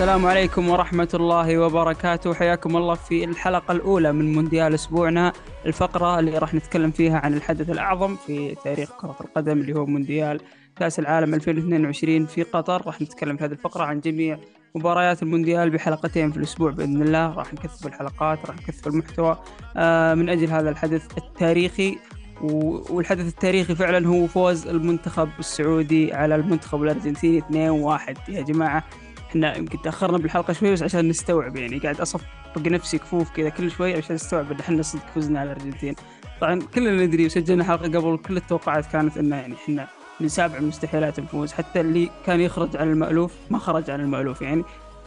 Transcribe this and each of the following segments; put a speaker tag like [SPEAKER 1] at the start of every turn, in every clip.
[SPEAKER 1] السلام عليكم ورحمة الله وبركاته. حياكم الله في الحلقة الأولى من مونديال أسبوعنا، الفقرة اللي راح نتكلم فيها عن الحدث الأعظم في تاريخ كرة القدم اللي هو مونديال كأس العالم 2022 في قطر. راح نتكلم في هذه الفقرة عن جميع مباريات المونديال بحلقتين في الأسبوع بإذن الله. راح نكثف الحلقات، راح نكثف المحتوى من أجل هذا الحدث التاريخي. والحدث التاريخي فعلا هو فوز المنتخب السعودي على المنتخب الأرجنتيني 2-1 يا جماعة. احنا يمكن تأخرنا بالحلقة شوي بس عشان نستوعب، يعني قاعد أصفق نفسي كفوف كذا كل شوي عشان نستوعب ان احنا صدق فزنا على الأرجنتين. طبعا كلنا ندري وسجلنا حلقة قبل، كل التوقعات كانت ان يعني احنا من سابع المستحيلات نفوز، حتى اللي كان يخرج عن المألوف ما خرج عن المألوف يعني.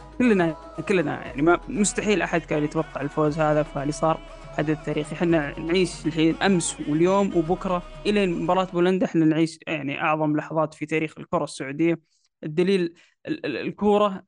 [SPEAKER 1] كلنا يعني ما مستحيل احد كان يتوقع الفوز هذا، فاللي صار حدث تاريخي. احنا نعيش الحين امس واليوم وبكره الى مباراة بولندا، احنا نعيش يعني اعظم لحظات في تاريخ الكرة السعودية. الدليل الكورة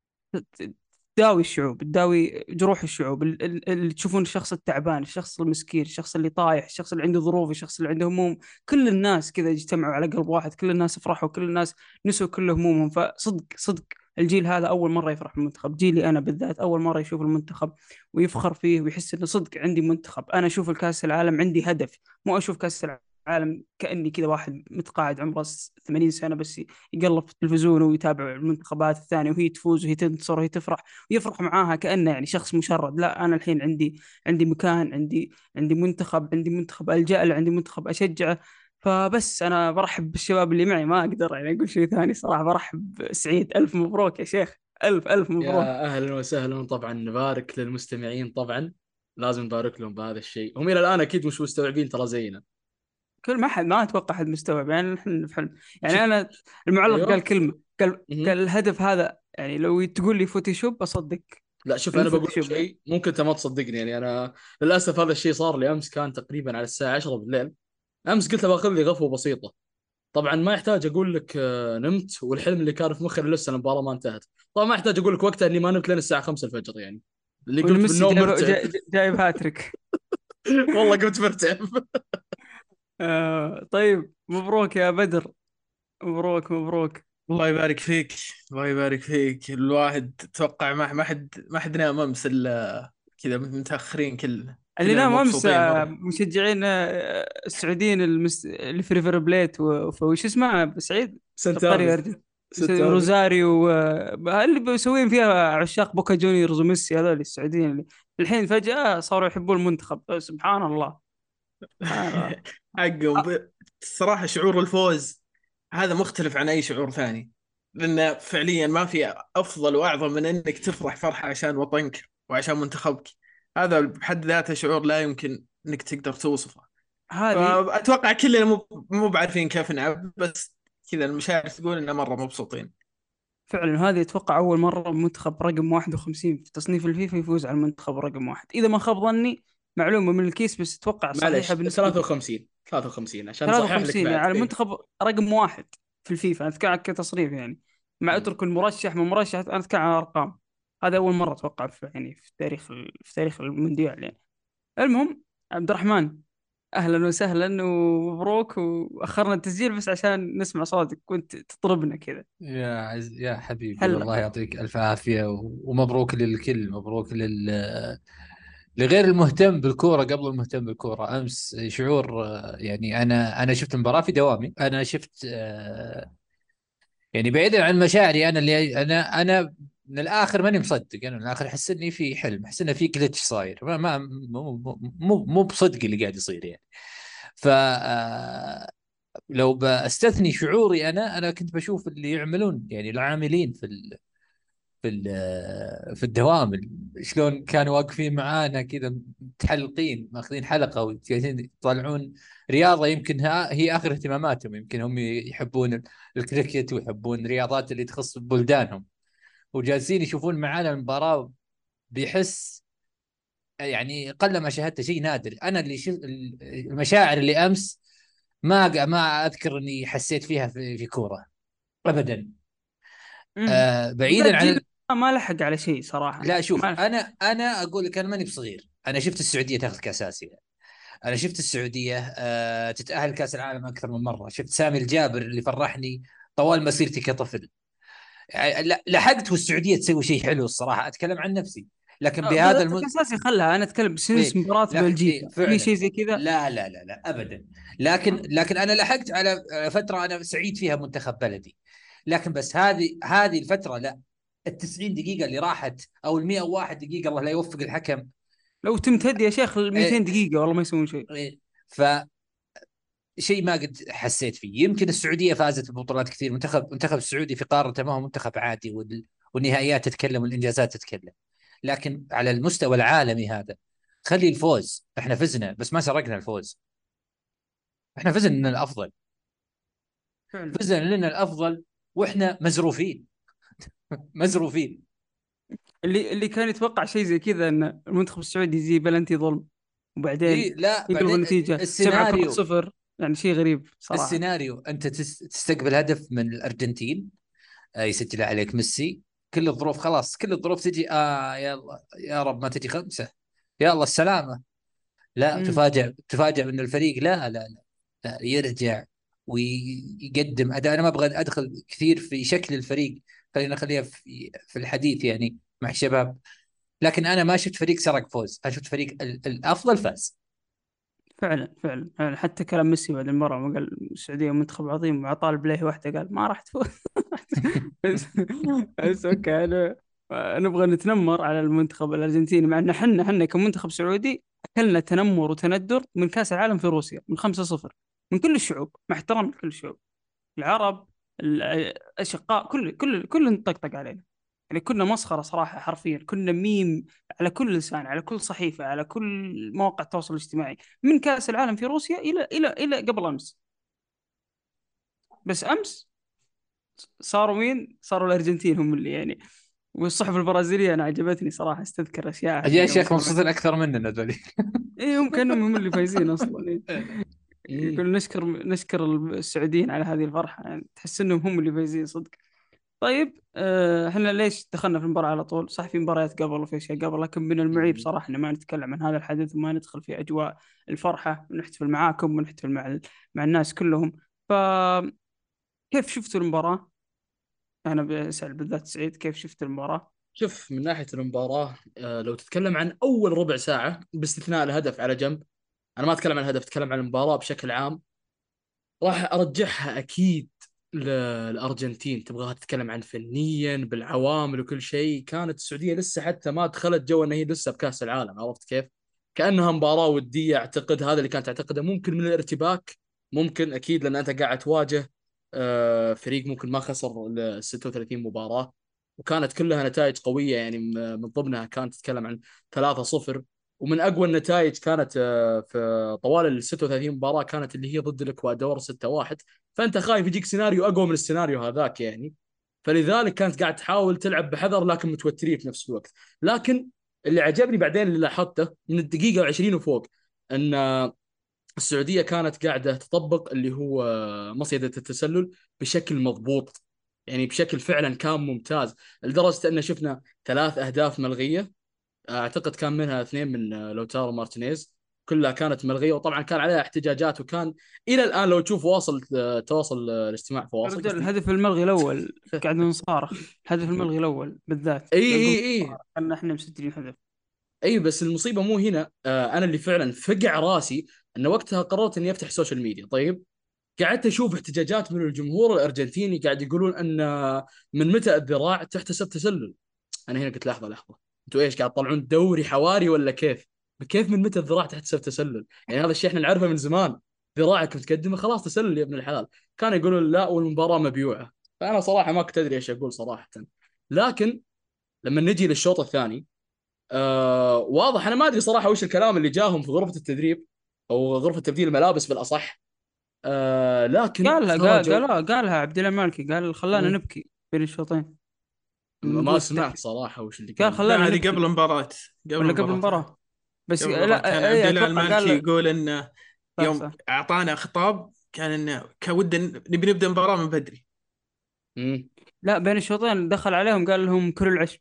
[SPEAKER 1] تداوي الشعوب، تداوي جروح الشعوب، اللي تشوفون الشخص التعبان، الشخص المسكين، الشخص اللي طايح، الشخص اللي عنده ظروف، الشخص اللي عنده هموم، كل الناس كذا اجتمعوا على قلب واحد، كل الناس فرحوا، كل الناس نسوا كل همومهم. فصدق صدق الجيل هذا أول مرة يفرح بالمنتخب، جيلي أنا بالذات أول مرة يشوف المنتخب ويفخر فيه ويحس إنه صدق عندي منتخب. أنا أشوف الكأس العالم عندي هدف، مو أشوف كأس العالم كأني كذا واحد متقاعد عمره 80 سنة بس يقلب في التلفزيون ويتابع المنتخبات الثانية وهي تفوز وهي تنتصر وهي تفرح ويفرح معاها كأنه يعني شخص مشرد. لا، أنا الحين عندي مكان، عندي منتخب، عندي منتخب ألجأ له، عندي منتخب أشجعه. فبس أنا برحب بالشباب اللي معي، ما أقدر يعني أقول شيء ثاني صراحة. برحب سعيد، ألف مبروك يا شيخ، ألف ألف مبروك.
[SPEAKER 2] يا اهلا وسهلا. طبعا نبارك للمستمعين، طبعا لازم نبارك لهم بهذا الشيء. هم الى الان اكيد مش مستوعبين ترى زينا.
[SPEAKER 1] كل ما حد، ما أتوقع حد مستوعب يعني إحنا في حلم. يعني
[SPEAKER 2] شوف.
[SPEAKER 1] أنا المعلق قال
[SPEAKER 2] ايوه.
[SPEAKER 1] كلمة، قال
[SPEAKER 2] مهم.
[SPEAKER 1] الهدف هذا، يعني لو تقول لي فوتوشوب أصدق
[SPEAKER 2] لا شوف،
[SPEAKER 1] إنه
[SPEAKER 2] انا بقول لك
[SPEAKER 1] فوتوشوب يعني.
[SPEAKER 2] شيء ممكن انت ما تصدقني. يعني انا للاسف هذا الشيء صار لي امس، كان تقريبا على الساعه 10 بالليل. امس قلت باخذ لي غفوه بسيطه. طبعا ما يحتاج اقول لك نمت، والحلم اللي كان في مخي لسه المباراه ما انتهت. طبعا ما يحتاج اقول لك وقتها اني ما نمت لين الساعه 5 الفجر، يعني اللي
[SPEAKER 1] وإن
[SPEAKER 2] قمت
[SPEAKER 1] ميسي
[SPEAKER 2] بالنوم مرتعب.
[SPEAKER 1] جايب هاتريك.
[SPEAKER 2] والله قمت مرتعب.
[SPEAKER 1] طيب مبروك يا بدر، مبروك مبروك.
[SPEAKER 3] الله يبارك فيك. الله يبارك فيك. الواحد توقع ما حد نام امس الا كذا متاخرين،
[SPEAKER 1] اللي
[SPEAKER 3] كلنا
[SPEAKER 1] نام امس
[SPEAKER 3] مبسوطين مره.
[SPEAKER 1] مشجعين السعوديين اللي في ريفر بليت وش اسمه سعيد،
[SPEAKER 2] سنتافي.
[SPEAKER 1] القرية
[SPEAKER 2] سنتافي.
[SPEAKER 1] روزاريو اللي بيسوين فيها عشاق بوكا جونيورز وميسي، هذول السعوديين اللي الحين فجأة صاروا يحبون المنتخب. سبحان الله، سبحان الله.
[SPEAKER 3] حقهم
[SPEAKER 1] آه،
[SPEAKER 3] الصراحه شعور الفوز هذا مختلف عن اي شعور ثاني، لان فعليا ما في افضل واعظم من انك تفرح فرحه عشان وطنك وعشان منتخبك. هذا بحد ذاته شعور لا يمكن انك تقدر توصفه.
[SPEAKER 1] هذه
[SPEAKER 3] فاتوقع كلنا مو بعارفين كيف نلعب، بس كذا المشاعر تقول اننا مره مبسوطين.
[SPEAKER 1] فعلا، هذه اتوقع اول مره المنتخب رقم 51 في تصنيف الفيفا يفوز على المنتخب رقم واحد، اذا ما خاب ظني. معلومه من الكيس بس اتوقع صحيحه
[SPEAKER 2] معلش،
[SPEAKER 1] بنسبه
[SPEAKER 2] 53 53 عشان نصحح لك
[SPEAKER 1] 53 يعني
[SPEAKER 2] بعد.
[SPEAKER 1] على
[SPEAKER 2] ايه.
[SPEAKER 1] المنتخب رقم واحد في الفيفا. انا اتكلم كتصنيف يعني، مع
[SPEAKER 2] مم.
[SPEAKER 1] اترك المرشح من مرشح، انا اتكلم عن ارقام. هذا اول مره اتوقع في يعني في تاريخ المونديال يعني. المهم، عبد الرحمن، اهلا وسهلا ومبروك. واخرنا التسجيل بس عشان نسمع صوتك وانت تطربنا كذا.
[SPEAKER 4] يا حبيبي،
[SPEAKER 1] هلا.
[SPEAKER 4] الله يعطيك ألف عافية ومبروك للكل. مبروك لغير المهتم بالكورة قبل المهتم بالكورة. أمس شعور، يعني أنا شفت المباراة في دوامي. أنا شفت، يعني بعيدا عن مشاعري أنا، اللي أنا من الآخر ماني مصدق. أنا من الآخر أحس إني في حلم، أحس إنه في جلتش صاير. مو بصدق اللي قاعد يصير يعني. ف لو بستثني شعوري، انا كنت بشوف اللي يعملون، يعني العاملين في الدوام، شلون كانوا واقفين معانا كذا متحلقين، ماخذين حلقه وجالسين يطلعون رياضه يمكن هي اخر اهتماماتهم. يمكن هم يحبون الكريكت ويحبون الرياضات اللي تخص بلدانهم، وجالسين يشوفون معانا المباراه بيحس. يعني قلما شاهدت شيء نادر. انا اللي المشاعر اللي امس ما اذكر اني حسيت فيها في كوره ابدا.
[SPEAKER 1] لا،
[SPEAKER 4] بعيدا
[SPEAKER 1] الجيل
[SPEAKER 4] عن.
[SPEAKER 1] ما لحق على شيء صراحه،
[SPEAKER 4] لا شوف،
[SPEAKER 1] ما لحق.
[SPEAKER 4] انا اقول لك انا ماني بصغير. انا شفت السعوديه تاخذ كاس اسيا. انا شفت السعوديه تتاهل كاس العالم اكثر من مره. شفت سامي الجابر اللي فرحني طوال مسيرتي كطفل. لحقت والسعوديه تسوي شيء حلو الصراحه، اتكلم عن نفسي. لكن بهذا
[SPEAKER 1] بشكل اساسي خلها، انا اتكلم بسنس
[SPEAKER 4] إيه.
[SPEAKER 1] مباراه
[SPEAKER 4] لكن
[SPEAKER 1] بلجيكا
[SPEAKER 4] إيه
[SPEAKER 1] في
[SPEAKER 4] فعلا.
[SPEAKER 1] شيء زي كذا.
[SPEAKER 4] لا ابدا. لكن انا لحقت على فتره انا سعيد فيها منتخب بلدي. لكن بس هذه الفتره لا، ال90 دقيقه اللي راحت او ال101 دقيقه الله لا يوفق الحكم.
[SPEAKER 1] لو تمتد يا شيخ ال 200
[SPEAKER 4] إيه.
[SPEAKER 1] دقيقه والله ما يسوون شيء.
[SPEAKER 4] إيه. فشيء ما قد حسيت فيه. يمكن السعوديه فازت ببطولات كثير، منتخب السعودي في قارته ما هو منتخب عادي، والنهائيات تتكلم والانجازات تتكلم. لكن على المستوى العالمي هذا، خلي الفوز، احنا فزنا بس ما سرقنا الفوز، احنا فزنا لنا الافضل،
[SPEAKER 1] فعلا.
[SPEAKER 4] فزنا لنا الافضل، واحنا مزروفين مزروفين.
[SPEAKER 1] اللي كان يتوقع شيء زي كذا ان المنتخب السعودي يجي بلنتي ظلم وبعدين
[SPEAKER 4] ايه لا
[SPEAKER 1] يقلب
[SPEAKER 4] بعدين
[SPEAKER 1] النتيجه 7
[SPEAKER 4] السيناريو
[SPEAKER 1] 0 يعني شيء غريب صراحه.
[SPEAKER 4] انت تستقبل هدف من الارجنتين، يسجل عليك ميسي، كل الظروف خلاص، كل الظروف تجي يلا يا رب ما تجي خمسة، يلا السلامة. لا
[SPEAKER 1] امم
[SPEAKER 4] تفاجأ ان الفريق لا يرجع ويقدم اداء. انا ما ابغى ادخل كثير في شكل الفريق، خلينا في الحديث يعني مع الشباب. لكن انا ما شفت فريق سرق فوز، انا شفت فريق الافضل فاز.
[SPEAKER 1] فعلا حتى كلام ميسي بعد المباراه ما قال السعوديه منتخب عظيم وعطاه البلاي واحده قال ما راح تفوز. بس بس اوكي، انا نبغى نتنمر على المنتخب الارجنتيني مع ان احنا كمنتخب سعودي اكلنا تنمر وتندر من كاس العالم في روسيا من 5-0 من كل الشعوب، مع احترام لكل الشعوب، العرب، الاشقاء، كل نطقطق علينا. يعني كنا مسخره صراحه، حرفيا كنا ميم على كل لسان، على كل صحيفه، على كل مواقع التواصل الاجتماعي، من كاس العالم في روسيا الى قبل امس. بس امس صاروا مين؟ صاروا الارجنتين هم اللي يعني. والصحف البرازيليه انا عجبتني صراحه، استذكر اشياء
[SPEAKER 4] يا
[SPEAKER 1] حقين
[SPEAKER 4] شيخ
[SPEAKER 1] مصر.
[SPEAKER 4] مبسوطين اكثر مننا ذولي.
[SPEAKER 1] ايه هم كانهم هم اللي فايزين اصلا إيه.
[SPEAKER 2] مم.
[SPEAKER 1] يقول نشكر السعوديين على هذه الفرحه، يعني تحس انهم هم اللي فايزين صدق. طيب احنا ليش دخلنا في المباراة على طول؟ صح في مباريات قبل وفي اشياء قبل، لكن من المعيب
[SPEAKER 2] مم.
[SPEAKER 1] صراحة ان ما نتكلم عن هذا الحدث وما ندخل في اجواء الفرحة ونحتفل معاكم ونحتفل مع الناس كلهم. فكيف شفتوا المباراة؟ انا بسأل بالذات سعيد، كيف شفت المباراة؟
[SPEAKER 2] شوف، من ناحيه المباراه لو تتكلم عن اول ربع ساعه باستثناء الهدف على جنب، انا ما اتكلم عن الهدف، اتكلم عن المباراه بشكل عام، راح ارجعها اكيد للارجنتين. تبغاها تتكلم عن فنيا بالعوامل وكل شيء، كانت السعوديه لسه حتى ما دخلت جو ان هي لسه بكاس العالم، عرفت كيف؟ كانها مباراه وديه، اعتقد هذا اللي كانت تعتقده، ممكن من الارتباك، ممكن اكيد لان انت قاعد تواجه فريق ممكن ما خسر ال 36 مباراه، وكانت كلها نتائج قويه، يعني من ضمنها كانت تتكلم عن 3-0. ومن اقوى النتائج كانت في طوال ال 36 مباراه كانت اللي هي ضد الاكوادور 6-1. فانت خايف يجيك سيناريو اقوى من السيناريو هذاك يعني، فلذلك كانت قاعد تحاول تلعب بحذر لكن متوترين في نفس الوقت. لكن اللي عجبني بعدين اللي لاحظته من الدقيقه 20 وفوق، ان السعوديه كانت قاعده تطبق اللي هو مصيدة التسلل بشكل مضبوط، يعني بشكل فعلا كان ممتاز، لدرجه ان شفنا 3 اهداف ملغيه، اعتقد كان منها 2 من لوتارو مارتينيز، كلها كانت ملغيه، وطبعا كان عليها احتجاجات، وكان الى الان لو تشوف واصل تواصل الاجتماع في
[SPEAKER 1] يا
[SPEAKER 2] واصل
[SPEAKER 1] رجال
[SPEAKER 2] قصدي.
[SPEAKER 1] الهدف الملغي الاول قاعد نصارخ، الهدف الملغي الاول بالذات
[SPEAKER 2] اي
[SPEAKER 1] قاعد
[SPEAKER 2] اي اي
[SPEAKER 1] نصارخ ان احنا مسجلين هدف.
[SPEAKER 2] اي بس المصيبه مو هنا، انا اللي فعلا فقع راسي ان وقتها قررت اني افتح السوشيال ميديا. طيب، قعدت اشوف احتجاجات من الجمهور الارجنتيني قاعد يقولون ان من متى الذراع تحتسب تسلل. انا هنا قلت لحظه لحظه، انتوا ايش قاعد تطلعون دوري حواري ولا كيف؟ كيف من متى الذراع تحتسب تسلل؟ يعني هذا الشيء احنا نعرفه من زمان، ذراعك متقدمه خلاص تسلل يا ابن الحلال. كانوا يقولون لا والمباراه مبيوعه، فانا صراحه ما كنت ادري ايش اقول صراحه. لكن لما نجي للشوط الثاني، واضح، انا ما ادري صراحه وش الكلام اللي جاهم في غرفه التدريب او غرفه تبديل الملابس بالاصح، لكن خرجوا.
[SPEAKER 1] قالها عبد الله مالكي، قال خلانا
[SPEAKER 2] مم.
[SPEAKER 1] نبكي بين الشوطين من
[SPEAKER 2] ما
[SPEAKER 1] قوة
[SPEAKER 2] سمعت
[SPEAKER 1] التحكيم.
[SPEAKER 2] صراحه وش اللي
[SPEAKER 1] قال
[SPEAKER 2] قال.
[SPEAKER 3] لا
[SPEAKER 1] خلانا
[SPEAKER 3] هذه
[SPEAKER 1] نبكي.
[SPEAKER 3] قبل المباراة، قبل
[SPEAKER 1] ولا قبل
[SPEAKER 3] المباراة هذه،
[SPEAKER 1] المباراة؟ بس
[SPEAKER 3] قبل المباراة كان عبد
[SPEAKER 1] اي
[SPEAKER 3] الله
[SPEAKER 1] اتوقع
[SPEAKER 3] المالكي
[SPEAKER 1] قال.
[SPEAKER 3] يقول انه
[SPEAKER 1] صح
[SPEAKER 3] يوم
[SPEAKER 1] صح.
[SPEAKER 3] اعطانا خطاب كان انه كود نبي نبدا المباراة من بدري.
[SPEAKER 2] مم.
[SPEAKER 1] لا بين الشوطين دخل عليهم قال لهم كل العشب.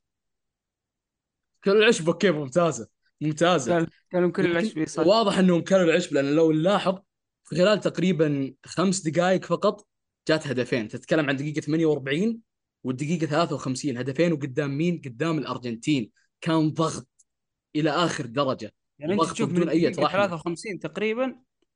[SPEAKER 2] كل العشب كيف، ممتازه ممتازه.
[SPEAKER 1] قال لهم كل
[SPEAKER 2] لكن
[SPEAKER 1] العشب صح.
[SPEAKER 2] واضح انهم كانوا العشب، لان لو نلاحظ في خلال تقريبا 5 دقائق فقط جات هدفين. تتكلم عن دقيقه 48 والدقيقه 53 هدفين، وقدام مين؟ قدام الارجنتين. كان ضغط الى اخر درجه،
[SPEAKER 1] يعني انت
[SPEAKER 2] ضغط
[SPEAKER 1] تشوف من
[SPEAKER 2] بدون اي
[SPEAKER 1] الدقيقه
[SPEAKER 2] رحمه.
[SPEAKER 1] 53 تقريبا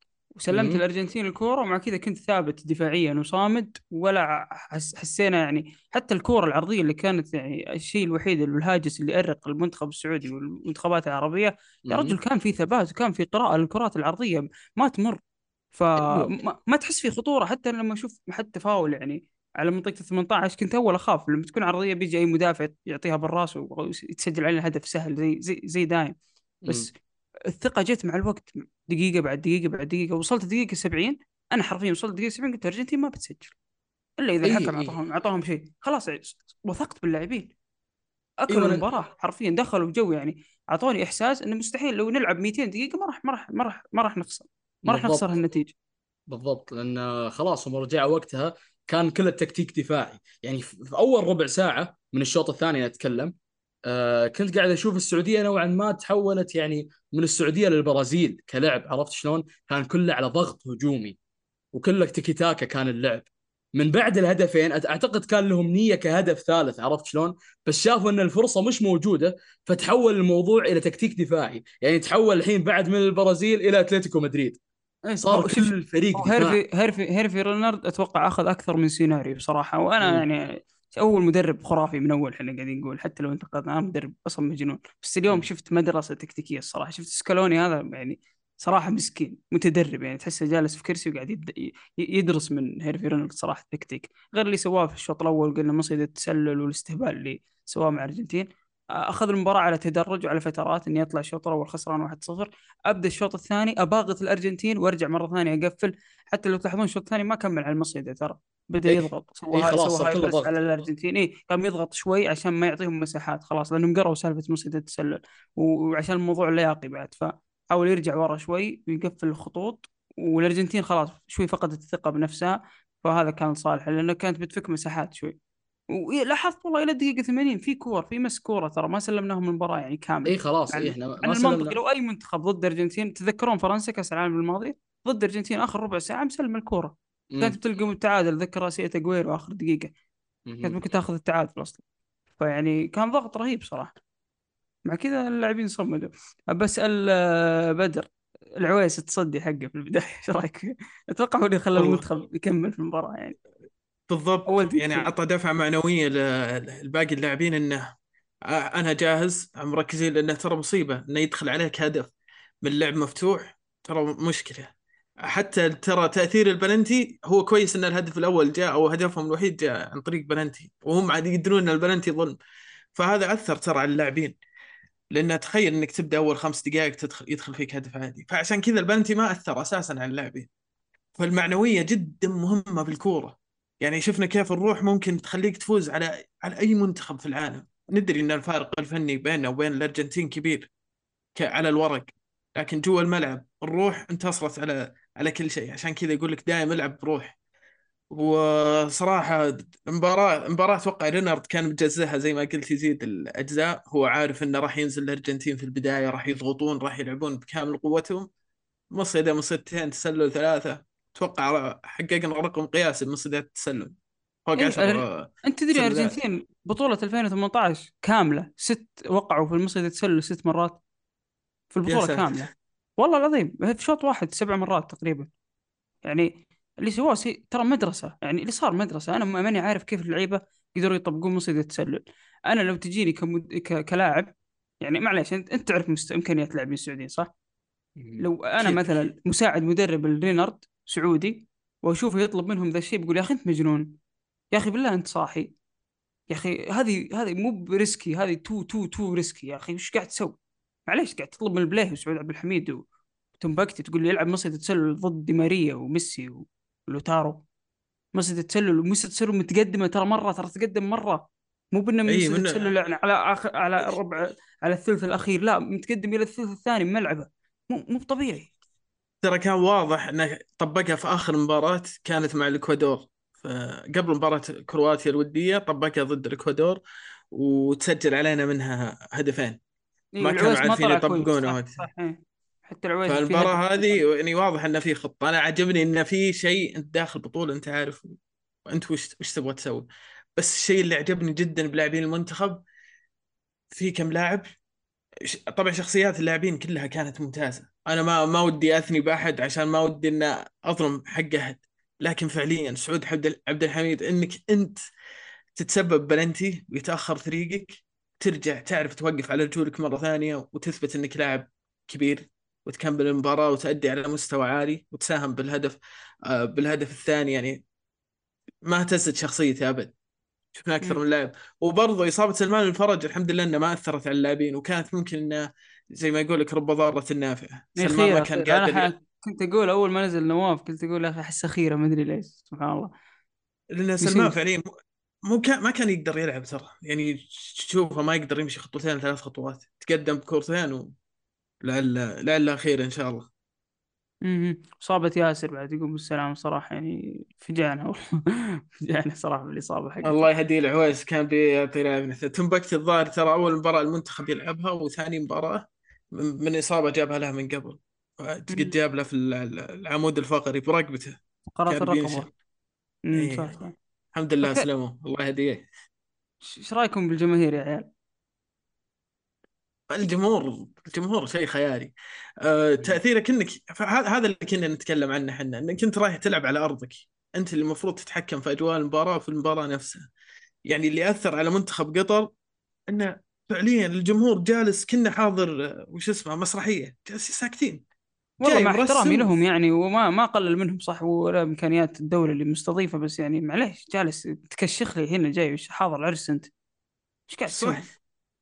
[SPEAKER 1] وسلمت
[SPEAKER 2] امم
[SPEAKER 1] الارجنتين الكوره، ومع كذا كنت ثابت دفاعيا وصامد، ولا حسينا يعني حتى الكوره العرضيه اللي كانت يعني الشيء الوحيد الهاجس اللي يأرق المنتخب السعودي والمنتخبات العربيه، يا رجل كان في ثبات وكان في قراءه للكرات العرضيه ما تمر.
[SPEAKER 2] ايوه.
[SPEAKER 1] فما تحس في خطوره. حتى لما اشوف حتى فاول يعني على منطقه 18 كنت اول اخاف لما تكون عرضيه بيجي اي مدافع يعطيها بالراس ويتسجل علينا هدف سهل زي دايم.
[SPEAKER 2] امم
[SPEAKER 1] بس الثقة جت مع الوقت، دقيقة بعد دقيقة بعد دقيقة، وصلت دقيقة 70. أنا حرفيا وصلت دقيقة 70 قلت الأرجنتين ما بتسجل إلا إذا
[SPEAKER 2] اي
[SPEAKER 1] الحكم
[SPEAKER 2] اي
[SPEAKER 1] أعطاهم شيء. خلاص وثقت باللاعبين،
[SPEAKER 2] ايوه
[SPEAKER 1] أكلوا المباراة حرفيا، دخلوا جو يعني. أعطوني إحساس إنه مستحيل لو نلعب 200 دقيقة ما راح نخسر، ما راح نخسر
[SPEAKER 2] بالضبط.
[SPEAKER 1] هالنتيجة.
[SPEAKER 2] بالضبط، لان خلاص هم رجعوا وقتها كان كل التكتيك دفاعي. يعني في اول ربع ساعه من الشوط الثاني نتكلم، كنت قاعد اشوف السعوديه نوعا ما تحولت يعني من السعوديه للبرازيل كلعب. عرفت شلون؟ كان كله على ضغط هجومي، وكله تيكي تاكا كان اللعب. من بعد الهدفين اعتقد كان لهم نيه كهدف ثالث. عرفت شلون؟ بس شافوا ان الفرصه مش موجوده، فتحول الموضوع الى تكتيك دفاعي. يعني تحول الحين بعد من البرازيل الى اتلتيكو مدريد،
[SPEAKER 1] إيه
[SPEAKER 2] صار
[SPEAKER 1] هو شوف،
[SPEAKER 2] كل الفريق
[SPEAKER 1] هو
[SPEAKER 2] دفاع.
[SPEAKER 1] هيرفي رينارد اتوقع اخذ اكثر من سيناريو بصراحه. وانا
[SPEAKER 2] مم.
[SPEAKER 1] يعني اول مدرب خرافي من اول، احنا قاعدين نقول حتى لو انتقدنا مدرب اصلا مجنون. بس اليوم
[SPEAKER 2] مم.
[SPEAKER 1] شفت مدرسه تكتيكيه الصراحه. شفت سكالوني هذا يعني صراحه مسكين متدرب، يعني تحسه جالس في كرسي وقاعد يدرس من هيرفي رينارد صراحه التكتيك، غير اللي سواه في الشوط الاول. قلنا مصيدة التسلل والاستهبال اللي سواه مع الارجنتين. اخذ المباراه على تدرج وعلى فترات، اني اطلع الشوط الاول خسران 1-0، ابدا الشوط الثاني اباغت الارجنتين وارجع مره ثانيه اقفل. حتى لو تلاحظون الشوط الثاني ما كمل على المصيدة ترى، بدا
[SPEAKER 2] اي
[SPEAKER 1] يضغط،
[SPEAKER 2] اي خلاص
[SPEAKER 1] سوى
[SPEAKER 2] صار
[SPEAKER 1] هاي
[SPEAKER 2] كله
[SPEAKER 1] بريس على
[SPEAKER 2] ضغط.
[SPEAKER 1] الارجنتين. اي قام يضغط شوي عشان ما يعطيهم مساحات خلاص، لانهم قروا سالفه مصيدة التسلل، وعشان الموضوع لياقي بعد، فحاول يرجع ورا شوي ويقفل الخطوط. والارجنتين خلاص شوي فقدت الثقه بنفسها، فهذا كان صالح لانه كانت بتفك مساحات شوي. ولاحظت والله الى الدقيقه 80 في كور، في مس كوره ترى ما سلمناهم المباراه يعني كامل.
[SPEAKER 2] اي خلاص،
[SPEAKER 1] مع
[SPEAKER 2] اي احنا
[SPEAKER 1] عن
[SPEAKER 2] ما
[SPEAKER 1] المنطقي
[SPEAKER 2] سلمنا.
[SPEAKER 1] لو اي منتخب ضد ارجنتين، تذكرون فرنسا كاس العالم الماضي ضد ارجنتين اخر ربع ساعه مسلم الكوره، كانت
[SPEAKER 2] مم.
[SPEAKER 1] بتلقى التعادل. ذكر راسيه اجويرو اخر دقيقه كانت
[SPEAKER 2] مم.
[SPEAKER 1] ممكن تاخذ التعادل اصلا. فيعني كان ضغط رهيب صراحه. مع كذا اللاعبين صمدوا. بسال بدر، العويس التصدي حقه في البدايه ايش رايك فيه؟ اتوقع هو اللي خلى
[SPEAKER 3] والله
[SPEAKER 1] المنتخب يكمل في المباراه يعني
[SPEAKER 3] بالضبط،
[SPEAKER 1] اول
[SPEAKER 3] يعني
[SPEAKER 1] دقيقتين.
[SPEAKER 3] عطى دفعة معنوية لباقي اللاعبين انه انا جاهز، مركزين، لانه ترى مصيبة انه يدخل عليك هدف من لعب مفتوح، ترى مشكلة. حتى ترى تأثير البلنتي هو كويس ان الهدف الاول جاء او هدفهم الوحيد جاء عن طريق بلنتي، وهم عاد يقدرون ان البلنتي ظلم. فهذا اثر ترى على اللاعبين، لان تخيل انك تبدا اول 5 دقائق يدخل فيك هدف عادي. فعشان كذا البلنتي ما اثر اساسا على اللاعبين. فالمعنوية جدا مهمة بالكورة. يعني شفنا كيف الروح ممكن تخليك تفوز على أي منتخب في العالم. ندري أن الفارق الفني بيننا وبين الأرجنتين كبير على الورق، لكن جوا الملعب الروح انتصرت على كل شيء. عشان كذا يقول لك دائما العب بروح. وصراحة مباراة أتوقع رينارد كان مجزها زي ما قلت، يزيد الأجزاء. هو عارف أنه راح ينزل الأرجنتين في البداية، راح يضغطون، راح يلعبون بكامل قوتهم. مصيدة مصيدتين تسلل 3، اتوقع حققنا رقم قياسي بمصيدات التسلل، فوق
[SPEAKER 1] اي
[SPEAKER 3] 10
[SPEAKER 1] انت تدري
[SPEAKER 3] تسللات.
[SPEAKER 1] الارجنتين بطولة 2018 كاملة وقعوا في المصيدة التسلل 6 مرات في
[SPEAKER 3] يا
[SPEAKER 1] البطولة
[SPEAKER 3] ساتر.
[SPEAKER 1] كاملة. والله العظيم في شوط واحد 7 مرات تقريبا يعني. اللي سواه ترى مدرسة، يعني اللي صار مدرسة. انا ماني عارف كيف اللعيبة قدروا يطبقون مصيدة التسلل. انا لو تجيني كلاعب يعني معليش، انت تعرف امكانيات اللاعبين السعوديين صح؟
[SPEAKER 2] مم.
[SPEAKER 1] لو انا
[SPEAKER 3] اكيد.
[SPEAKER 1] مثلا مساعد مدرب الرينارد سعودي واشوفه يطلب منهم ذا الشيء، بقول يا اخي انت مجنون، يا اخي بالله انت صاحي، يا اخي هذه مو بريسكي، هذه تو ريسكي يا اخي، وش قاعد تسوي؟ معليش قاعد تطلب من البليه وسعود عبد الحميد وتنبكتي تقول لي يلعب مصيدة تسلل ضد دي ماريا وميسي ولوتارو؟ مصيدة تسلل ومصيدة تسلل متقدمه ترى، مره ترى تقدم مره، مو بنا من
[SPEAKER 3] اي
[SPEAKER 1] مصيدة
[SPEAKER 3] من
[SPEAKER 1] تسلل يعني على على الربع، على الثلث الاخير، لا متقدم الى الثلث الثاني من ملعبه. مو طبيعي.
[SPEAKER 3] ترى كان واضح انه طبقها في اخر مباراة كانت مع الاكوادور. قبل مباراة كرواتيا الودية طبقها ضد الاكوادور، وتسجل علينا منها هدفين.
[SPEAKER 1] ايوه
[SPEAKER 3] ما كانوا
[SPEAKER 1] العويس ما
[SPEAKER 3] عارفين
[SPEAKER 1] طلع كويس،
[SPEAKER 3] يطبقونه.
[SPEAKER 1] صح إيه. حتى العويس في هدف
[SPEAKER 3] فالمباراة
[SPEAKER 1] ما طلع.
[SPEAKER 3] هذه يعني واضح انه في خطة. انا عجبني انه في شيء، انت داخل بطولة انت عارف، وانت وش تبغى تسوي. بس الشيء اللي عجبني جدا بلاعبين المنتخب في كم لاعب، طبعا شخصيات اللاعبين كلها كانت ممتازة. أنا ما ودي أثني بأحد عشان ما ودي إن أظلم حق أحد، لكن فعليا سعود عبد الحميد، إنك أنت تتسبب بلنتي ويتأخر فريقك، ترجع تعرف توقف على رجولك مرة ثانية وتثبت إنك لاعب كبير، وتكمل المباراة وتأدي على مستوى عالي وتساهم بالهدف، بالهدف الثاني يعني. ما اهتزت شخصيتي أبد، شفنا اكثر
[SPEAKER 1] مم.
[SPEAKER 3] من لاعب. وبرضه اصابه سلمان الفرج الحمد لله انها ما اثرت على اللاعبين، وكانت ممكن انه زي ما يقول لك رب ضاره نافعه،
[SPEAKER 1] إيه،
[SPEAKER 3] سلمان ما
[SPEAKER 1] خيرة
[SPEAKER 3] كان
[SPEAKER 1] خيرة. أنا
[SPEAKER 3] قادر
[SPEAKER 1] كنت أقول أول ما نزل نواف كنت أقول يا أخي أحسه خيرة، ما أدري ليش، سبحان الله.
[SPEAKER 3] لان سلمان
[SPEAKER 1] يصير.
[SPEAKER 3] فعليا ما كان يقدر يلعب ترى، يعني تشوفه ما يقدر يمشي خطوتين 3 خطوات، تقدم بكورتين لعل خير ان شاء الله.
[SPEAKER 1] إصابة ياسر بعد يقوم بالسلام صراحة، يعني فجعنا والله. فجعنا صراحة بالإصابة حقته.
[SPEAKER 3] الله يهديه العويس، كان بيعطي لاعب تنبكت الظاهر ترى اول مباراه المنتخب يلعبها، وثاني مباراه من اصابه جابها له من قبل، قد
[SPEAKER 1] مم.
[SPEAKER 3] جاب له في العمود الفقري برقبته،
[SPEAKER 1] فقرات
[SPEAKER 3] كان
[SPEAKER 1] الرقبة.
[SPEAKER 3] بينشل. اي
[SPEAKER 1] صح صح.
[SPEAKER 3] الحمد لله سلمه، الله يهديه.
[SPEAKER 1] إيش رأيكم بالجماهير يا عيال؟
[SPEAKER 3] الجمهور شيء خيالي. تأثيرك انك هذا اللي كنا نتكلم عنه احنا، انك انت رايح تلعب على ارضك، انت اللي المفروض تتحكم في اجواء المباراة وفي المباراة نفسها. يعني اللي اثر على منتخب قطر انه فعليا الجمهور جالس كنا حاضر، وش اسمه، مسرحية، جالس ساكتين،
[SPEAKER 1] والله
[SPEAKER 3] جاي
[SPEAKER 1] مع احترامي
[SPEAKER 3] مرسم.
[SPEAKER 1] لهم يعني، وما ما قلل منهم صح، ولا إمكانيات الدولة اللي مستضيفة، بس يعني معليش جالس تكشخ لي هنا جاي وش حاضر عرس أنت، إيش قاعد
[SPEAKER 3] صح.
[SPEAKER 1] تسوي؟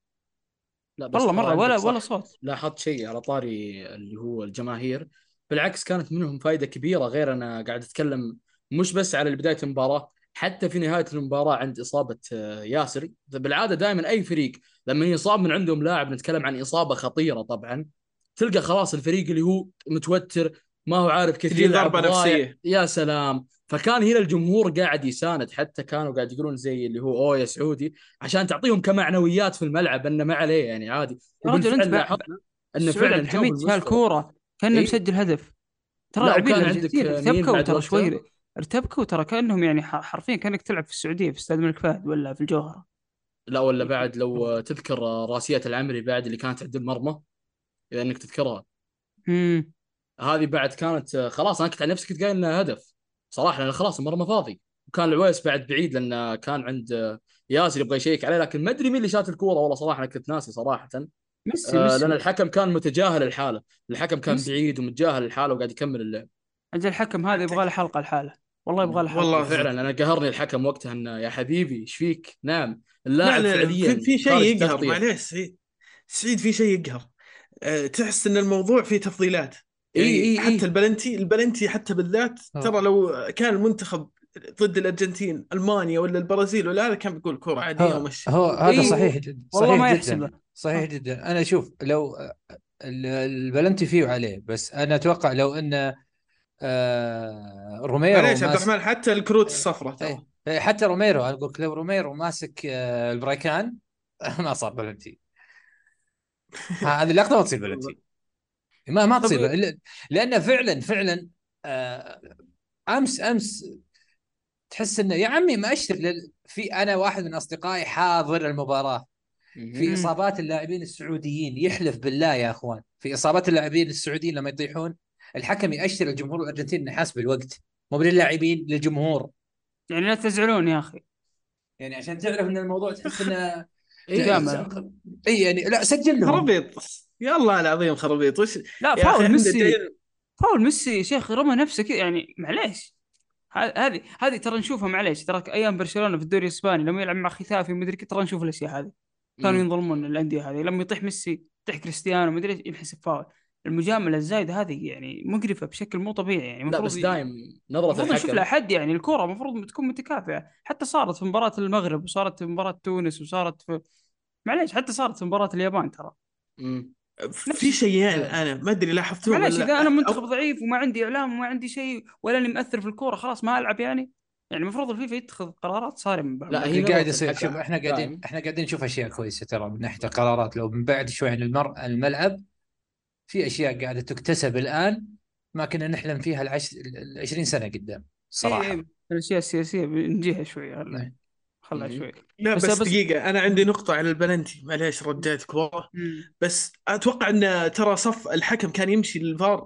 [SPEAKER 2] لا بس
[SPEAKER 1] والله
[SPEAKER 2] ترى
[SPEAKER 1] مرة
[SPEAKER 2] عندك
[SPEAKER 1] ولا
[SPEAKER 2] صح،
[SPEAKER 1] صوت.
[SPEAKER 2] لاحظت شيء على طاري اللي هو الجماهير، بالعكس كانت منهم فائدة كبيرة. غير أنا قاعد أتكلم مش بس على بداية المباراة، حتى في نهاية المباراة عند إصابة ياسر. بالعادة دائما أي فريق لما يصاب من عندهم لاعب، نتكلم عن إصابة خطيرة طبعا، تلقى خلاص الفريق اللي هو متوتر، ما هو عارف كيف
[SPEAKER 3] تجي
[SPEAKER 2] يلعب،
[SPEAKER 3] ضربة
[SPEAKER 2] ضايع.
[SPEAKER 3] نفسية.
[SPEAKER 2] يا سلام. فكان هنا الجمهور قاعد يساند، حتى كانوا قاعد يقولون زي اللي هو اوه يا سعودي، عشان تعطيهم كمعنويات في الملعب انه ما عليه يعني عادي.
[SPEAKER 1] يا رجل أنت
[SPEAKER 2] وبالفعل لاحظنا انه
[SPEAKER 1] سعود عبد
[SPEAKER 2] فعلا شوف
[SPEAKER 1] الحميد شال
[SPEAKER 2] المستوى.
[SPEAKER 1] كورة كأنه
[SPEAKER 2] اي
[SPEAKER 1] مسجل هدف. ترى
[SPEAKER 2] لا،
[SPEAKER 1] لاعبين
[SPEAKER 2] وكان عندك
[SPEAKER 1] الأرجنتين
[SPEAKER 2] مين
[SPEAKER 1] ارتبكوا،
[SPEAKER 2] بعد
[SPEAKER 1] ترى
[SPEAKER 2] وقتها؟
[SPEAKER 1] شوي ارتبكوا ترى، كأنهم يعني حرفيا كأنك تلعب في السعودية في استاد الملك فهد ولا في الجوهرة.
[SPEAKER 2] لا ولا بعد لو تذكر راسية العمري بعد اللي كانت عند المرمى، اذا انك تذكرها،
[SPEAKER 1] امم
[SPEAKER 2] هذه بعد كانت خلاص انا كنت على نفسي كنت قايل انها هدف صراحه، لان خلاص المرمى فاضي. وكان العويس بعد بعيد لانه كان عند ياسر يبغى يشيك عليه، لكن ما ادري مين اللي شات الكوره والله صراحه، انا كنت ناسي صراحه.
[SPEAKER 1] ميسي ميسي
[SPEAKER 2] لان الحكم كان متجاهل الحاله، الحكم كان
[SPEAKER 1] ميسي.
[SPEAKER 2] بعيد ومتجاهل الحاله وقاعد يكمل اللعب.
[SPEAKER 1] أجل الحكم هذا يبغى له حلقة لحاله، والله يبغى له حلقة.
[SPEAKER 3] والله
[SPEAKER 2] وفعلا انا قهرني الحكم وقتها انه يا حبيبي ايش فيك؟ نعم
[SPEAKER 3] لا
[SPEAKER 2] اللاعب
[SPEAKER 3] لا لا،
[SPEAKER 2] فعليا
[SPEAKER 3] في شيء
[SPEAKER 2] خارج
[SPEAKER 3] يقهر،
[SPEAKER 2] التغطيه.
[SPEAKER 3] معليش سعيد، سعيد في شيء يقهر. تحس ان الموضوع فيه تفضيلات.
[SPEAKER 2] اي
[SPEAKER 3] يعني
[SPEAKER 2] اي اي
[SPEAKER 3] حتى البلنتي حتى بالذات،
[SPEAKER 4] هو
[SPEAKER 3] ترى لو كان المنتخب ضد الارجنتين، المانيا ولا البرازيل ولا هذا، كان بيقول كرة عادية
[SPEAKER 4] هو
[SPEAKER 3] ومشي.
[SPEAKER 4] هو هذا
[SPEAKER 1] اي
[SPEAKER 4] صحيح جدا،
[SPEAKER 1] والله
[SPEAKER 4] صحيح
[SPEAKER 1] ما
[SPEAKER 4] جدا،
[SPEAKER 1] يحسبه.
[SPEAKER 4] صحيح
[SPEAKER 1] صح.
[SPEAKER 4] جدا. انا اشوف لو البلنتي فيه وعليه، بس انا اتوقع لو ان روميرو
[SPEAKER 3] معليش عبد
[SPEAKER 4] ماسك،
[SPEAKER 3] الرحمن، حتى الكروت الصفراء ترى.
[SPEAKER 4] حتى روميرو، انا اقول لك لو روميرو ماسك البريكان ما صار بلنتي. هذه اللقطه ما تصير بلنتي، ما
[SPEAKER 1] طب
[SPEAKER 4] تصير لان فعلا آه، امس تحس انه يا عمي ما اشتر في انا واحد من اصدقائي حاضر المباراه، في
[SPEAKER 2] مهم.
[SPEAKER 4] اصابات اللاعبين السعوديين، يحلف بالله يا اخوان في اصابات اللاعبين السعوديين لما يطيحون الحكم ياشر الجمهور الارجنتيني انه حاسب الوقت، مو للاعبين، للجمهور.
[SPEAKER 1] يعني لا تزعلون يا اخي.
[SPEAKER 4] يعني عشان تعرف ان الموضوع تحس انه
[SPEAKER 2] اي
[SPEAKER 1] مجاملة.
[SPEAKER 4] اي يعني لا سجل لهم.
[SPEAKER 3] خرابيط، يا الله العظيم خرابيط، وش
[SPEAKER 1] لا
[SPEAKER 3] يا اخي
[SPEAKER 1] فاول
[SPEAKER 3] احنا
[SPEAKER 1] ميسي،
[SPEAKER 3] جايين.
[SPEAKER 1] فاول ميسي يا شيخ، رمى نفسه كذا يعني معليش. هذه ترى نشوفها معليش، ترى ايام برشلونة في الدوري الاسباني لما يلعب مع ختافي مدري كيف، ترى نشوف الاشياء هذه. كانوا
[SPEAKER 2] مم.
[SPEAKER 1] ينظلمون الانديه هذه، لما يطيح ميسي يطيح كريستيانو مدري إيش، ينحسب فاول. المجامله الزايده هذه يعني مقرفه بشكل مو طبيعي، يعني
[SPEAKER 2] لا
[SPEAKER 1] المفروض
[SPEAKER 2] بس دايم نظره
[SPEAKER 1] المفروض نشوف لها
[SPEAKER 2] الحكم.
[SPEAKER 1] حد، يعني الكره المفروض تكون متكافئه، حتى صارت في مباراه المغرب، وصارت في مباراه تونس، وصارت في معليش حتى صارت في مباراه اليابان ترى
[SPEAKER 2] مم.
[SPEAKER 1] نفس
[SPEAKER 3] في
[SPEAKER 1] الشيء.
[SPEAKER 3] شيئين انا ما ادري لاحظتهم ولا
[SPEAKER 1] معليش اذا
[SPEAKER 3] لا.
[SPEAKER 1] انا منتخب ضعيف وما عندي اعلام وما عندي شيء ولا اني مأثر في الكوره، خلاص ما العب يعني المفروض الفيفا يتخذ قرارات صارمه
[SPEAKER 2] لا هي
[SPEAKER 4] اللي قاعد
[SPEAKER 2] نظره
[SPEAKER 4] يصير، شوف
[SPEAKER 2] الحكم دايم.
[SPEAKER 4] احنا قاعدين نشوف اشياء كويسه ترى من ناحيه القرارات، لو من شوي عن الملعب، في اشياء قاعده تكتسب الان ما كنا نحلم فيها 20 سنه قدام
[SPEAKER 1] اي
[SPEAKER 4] صراحه.
[SPEAKER 1] الاشياء السياسيه بنجيها شوي هلا.
[SPEAKER 4] إيه.
[SPEAKER 1] خلها
[SPEAKER 2] مهم.
[SPEAKER 1] شوي.
[SPEAKER 3] لا
[SPEAKER 1] بس
[SPEAKER 3] بس
[SPEAKER 1] بس
[SPEAKER 3] دقيقة، أنا عندي نقطة على البلنتي، معليش رجعتك ورا.
[SPEAKER 1] مم.
[SPEAKER 3] بس أتوقع أن ترى صف الحكم كان يمشي للفار.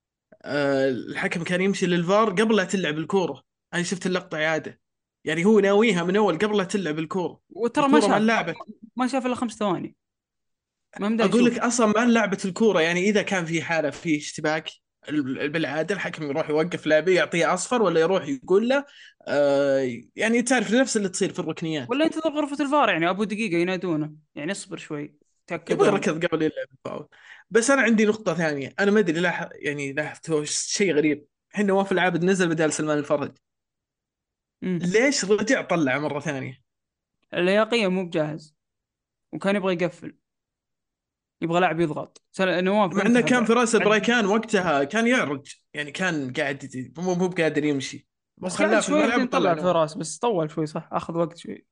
[SPEAKER 3] الحكم كان يمشي للفار قبل لا تلعب الكورة. أنا شفت اللقطة إعادة، يعني هو ناويها من أول قبل لا تلعب الكورة.
[SPEAKER 1] وترى ما
[SPEAKER 3] الكورة ما
[SPEAKER 1] شاف
[SPEAKER 3] لعبت.
[SPEAKER 1] ما شاف الا 5 ثواني، ما مدى
[SPEAKER 3] أقول لك
[SPEAKER 1] يشوف.
[SPEAKER 3] أصلا ما لعبت الكورة. يعني إذا كان في حالة في اشتباك، بالعادة الحكم يروح يوقف لاعبيه، يعطيه أصفر، ولا يروح يقول له يعني تعرف نفس اللي تصير في الركنيات.
[SPEAKER 1] ولا ينتظر غرفة الفار، يعني ابو دقيقة ينادونه، يعني اصبر شوي
[SPEAKER 3] يبغى
[SPEAKER 1] تأكدوا.
[SPEAKER 3] يركض قبل يلعب الفاول. بس انا عندي نقطة ثانية، انا ما ادري يعني لاحظت شيء غريب. الحين نواف العابد نزل بدال سلمان الفرج،
[SPEAKER 1] امم
[SPEAKER 3] ليش رجع طلع مرة ثانية؟
[SPEAKER 1] اللياقية مو بجاهز، وكان يبغى يقفل، يبغى لاعب يضغط. نواف
[SPEAKER 3] مع انه
[SPEAKER 1] بنتها
[SPEAKER 3] كان فراس
[SPEAKER 1] بعد.
[SPEAKER 3] البريكان وقتها كان يعرج، يعني كان قاعد مو بقادر يمشي،
[SPEAKER 1] بس قاعد
[SPEAKER 3] وخلاه في
[SPEAKER 1] شوي
[SPEAKER 3] الملعب
[SPEAKER 1] بعدين
[SPEAKER 3] وطلع
[SPEAKER 1] طلع في
[SPEAKER 3] نواف.
[SPEAKER 1] راس، بس طول شوي صح، اخذ وقت شوي.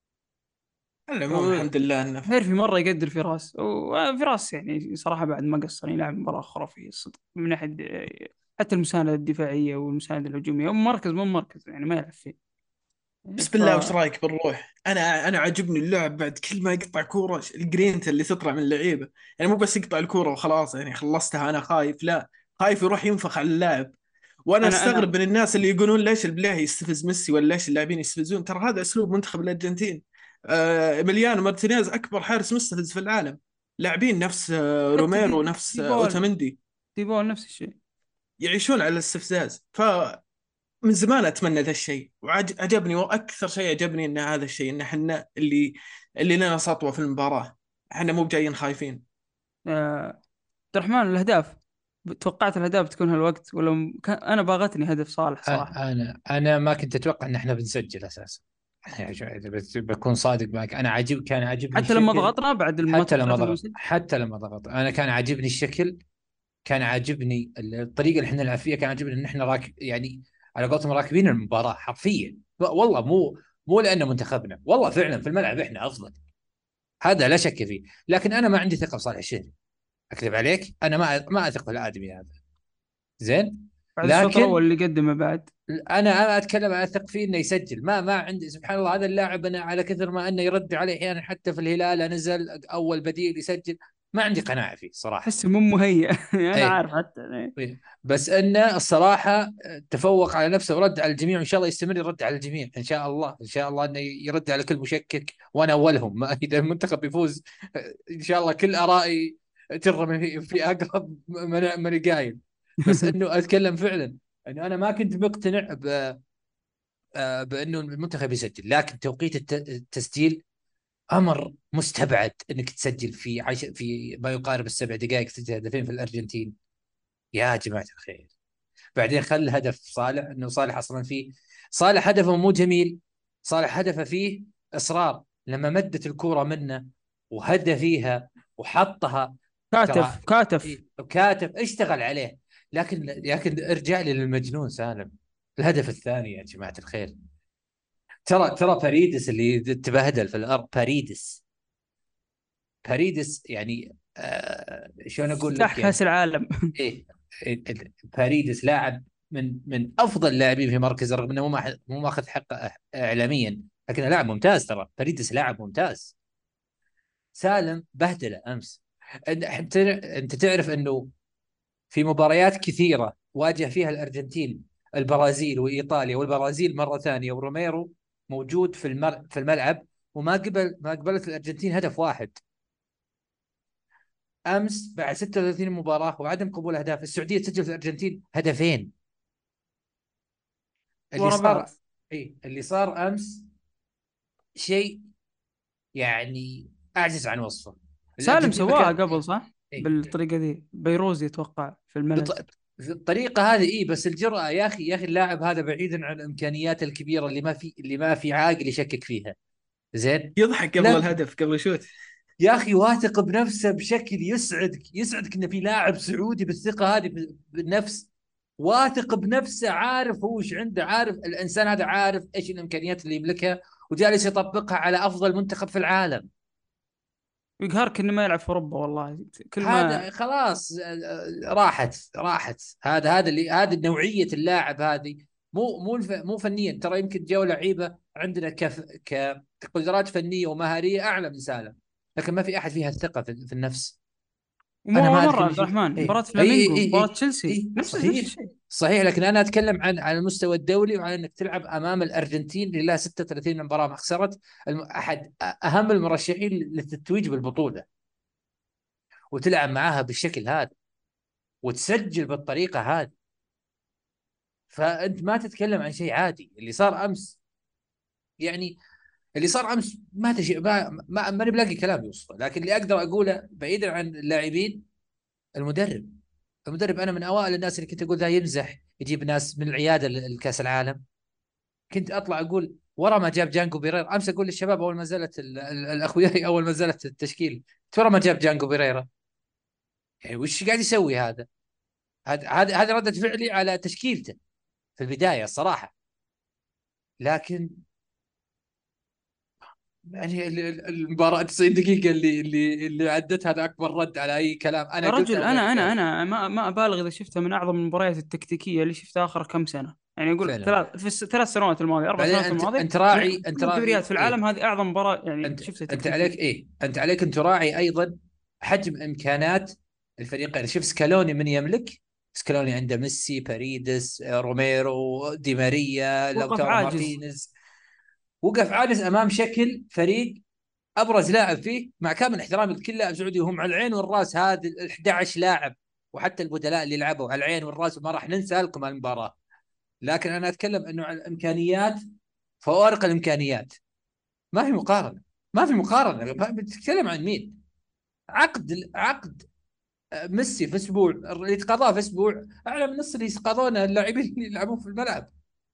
[SPEAKER 3] على العموم الحمد لله انه
[SPEAKER 1] هيرفي مرة يقدر فراس، وفراس يعني صراحة بعد ما قصر يلعب مباراة خرافية الصدق، من ناحية حتى المساندة الدفاعية والمساندة الهجومية، مركز مو مركز يعني ما يلعب فيه.
[SPEAKER 3] بس
[SPEAKER 1] ف
[SPEAKER 3] بالله وش رايك بالروح؟ انا عجبني اللعب بعد كل ما يقطع كوره، الجرينتا اللي تطلع من اللعيبه. يعني مو بس يقطع الكوره وخلاص يعني خلصتها انا خايف، لا، خايف يروح ينفخ على اللاعب. وانا
[SPEAKER 1] انا
[SPEAKER 3] استغرب من الناس اللي يقولون ليش البلاهي يستفز ميسي ولا ليش اللاعبين يستفزون. ترى هذا اسلوب منتخب الارجنتين. مليانو مارتينيز اكبر حارس مستفز في العالم. لاعبين نفس
[SPEAKER 1] حتى
[SPEAKER 3] روميرو، نفس
[SPEAKER 1] ديبول
[SPEAKER 3] اوتامندي
[SPEAKER 1] ديبول نفس الشيء.
[SPEAKER 3] يعيشون على الاستفزاز. من زمان اتمنى ذا الشيء، وعجبني، واكثر شيء عجبني ان هذا الشيء، ان احنا اللي لنا سطوه في المباراه، احنا مو جايين خايفين.
[SPEAKER 1] عبد الرحمن، الاهداف توقعت الاهداف بتكون هالوقت ولا انا باغتني هدف صالح صراحة.
[SPEAKER 4] انا ما كنت اتوقع ان احنا بنسجل اساسا. يعني بس بكون صادق معك، كان عاجبني
[SPEAKER 1] حتى لما
[SPEAKER 4] الشكل.
[SPEAKER 1] ضغطنا بعد ما توقعت انه يسجل.
[SPEAKER 4] حتى لما ضغط انا كان عاجبني الشكل، كان عاجبني الطريقه اللي احنا نلعب فيها، كان عاجبني ان احنا يعني على قولتهم راكبين المباراه حرفيا. والله مو لانه منتخبنا، والله فعلا في الملعب احنا افضل، هذا لا شك فيه. لكن انا ما عندي ثقه بصالح الشهري، اكذب عليك، انا ما اثق في الادمي هذا. زين.
[SPEAKER 1] بعد الشوط
[SPEAKER 4] لكن
[SPEAKER 1] الاول اللي قدمه بعد.
[SPEAKER 4] انا اتكلم، اثق فيه انه يسجل. ما عندي، سبحان الله، هذا اللاعب انا على كثر ما انه يرد عليه احيانا، حتى في الهلال نزل اول بديل يسجل، ما عندي قناعه فيه صراحه.
[SPEAKER 1] احس مو مهيئ. انا
[SPEAKER 4] ايه.
[SPEAKER 1] عارف حتى إيه.
[SPEAKER 4] إيه. بس انه الصراحه تفوق على نفسه ورد على الجميع، وان شاء الله يستمر يرد على الجميع، ان شاء الله، ان شاء الله انه يرد على كل مشكك، وانا اولهم. اذا المنتخب يفوز ان شاء الله كل ارائي ترمي في اقرب من قايل. بس انه اتكلم فعلا انه انا ما كنت مقتنع بانه المنتخب يسجل، لكن توقيت التسجيل امر مستبعد، انك تسجل في ما يقارب ال7 دقائق تسجل هدفين في الارجنتين. يا جماعه الخير. بعدين خل هدف صالح، انه صالح اصلا فيه، صالح هدفه مو جميل، صالح هدفه فيه اصرار، لما مدت الكوره منه وهدى فيها وحطها. ترى
[SPEAKER 1] كاتف.
[SPEAKER 4] كاتب اشتغل عليه. لكن ارجع لي للمجنون سالم، الهدف الثاني يا جماعه الخير، ترى باريدس اللي تبهدل في الارض، باريدس يعني شلون اقول
[SPEAKER 1] افتتاح
[SPEAKER 4] لك
[SPEAKER 1] كاس
[SPEAKER 4] يعني.
[SPEAKER 1] العالم.
[SPEAKER 4] ايه. باريدس لاعب من افضل اللاعبين في مركزه، رغم انه مو ماخذ حقه اعلاميا، لكنه لاعب ممتاز. ترى باريدس لاعب ممتاز. سالم بهدله امس. انت تعرف انه في مباريات كثيره واجه فيها الارجنتين البرازيل وايطاليا، والبرازيل مره ثانيه وروميرو موجود في الملعب، ما قبلت الارجنتين هدف واحد. امس بعد 36 مباراه وعدم قبول اهداف، السعوديه تسجل في الارجنتين هدفين. اللي
[SPEAKER 1] ورا بعض.
[SPEAKER 4] صار اللي صار امس شيء يعني اعجز عن وصفه.
[SPEAKER 1] سالم
[SPEAKER 4] الارجنتين
[SPEAKER 1] سواها
[SPEAKER 4] مكان
[SPEAKER 1] قبل صح؟
[SPEAKER 4] إيه.
[SPEAKER 1] بالطريقة ذي بيروز يتوقع في الملز.
[SPEAKER 4] بالطريقه هذه بس الجرأه يا اخي، اللاعب هذا بعيدا عن الامكانيات الكبيره اللي ما في عاقل يشكك فيها. زين.
[SPEAKER 3] يضحك قبل
[SPEAKER 4] لكن
[SPEAKER 3] الهدف قبل يشوت.
[SPEAKER 4] يا اخي واثق بنفسه بشكل يسعدك ان في لاعب سعودي بالثقه هذه بالنفس، واثق بنفسه، عارف هو ايش عنده، عارف الانسان هذا، عارف ايش الامكانيات اللي يملكها، وجالس يطبقها على افضل منتخب في العالم.
[SPEAKER 1] ويقهرك انه ما يلعب في اوروبا والله كل ما.
[SPEAKER 4] هذا خلاص راحت. هذا اللي هذه نوعيه اللاعب هذه مو فنيا. ترى يمكن جو لعيبه عندنا كقدرات فنيه ومهاريه اعلى من سالم، لكن ما في احد فيها الثقه في النفس.
[SPEAKER 1] ومو
[SPEAKER 4] انا ما
[SPEAKER 1] اول
[SPEAKER 4] ادري
[SPEAKER 1] مره
[SPEAKER 4] اللي
[SPEAKER 1] عبد
[SPEAKER 4] يشوف.
[SPEAKER 1] الرحمن،
[SPEAKER 4] اي
[SPEAKER 1] مباراه
[SPEAKER 4] اي اي
[SPEAKER 1] فلامينغو،
[SPEAKER 4] اي
[SPEAKER 1] مباراه
[SPEAKER 4] اي,
[SPEAKER 1] تشيلسي،
[SPEAKER 4] أي.
[SPEAKER 1] نفس
[SPEAKER 4] صحيح،
[SPEAKER 1] الشيء.
[SPEAKER 4] صحيح. لكن انا اتكلم على المستوى الدولي، وعلى انك تلعب امام الارجنتين اللي لها 36 مباراه ما خسرت، احد اهم المرشحين للتتويج بالبطوله، وتلعب معاها بالشكل هذا وتسجل بالطريقه هذه. فانت ما تتكلم عن شيء عادي اللي صار امس. يعني اللي صار امس ما تشي ماني بلاقي كلام يوصفه. لكن اللي اقدر اقوله بعيدا عن اللاعبين، المدرب. المدرب انا من اوائل الناس اللي كنت اقول ذا يمزح يجيب ناس من العياده لكاس العالم. كنت اطلع اقول ورا ما جاب جانجو بيريرا. امس اقول للشباب اول ما نزلت الاخوياي اول ما نزلت التشكيل، ورا ما جاب جانجو بيريرا. يعني وش قاعد يسوي هذا؟ هذه رده فعلي على تشكيلته في البدايه الصراحه. لكن يعني المباراة 90 دقيقة اللي عدت، هذا أكبر رد على أي كلام
[SPEAKER 1] يا
[SPEAKER 4] أنا قلته
[SPEAKER 1] رجل،
[SPEAKER 4] أو
[SPEAKER 1] انا
[SPEAKER 4] غيري
[SPEAKER 1] انا
[SPEAKER 4] قال.
[SPEAKER 1] انا ما ابالغ اذا شفتها من اعظم المباريات التكتيكيه اللي شفتها اخر كم سنه. يعني اقول
[SPEAKER 4] فعلا.
[SPEAKER 1] ثلاث سنوات الماضيه، اربع
[SPEAKER 4] بعدين
[SPEAKER 1] سنوات
[SPEAKER 4] أنت
[SPEAKER 1] الماضيه،
[SPEAKER 4] أنت
[SPEAKER 1] من
[SPEAKER 4] راعي أنت
[SPEAKER 1] كل الدوريات
[SPEAKER 4] راعي
[SPEAKER 1] في
[SPEAKER 4] إيه.
[SPEAKER 1] العالم هذه اعظم مباراه يعني
[SPEAKER 4] أنت
[SPEAKER 1] شفتها
[SPEAKER 4] أنت عليك
[SPEAKER 1] تكتيكيه.
[SPEAKER 4] إيه. أنت عليك أن تراعي أيضا حجم إمكانات الفريقين. شوف سكالوني من يملك. سكالوني عنده ميسي، باريدس، روميرو، دي ماريا،
[SPEAKER 1] وقف
[SPEAKER 4] لوتارو
[SPEAKER 1] عاجز.
[SPEAKER 4] مارتينيز. وقف عاجز أمام شكل فريق ابرز لاعب فيه، مع كامل احترامي لكل لاعب سعودي، وهم على العين والراس. هذه ال 11 لاعب وحتى البدلاء اللي لعبوا على العين والراس، وما راح ننسى لكم المباراه. لكن انا اتكلم انه عن الامكانيات، فوارق الامكانيات. ما في مقارنه. ما في مقارنه. بتتكلم عن مين؟ عقد ميسي في اسبوع، اللي تقاضاه في اسبوع اعلى من نص اللي يتقاضونه اللاعبين اللي يلعبون في الملعب.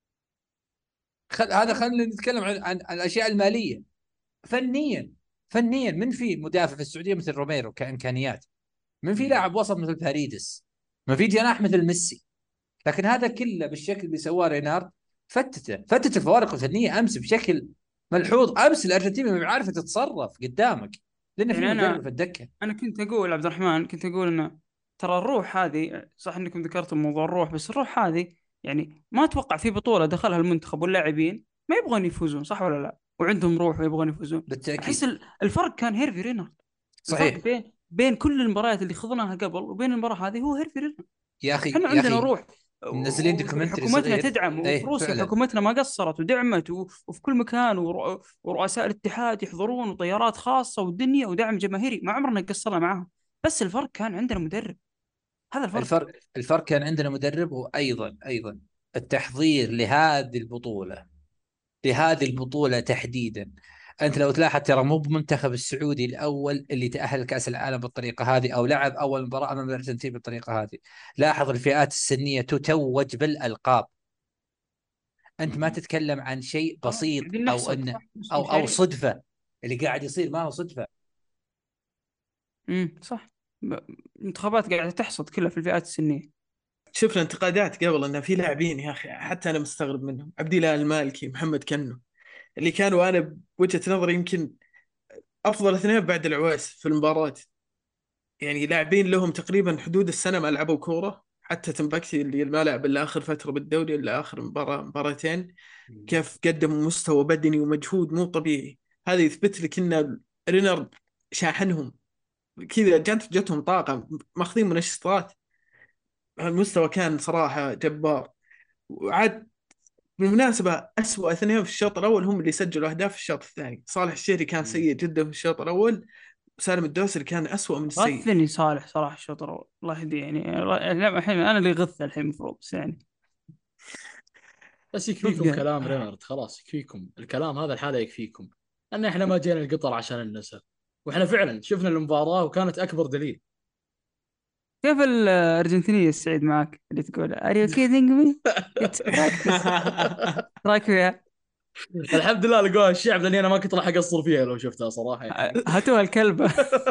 [SPEAKER 4] هذا خلينا نتكلم عن الاشياء الماليه. فنيا، فنيا من في مدافع في السعوديه مثل روميرو كامكانيات؟ من في لاعب وسط مثل باريدس؟ ما في جناح مثل ميسي؟ لكن هذا كله بالشكل اللي سواه رينارد فتت الفوارق الفنيه امس بشكل ملحوظ. امس الارجنتين ما عارفه تتصرف قدامك لان في
[SPEAKER 1] يعني
[SPEAKER 4] مدرب
[SPEAKER 1] انا
[SPEAKER 4] في الدكه.
[SPEAKER 1] انا كنت اقول عبد الرحمن، كنت اقول انه ترى الروح هذه، صح انكم ذكرتوا موضوع الروح، بس الروح هذه يعني ما اتوقع في بطوله دخلها المنتخب واللاعبين ما يبغون يفوزون، صح ولا لا؟ وعندهم روح ويبغون يفوزون. احس
[SPEAKER 4] بالتاكيد.
[SPEAKER 1] الفرق كان هيرفي رينارد. الفرق
[SPEAKER 4] صحيح.
[SPEAKER 1] بين كل المباريات اللي خضناها قبل وبين المباراه هذه هو هيرفي رينارد.
[SPEAKER 4] يا اخي
[SPEAKER 1] احنا
[SPEAKER 4] يا
[SPEAKER 1] عندنا
[SPEAKER 4] اخي
[SPEAKER 1] روح،
[SPEAKER 4] منزلين دوكيومنتري
[SPEAKER 1] وحكومتنا
[SPEAKER 4] صغير.
[SPEAKER 1] تدعم، وفي
[SPEAKER 4] ايه
[SPEAKER 1] روسيا
[SPEAKER 4] فعلا.
[SPEAKER 1] حكومتنا ما قصرت ودعمت، وفي كل مكان، ورؤساء الاتحاد يحضرون، وطيارات خاصة والدنيا، ودعم جماهيري، ما عمرنا قصرنا معاهم. بس الفرق كان عندنا مدرب، هذا الفرق.
[SPEAKER 4] الفرق كان عندنا مدرب، وايضا التحضير لهذه البطوله تحديدا. انت لو تلاحظ ترى مو بمنتخب السعودي الاول اللي تاهل لكاس العالم بالطريقه هذه، او لعب اول مباراه امام الارجنتين بالطريقه هذه. لاحظ الفئات السنيه تتوج بالالقاب. انت ما تتكلم عن شيء بسيط
[SPEAKER 1] قاعدين
[SPEAKER 4] او
[SPEAKER 1] نحصد،
[SPEAKER 4] انه
[SPEAKER 1] صح، نفس
[SPEAKER 4] او
[SPEAKER 1] المشاريع.
[SPEAKER 4] صدفه. اللي قاعد يصير ما هو صدفه.
[SPEAKER 1] صح. انتخابات قاعدة تحصد كلها في الفئات السنية.
[SPEAKER 3] شفنا انتقادات قبل ان في لاعبين يا اخي حتى انا مستغرب منهم، عبد الله المالكي، محمد كنو، اللي كانوا انا بوجهة نظري يمكن افضل اثنين بعد العويس في المباراة. يعني لاعبين لهم تقريبا حدود السنة ما لعبوا كورة. حتى تنبكتي اللي ما لعب الا اخر فترة بالدوري، الا اخر مباراتين، كيف قدموا مستوى بدني ومجهود مو طبيعي. هذا يثبت لك ان رينارد شاحنهم كذا، جتهم طاقة، ماخذين منشطات. المستوى كان صراحة جبار. وعاد بالمناسبة أسوأ اثنين في الشوط الأول هم اللي سجلوا أهداف في الشوط الثاني. صالح الشهري كان سيء جدا في الشوط الأول، وسالم الدوسري كان أسوأ من السيء.
[SPEAKER 1] غثني صالح صراحة الشوط الأول، الله يهديه. يعني لا، الحين أنا اللي غث الحين المفروض، بس يعني
[SPEAKER 2] بس يكفيكم
[SPEAKER 1] صدق.
[SPEAKER 2] كلام رينارد، خلاص يكفيكم الكلام هذا الحالة يكفيكم. ان احنا ما جينا القطر عشان النساء، واحنا فعلا شفنا المباراة وكانت اكبر دليل.
[SPEAKER 1] كيف الأرجنتينية السعيد معك اللي تقول Are you kidding me? It's practice. رايك فيها؟
[SPEAKER 2] الحمد لله لقوها الشعب، لاني انا ما كنت راح اقصر فيها لو شفتها صراحة يعني.
[SPEAKER 1] هاتوها الكلبة.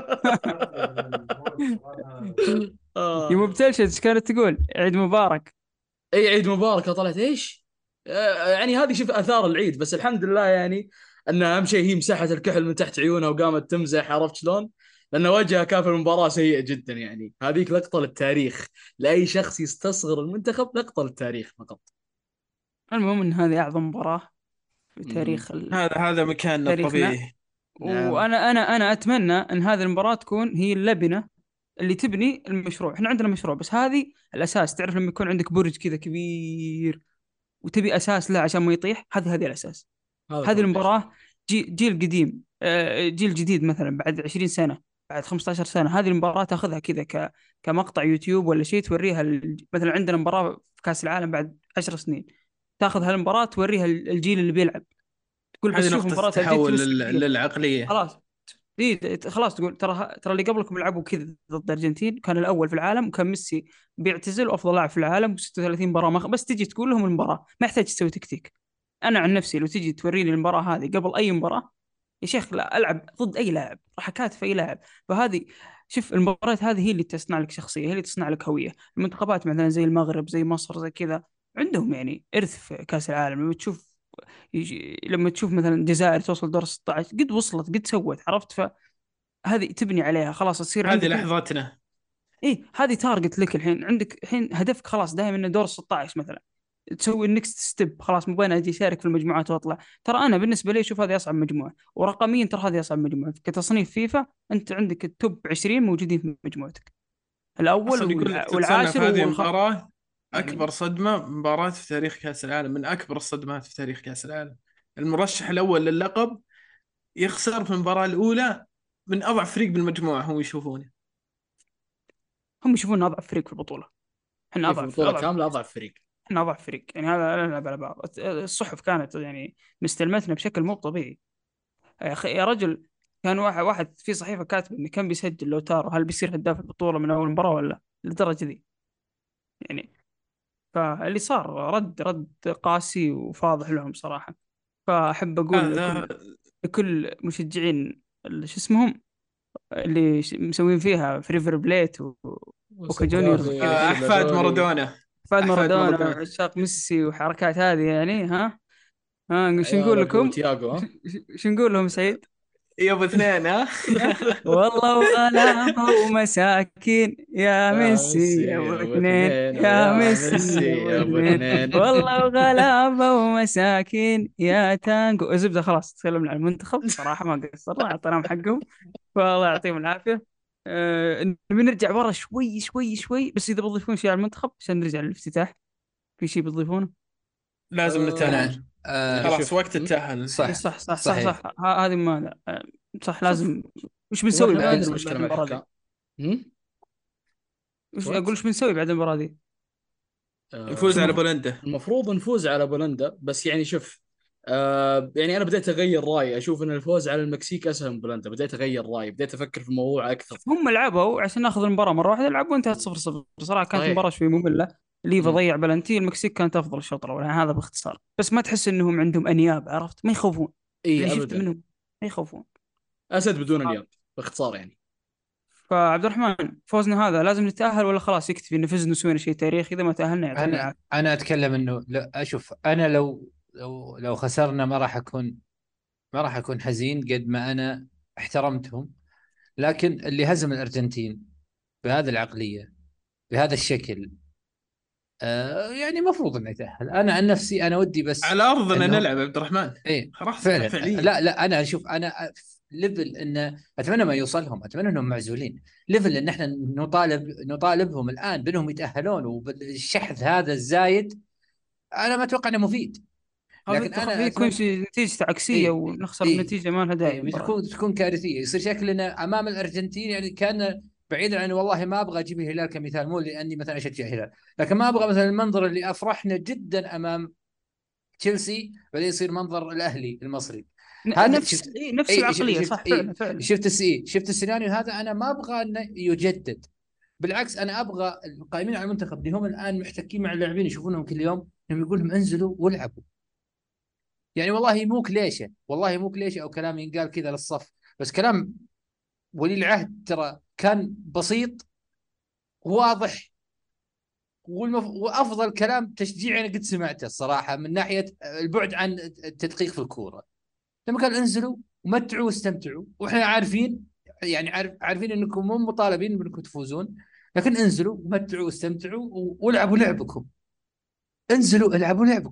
[SPEAKER 1] يا
[SPEAKER 2] آه.
[SPEAKER 1] مبتلشة كانت تقول عيد مبارك.
[SPEAKER 2] اي عيد مبارك، طلعت ايش؟ يعني هذه شوف اثار العيد، بس الحمد لله يعني ان اهم شيء هي مسحت الكحل من تحت عيونها وقامت تمزح، عرفت شلون؟ لان وجهها كان في المباراه سيء جدا يعني. هذيك لقطه للتاريخ، لاي شخص يستصغر المنتخب، لقطه للتاريخ فقط.
[SPEAKER 1] المهم ان هذه اعظم مباراة في
[SPEAKER 2] مم.
[SPEAKER 3] هذا مكاننا
[SPEAKER 1] تاريخنا.
[SPEAKER 3] الطبيعي.
[SPEAKER 2] نعم.
[SPEAKER 1] وانا اتمنى ان هذه المباراة تكون هي اللبنة اللي تبني المشروع. احنا عندنا مشروع، بس هذه الاساس. تعرف لما يكون عندك برج كذا كبير وتبي اساس له عشان ما يطيح، هذه الاساس.
[SPEAKER 2] هذا
[SPEAKER 1] هذه
[SPEAKER 2] فاونديشن.
[SPEAKER 1] المباراة جيل قديم، جيل جديد مثلا بعد 20 سنة، بعد 15 سنة، هذه المباراة تاخذها كذا كمقطع يوتيوب ولا شيء، توريها مثلا عندنا مباراة في كأس العالم بعد 10 سنين، تاخذ هالمباراة توريها الجيل اللي بيلعب، تقول بس
[SPEAKER 3] هذه
[SPEAKER 1] شوف
[SPEAKER 3] نقطة
[SPEAKER 1] مباراة الجيل
[SPEAKER 3] التحول
[SPEAKER 1] تمثل كثير.
[SPEAKER 3] للعقلية.
[SPEAKER 1] خلاص خلاص تقول ترى اللي قبلكم لعبوا كذا ضد الارجنتين، كان الاول في العالم وكان ميسي بيعتزل وافضل لاعب في العالم و36 مباراه بس تجي تقول لهم المباراه، ما يحتاج تسوي تكتيك. انا عن نفسي لو تجي توريني المباراه هذه قبل اي مباراه، يا شيخ لا العب ضد اي لاعب، راح اكاتف اي لاعب. فهذه شوف المباريات هذه هي اللي تصنع لك شخصيه، هي اللي تصنع لك هويه. المنتخبات مثلا زي المغرب زي مصر زي كذا عندهم يعني ارث في كاس العالم. لما تشوف مثلا الجزائر توصل دور 16، قد وصلت قد سوت، عرفت؟ فهذه تبني عليها خلاص، تصير
[SPEAKER 3] هذه
[SPEAKER 1] عندك انت.
[SPEAKER 3] لحظتنا.
[SPEAKER 1] ايه هذه تارجت لك الحين، عندك الحين هدفك خلاص دائما انه دور 16 مثلا، تسوي النكست ستيب. خلاص مبين اجي اشارك في المجموعات واطلع. ترى انا بالنسبه لي اشوف هذه اصعب مجموعه، ورقميا ترى هذه اصعب مجموعه كتصنيف فيفا. انت عندك التوب 20 موجودين في مجموعتك، الاول
[SPEAKER 3] اصلا يقول لك تتصنف
[SPEAKER 1] والعاشر
[SPEAKER 3] هذه المباراة
[SPEAKER 1] يعني.
[SPEAKER 3] اكبر صدمة مباراة في تاريخ كأس العالم، من اكبر الصدمات في تاريخ كأس العالم. المرشح الاول للقب يخسر في المباراة الاولى من اضعف فريق بالمجموعة هم يشوفونه.
[SPEAKER 1] هم يشوفون اضعف فريق في البطوله، احنا
[SPEAKER 2] إيه، في
[SPEAKER 1] اضعف
[SPEAKER 2] بطولة
[SPEAKER 1] اضعف
[SPEAKER 2] كاملة أضعف فريق.
[SPEAKER 1] احنا اضعف فريق يعني. هذا لا نلعب على بعض. الصحف كانت يعني مستلمتنا بشكل مو طبيعي. يا اخي يا رجل، كان واحد في صحيفه كاتب انه كان بيسجل لوتارو هل بيصير هداف البطوله من اول مباراه ولا للدرجه ذي يعني. فاللي صار رد قاسي وفاضح لهم صراحه. فاحب اقول
[SPEAKER 3] هذا
[SPEAKER 1] لكل مشجعين شو اسمهم اللي مسوين فيها في ريفر بليت وبوكا جونيورز
[SPEAKER 2] وسجافي
[SPEAKER 1] وكذا،
[SPEAKER 3] احفاد
[SPEAKER 2] شلالولي.
[SPEAKER 3] مارادونا.
[SPEAKER 1] فاد
[SPEAKER 3] احفاد
[SPEAKER 1] مارادونا
[SPEAKER 3] مارادونا.
[SPEAKER 1] وعشاق ميسي وحركات هذه يعني. ها شو نقول
[SPEAKER 2] عيالك
[SPEAKER 1] لكم؟
[SPEAKER 2] وتياجو ها.
[SPEAKER 1] شو نقول لهم سعيد؟
[SPEAKER 3] يا ابو اثنين ها.
[SPEAKER 1] والله وغلابة ومساكين يا
[SPEAKER 2] يا
[SPEAKER 1] ميسي
[SPEAKER 2] ميسي
[SPEAKER 1] يا ابو
[SPEAKER 2] يا ابو
[SPEAKER 1] اثنين،
[SPEAKER 2] اثنين
[SPEAKER 1] يا
[SPEAKER 2] ويا
[SPEAKER 1] ميسي
[SPEAKER 2] ميسي
[SPEAKER 1] يا ابو
[SPEAKER 2] يا ابو
[SPEAKER 1] اثنين.
[SPEAKER 2] اثنين.
[SPEAKER 1] والله وغلابة ومساكين يا تانجو. الزبدة خلاص تكلمنا عن المنتخب صراحة، ما قصرنا، اعطيناهم حقهم، فالله يعطيهم العافية. نبي نرجع ورا شوي شوي شوي، بس إذا بتضيفون شيء على المنتخب عشان نرجع للافتتاح، في شيء بتضيفونه؟
[SPEAKER 3] لازم
[SPEAKER 4] انا
[SPEAKER 3] نتأهل.
[SPEAKER 2] يعني
[SPEAKER 3] خلاص
[SPEAKER 2] شوف
[SPEAKER 3] وقت التأهل
[SPEAKER 1] إيه
[SPEAKER 4] صح،
[SPEAKER 3] الحين.
[SPEAKER 1] صح صح صح
[SPEAKER 4] صحيح.
[SPEAKER 1] صح، هذه ما لا. صح
[SPEAKER 2] شوف،
[SPEAKER 1] لازم. وش
[SPEAKER 2] هو
[SPEAKER 1] بنسوي
[SPEAKER 2] احنا ما
[SPEAKER 1] بعد
[SPEAKER 2] عندنا مشكلة
[SPEAKER 1] بعد
[SPEAKER 2] مع
[SPEAKER 1] المباراة دي؟
[SPEAKER 2] الحكام. هم؟
[SPEAKER 1] وش
[SPEAKER 2] وات؟
[SPEAKER 1] اقول؟ وش بنسوي بعد المباراة دي؟
[SPEAKER 3] نفوز
[SPEAKER 1] وش
[SPEAKER 3] على
[SPEAKER 1] المفروض؟
[SPEAKER 3] بولندا.
[SPEAKER 2] المفروض نفوز على بولندا، بس يعني شوف، يعني انا بديت اغير رايي، اشوف ان الفوز على المكسيك اسهل من بولندا. بديت اغير رايي، بديت افكر في الموضوع اكثر.
[SPEAKER 1] هم لعبوا عشان ناخذ المباراة مرة واحدة، لعبوا انتهت 0-0. صراحة كانت
[SPEAKER 2] صحيح.
[SPEAKER 1] مباراة شوي مملة. ليفا
[SPEAKER 2] مم.
[SPEAKER 1] ضيع بلنتي، المكسيك كانت افضل الشوط الاول يعني، هذا باختصار. بس ما تحس انهم عندهم انياب، عرفت؟ ما يخوفون اللي
[SPEAKER 2] اي
[SPEAKER 1] شفته
[SPEAKER 2] ابدا.
[SPEAKER 1] منهم، ما يخوفون.
[SPEAKER 2] اسد بدون انياب، باختصار يعني.
[SPEAKER 1] فعبد الرحمن، فوزنا هذا لازم نتأهل ولا خلاص يكتفي نفزنا وسوينا شيء تاريخي؟ اذا ما تأهلنا يعطينا
[SPEAKER 4] انا
[SPEAKER 1] العافية.
[SPEAKER 4] انا اتكلم انه لا اشوف، انا لو خسرنا ما راح اكون حزين قد ما انا احترمتهم. لكن اللي هزم الارجنتين بهذه العقليه بهذا الشكل، يعني المفروض انه يتاهل. انا عن نفسي انا ودي بس
[SPEAKER 3] على ارضنا
[SPEAKER 4] انهم،
[SPEAKER 3] نلعب عبد الرحمن.
[SPEAKER 4] ايه
[SPEAKER 3] خلاص
[SPEAKER 4] فعلا.
[SPEAKER 3] فعليا.
[SPEAKER 4] لا انا اشوف انا ليفل ان اتمنى ما يوصلهم، اتمنى انهم معزولين ليفل ان احنا نطالبهم الان بانهم يتاهلون وبالشحذ هذا الزايد. انا ما اتوقع انه مفيد.
[SPEAKER 1] هذا
[SPEAKER 4] لكن
[SPEAKER 1] التخفيف
[SPEAKER 4] انا
[SPEAKER 1] يكون
[SPEAKER 4] اتمنى،
[SPEAKER 1] شيء نتيجة عكسية
[SPEAKER 4] ايه
[SPEAKER 1] ونخسر
[SPEAKER 4] ايه
[SPEAKER 1] بنتيجة ما لها داعي
[SPEAKER 4] ايه
[SPEAKER 1] المباراة.
[SPEAKER 4] بتكون كارثيه، يصير شكلنا امام الارجنتين يعني كان بعيدا عن، والله ما ابغى اجيب الهلال كمثال، مو لاني مثلا اشجع الهلال، لكن ما ابغى مثلا المنظر اللي افرحنا جدا امام تشيلسي بعدين يصير منظر الاهلي المصري. هذا
[SPEAKER 1] نفس
[SPEAKER 4] شفت؟
[SPEAKER 1] نفس
[SPEAKER 4] اي
[SPEAKER 1] العقلية،
[SPEAKER 4] شفت؟
[SPEAKER 1] صح
[SPEAKER 4] اي
[SPEAKER 1] فعلا فعلا.
[SPEAKER 4] شفت السيناريو هذا، انا ما ابغى انه يجدد. بالعكس انا ابغى القائمين على المنتخب اللي هم الان محتكين مع اللاعبين يشوفونهم كل يوم، انهم يقول لهم انزلوا والعبوا. يعني والله مو كليشه او كلام ينقال كذا للصف، بس كلام ولي العهد ترى كان بسيط واضح، وافضل كلام تشجيعي انا قد سمعته الصراحه من ناحيه البعد عن التدقيق في الكوره. لما كان انزلوا ومتعوا واستمتعوا، واحنا عارفين يعني عارفين انكم مو مطالبين بانكم تفوزون، لكن انزلوا ومتعوا واستمتعوا والعبوا لعبكم. انزلوا العبوا لعبكم.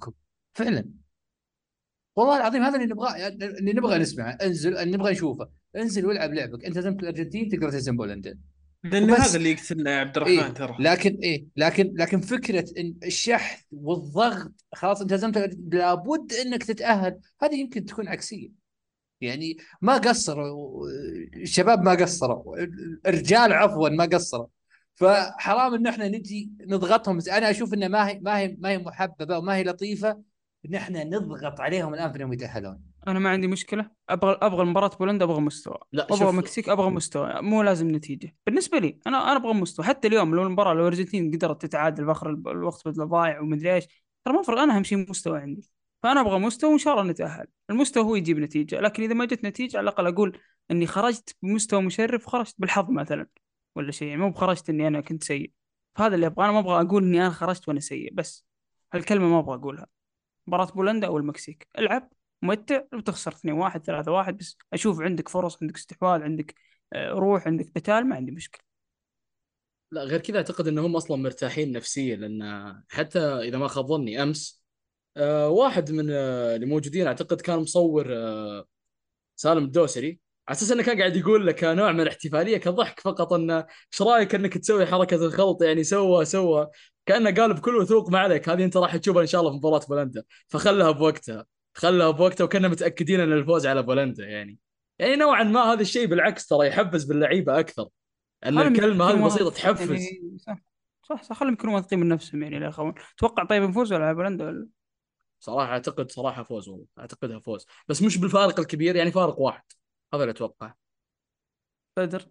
[SPEAKER 4] فعلا والله العظيم هذا اللي نبغاه، اللي نبغى نسمعه. انزل نبغى نشوفه، انزل والعب لعبك. انت هزمت الارجنتين تقدر تهزم بولندا
[SPEAKER 3] لان هذا
[SPEAKER 4] وبس.
[SPEAKER 3] اللي يقتلنا يا عبد الرحمن
[SPEAKER 4] ايه
[SPEAKER 3] ترى.
[SPEAKER 4] لكن فكره ان الشحذ والضغط خلاص انت هزمت لابد انك تتاهل، هذه يمكن تكون عكسيه. يعني ما قصروا الشباب، ما قصروا الرجال، عفوا ما قصروا. فحرام ان احنا نجي نضغطهم. انا اشوف انه ما هي محببه وما هي لطيفه ان احنا نضغط عليهم الان في انهم يتاهلون.
[SPEAKER 1] انا ما عندي مشكله، ابغى مباراه بولندا، ابغى مستوى،
[SPEAKER 2] لا
[SPEAKER 1] وابغى
[SPEAKER 2] شوف،
[SPEAKER 1] المكسيك ابغى مستوى، مو لازم نتيجه. بالنسبه لي انا ابغى مستوى. حتى اليوم لو المباراه، لو الارجنتين قدرت تتعادل في اخر الوقت بدل ضايع ومدري ايش، ترى ما فرق، انا اهم شيء مستوى عندي. فانا ابغى مستوى، وان شاء الله نتاهل. المستوى هو يجيب نتيجه، لكن اذا ما جت نتيجه على الاقل اقول اني خرجت بمستوى مشرف، خرجت بالحظ مثلا ولا شيء، يعني مو بخرجت اني انا كنت سيء. فهذا اللي ابغى، انا ما ابغى اقول اني انا خرجت وانا سيء، بس هالكلمه ما ابغى اقولها. مباراة بولندا او المكسيك، العب ممتع، لو تخسر 2-1 3-1 بس اشوف عندك فرص، عندك استحواذ، عندك روح، عندك قتال، ما عندي مشكلة.
[SPEAKER 2] لا غير كذا اعتقد انهم اصلا مرتاحين نفسيا، لان حتى اذا ما خاب ظني امس واحد من اللي موجودين اعتقد كان مصور سالم الدوسري، على اساس انه كان قاعد يقول لك نوع من الاحتفاليه كضحك فقط، انه ايش رايك انك تسوي حركه الخلط، يعني سوى كانه قال بكل وثوق: ما عليك، هذه انت راح تشوفها ان شاء الله في مباراه بولندا. فخلها بوقتها، وكنا متاكدين ان الفوز على بولندا يعني نوعا ما هذا الشيء بالعكس ترى يحفز باللعيبه اكثر، ان
[SPEAKER 1] خلهم
[SPEAKER 2] الكلمه هذه
[SPEAKER 1] يكونوا
[SPEAKER 2] بسيطه
[SPEAKER 1] واثقين
[SPEAKER 2] تحفز.
[SPEAKER 1] يعني. صح صح صح، خلهم يكونوا واثقين من نفسهم يعني. لا يخافون. توقع طيب نفوز ولا على بولندا ولا؟
[SPEAKER 2] صراحه اعتقد صراحه فوز، والله اعتقدها فوز، بس مش بالفارق الكبير، يعني فارق واحد، هذا اللي اتوقعه.
[SPEAKER 1] بدر،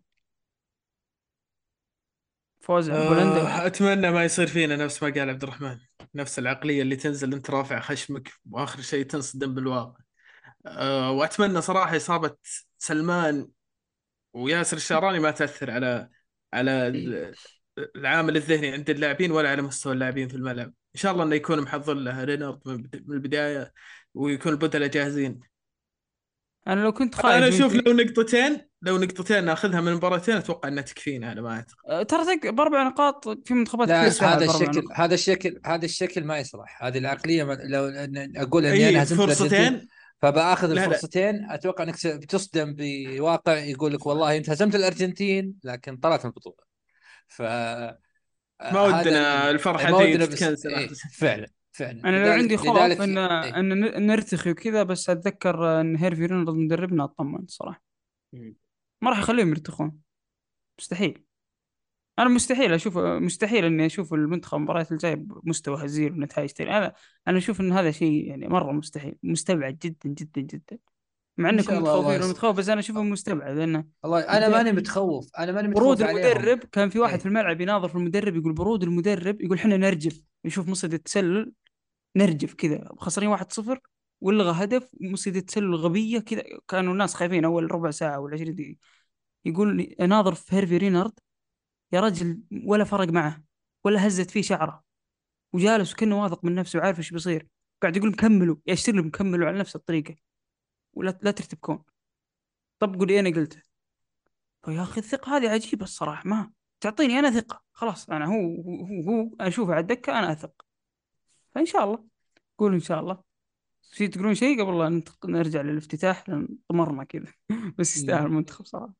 [SPEAKER 1] فوز على بولندا ولا؟
[SPEAKER 3] اتمنى ما يصير فينا نفس ما قال عبد الرحمن، نفس العقليه اللي تنزل انت رافع خشمك واخر شيء تنصدم بالواقع. واتمنى صراحه اصابه سلمان وياسر الشعراني ما تاثر على العامل الذهني عند اللاعبين ولا على مستوى اللاعبين في الملعب. ان شاء الله انه يكون محضر له رينارد من البدايه ويكون البدلاء جاهزين.
[SPEAKER 1] انا لو كنت خايف
[SPEAKER 3] انا
[SPEAKER 1] من
[SPEAKER 3] اشوف
[SPEAKER 1] شيء،
[SPEAKER 3] لو نقطتين ناخذها من مباراتين اتوقع انها تكفينا. انا ما اعتقد.
[SPEAKER 1] ترى باربع نقاط في منتخبات كثير
[SPEAKER 4] لا،
[SPEAKER 1] سهل باربع نقاط.
[SPEAKER 4] هذا الشكل ما يصلح. هذه العقليه لو اقول اني انا
[SPEAKER 3] اي
[SPEAKER 4] هزمت الارجنتين
[SPEAKER 3] فرصتين.
[SPEAKER 4] فباخذ
[SPEAKER 3] لا لا،
[SPEAKER 4] الفرصتين، اتوقع انك بتصدم بواقع يقول لك والله انت هزمت الارجنتين لكن طلعت من البطوله. ف
[SPEAKER 3] ما
[SPEAKER 4] هذا
[SPEAKER 3] ودنا الفرحه
[SPEAKER 4] ما
[SPEAKER 3] ذي
[SPEAKER 4] ودنا بس
[SPEAKER 3] تتكنسل
[SPEAKER 4] إيه
[SPEAKER 3] احسن.
[SPEAKER 4] فعلا
[SPEAKER 1] انا لو
[SPEAKER 4] لذلك
[SPEAKER 1] عندي خوف
[SPEAKER 4] لذلك
[SPEAKER 1] ان
[SPEAKER 4] إيه.
[SPEAKER 1] نرتخي وكذا، بس اتذكر ان هيرفي رينولد مدربنا، اطمن صراحة.
[SPEAKER 2] مم.
[SPEAKER 1] ما راح يخليهم يرتخون، مستحيل. انا مستحيل اشوف، مستحيل اني اشوف المنتخب المباريات الجايه بمستوى هزيل ونتائج تانية. انا اشوف ان هذا شيء يعني مره مستحيل، مستبعد جدا جدا جدا. مع
[SPEAKER 4] ان
[SPEAKER 1] انكم
[SPEAKER 4] شاء الله الله
[SPEAKER 1] متخوفين
[SPEAKER 4] يستر.
[SPEAKER 1] ومتخوف، بس انا اشوفه مستبعد، لانه
[SPEAKER 4] والله انا ماني متخوف، انا ماني
[SPEAKER 1] برود
[SPEAKER 4] متخوف عليهم.
[SPEAKER 1] المدرب. كان في واحد في
[SPEAKER 4] ايه
[SPEAKER 1] الملعب يناظر في المدرب، يقول برود المدرب، يقول احنا نرجف نشوف مصيدة التسلل، نرجف كذا خسرين 1-0 والغى هدف، مصيدة التسلل غبية كذا، كانوا الناس خايفين اول ربع ساعة ولا 20 دقيقة. يقول لي ناظر في هيرفي رينارد، يا رجل ولا فرق معه، ولا هزت فيه شعره، وجالس وكأنه واثق من نفسه وعارف ايش بيصير. قاعد يقول مكملوا، يشتري لهم مكملوا على نفس الطريقة، ولا لا ترتبكون. طبقوا اللي انا قلته. فيا اخي الثقة هذه عجيبة الصراحة، ما تعطيني انا ثقة خلاص. انا هو اشوفه على الدكة انا اثق. فان شاء الله، قولوا ان شاء الله. في تقولون شيء قبل لا نرجع للافتتاح، لان طمرنا كذا بس يستاهل المنتخب صراحة.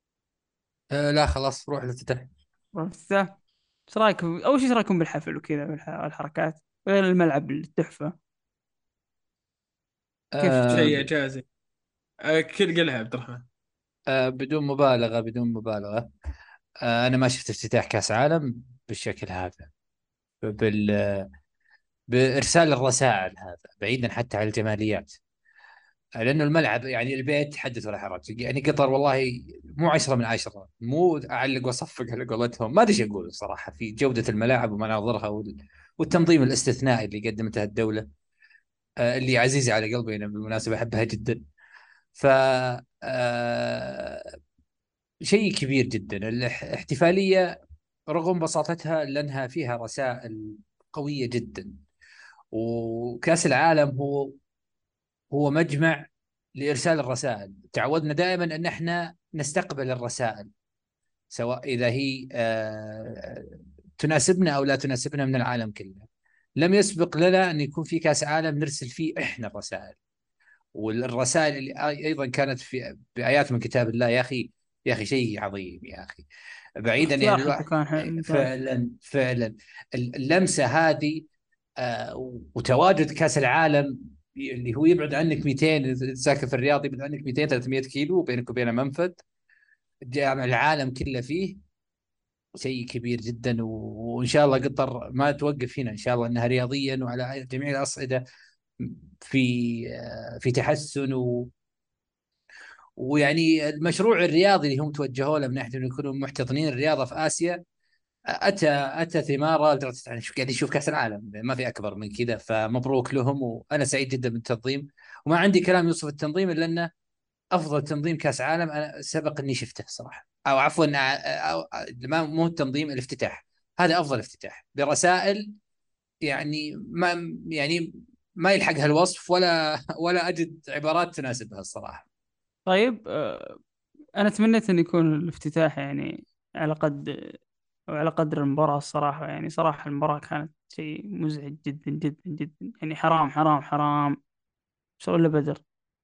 [SPEAKER 4] لا خلاص روح الافتتاح.
[SPEAKER 1] الافتتاح، ايش رايكم؟ اول شيء ايش رايكم بالحفل وكذا، بالحركات غير الملعب التحفة؟ كيف
[SPEAKER 4] آه
[SPEAKER 1] شفتوا؟
[SPEAKER 3] شيء اعجازي. كل قلها عبد الرحمن.
[SPEAKER 4] بدون مبالغه بدون مبالغه، انا ما شفت افتتاح كاس عالم بالشكل هذا، بال بارسال الرسائل هذا بعيدا حتى عن الجماليات. لانه الملعب يعني البيت حدث ولا حرج. يعني قطر والله مو 10 من 10، مو اعلق واصفق على قولتهم. ما ادري ايش اقول الصراحه في جوده الملاعب ومناظرها والتنظيم الاستثنائي اللي قدمته الدوله، اللي عزيزه على قلبي انا بالمناسبه احبها جدا. ف شيء كبير جدا الاحتفاليه رغم بساطتها لانها فيها رسائل قويه جدا. وكاس العالم هو مجمع لإرسال الرسائل. تعودنا دائما أن احنا نستقبل الرسائل سواء إذا هي تناسبنا أو لا تناسبنا من العالم كله. لم يسبق لنا أن يكون في كأس عالم نرسل فيه إحنا الرسائل، والرسائل اللي أيضا كانت في بآيات من كتاب الله. يا أخي، يا أخي شيء عظيم يا أخي. بعيدا يعني
[SPEAKER 1] الاختيار حتى كان ممتاز.
[SPEAKER 4] فعلا فعلا اللمسة هذه، وتواجد كأس العالم اللي هو يبعد عنك 200، ساكن في الرياض يبعد عنك 200 300 كيلو بينك وبين منفذ، جامع العالم كله فيه، شيء كبير جدا. وإن شاء الله قطر ما توقف هنا، إن شاء الله أنها رياضيا وعلى جميع الأصعدة في في تحسن. ويعني المشروع الرياضي اللي هم توجهوا له من ناحية أن يكونوا محتضنين الرياضة في آسيا أتى ثماره لدرجة يعني قاعد نشوف كأس العالم، ما في أكبر من كذا. فمبروك لهم، وأنا سعيد جدا بالتنظيم، وما عندي كلام يوصف التنظيم إلا أنه افضل تنظيم كاس عالم انا سبق اني شفته صراحه، او عفوا ما مو التنظيم، الافتتاح. هذا افضل افتتاح برسائل، يعني ما يلحقها الوصف، ولا اجد عبارات تناسبها الصراحه.
[SPEAKER 1] طيب انا تمنيت ان يكون الافتتاح يعني على قد أو على قدر المباراة الصراحة. يعني صراحة المباراة كانت شيء مزعج جدا جدا جدا. يعني حرام حرام حرام، شو إلا بدر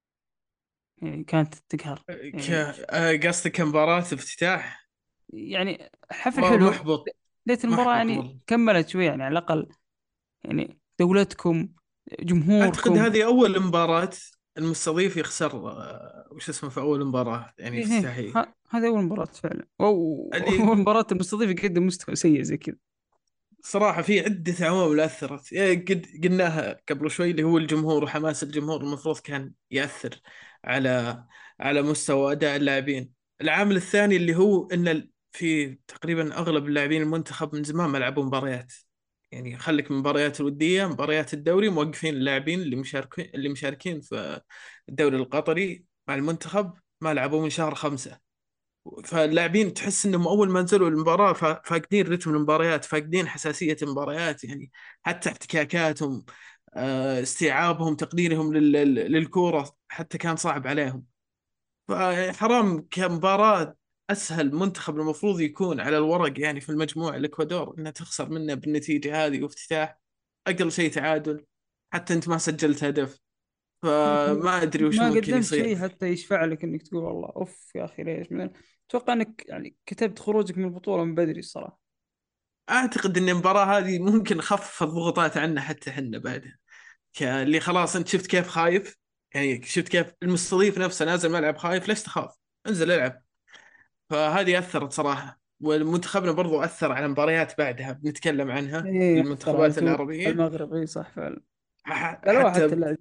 [SPEAKER 1] يعني كانت تقهر.
[SPEAKER 3] ك...
[SPEAKER 1] يعني
[SPEAKER 3] قصدك مباراة افتتاح؟
[SPEAKER 1] يعني حفل حلو،
[SPEAKER 3] محبط.
[SPEAKER 1] ليت المباراة
[SPEAKER 3] محبط
[SPEAKER 1] يعني
[SPEAKER 3] والله.
[SPEAKER 1] كملت شوي يعني على الأقل. يعني دولتكم،
[SPEAKER 3] اعتقد
[SPEAKER 1] جمهوركم.
[SPEAKER 3] هذه اول مباراة المستضيف يخسر، وش اسمه، في اول مباراة يعني
[SPEAKER 1] إيه إيه
[SPEAKER 3] افتتاحية.
[SPEAKER 1] هذه أول مباراة فعلا،
[SPEAKER 3] اللي
[SPEAKER 1] أول مباراة المستضيف يقدم مستوى سيء زي كذا.
[SPEAKER 3] صراحة في عدة عوامل أثرت، قد قلناها قبل شوي، اللي هو الجمهور وحماس الجمهور المفروض كان يأثر على مستوى أداء اللاعبين. العامل الثاني اللي هو أن في تقريبا أغلب اللاعبين المنتخب من زمان ما لعبوا مباريات. يعني خليك من مباريات الودية، مباريات الدوري موقفين اللاعبين اللي مشاركين في الدوري القطري مع المنتخب، ما لعبوا من شهر 5. فاللاعبين تحس انهم اول ما نزلوا المباراه فاقدين رتم المباريات، فاقدين حساسيه المباريات يعني. حتى احتكاكاتهم، استيعابهم، تقديرهم للكوره حتى كان صعب عليهم. فحرام كمباراه اسهل منتخب المفروض يكون على الورق يعني في المجموعه الاكوادور انها تخسر منه بالنتيجه هذه، وافتتاح اقل شيء تعادل، حتى انت ما سجلت هدف. فما ادري وش
[SPEAKER 1] ما
[SPEAKER 3] ممكن
[SPEAKER 1] قدمت
[SPEAKER 3] يصير.
[SPEAKER 1] شيء حتى يشفع لك انك تقول والله اوف يا اخي ليش اتوقع انك يعني كتبت خروجك من البطولة من بدري الصراحة.
[SPEAKER 3] اعتقد ان المباراه هذه ممكن خفف الضغوطات عنا حتى احنا بعدها، اللي خلاص انت شفت كيف خايف، يعني شفت كيف المستضيف نفسه نازل ملعب خايف، ليش تخاف؟ انزل العب. فهذه اثرت صراحه، والمنتخبنا برضو اثر على مباريات بعدها بنتكلم عنها،
[SPEAKER 1] ايه اثر على
[SPEAKER 3] المنتخبات
[SPEAKER 1] تونس،
[SPEAKER 3] العربيه.
[SPEAKER 1] المغرب، اي صح فعلا. قالوا حتى
[SPEAKER 3] حتى
[SPEAKER 1] اللاعب.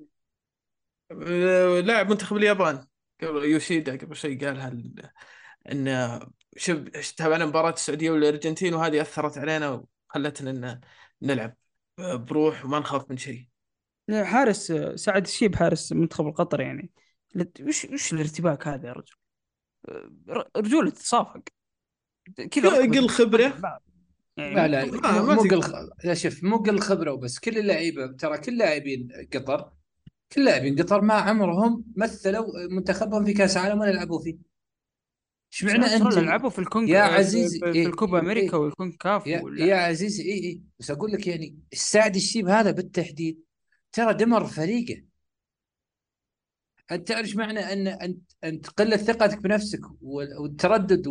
[SPEAKER 3] لاعب منتخب اليابان قبل، يوشيدا قبل شيء قالها ان تابعنا مباراه السعوديه والارجنتين، وهذه اثرت علينا وخلتنا ان نلعب بروح وما نخاف من شيء.
[SPEAKER 1] حارس سعد الشيب حارس المنتخب القطري يعني. وش الارتباك هذا يا رجل؟ رجولة تتصافق كذا، ركبة
[SPEAKER 3] قل
[SPEAKER 1] تتصافق
[SPEAKER 3] خبره.
[SPEAKER 1] مع بعض. يعني
[SPEAKER 4] لا لا،
[SPEAKER 3] ما
[SPEAKER 4] مو
[SPEAKER 3] تقدر.
[SPEAKER 4] يا شوف، مو قل خبره وبس. كل اللعيبه ترى، كل لاعبين قطر، كل لاعبين قطر ما عمرهم مثلوا منتخبهم في كاس عالم ولا لعبوا فيه. ايش
[SPEAKER 1] بس
[SPEAKER 4] معنى انت
[SPEAKER 1] ناتشرال لعبوا في
[SPEAKER 4] يا
[SPEAKER 1] في,
[SPEAKER 4] عزيزي؟
[SPEAKER 1] في الكوبا امريكا
[SPEAKER 4] إيه
[SPEAKER 1] والكونكاف
[SPEAKER 4] يا عزيزي، بس اقول لك يعني السعد الشيب هذا بالتحديد ترى دمر فريقه. انت تعرف إيش معنى ان انت قله ثقتك بنفسك والتردد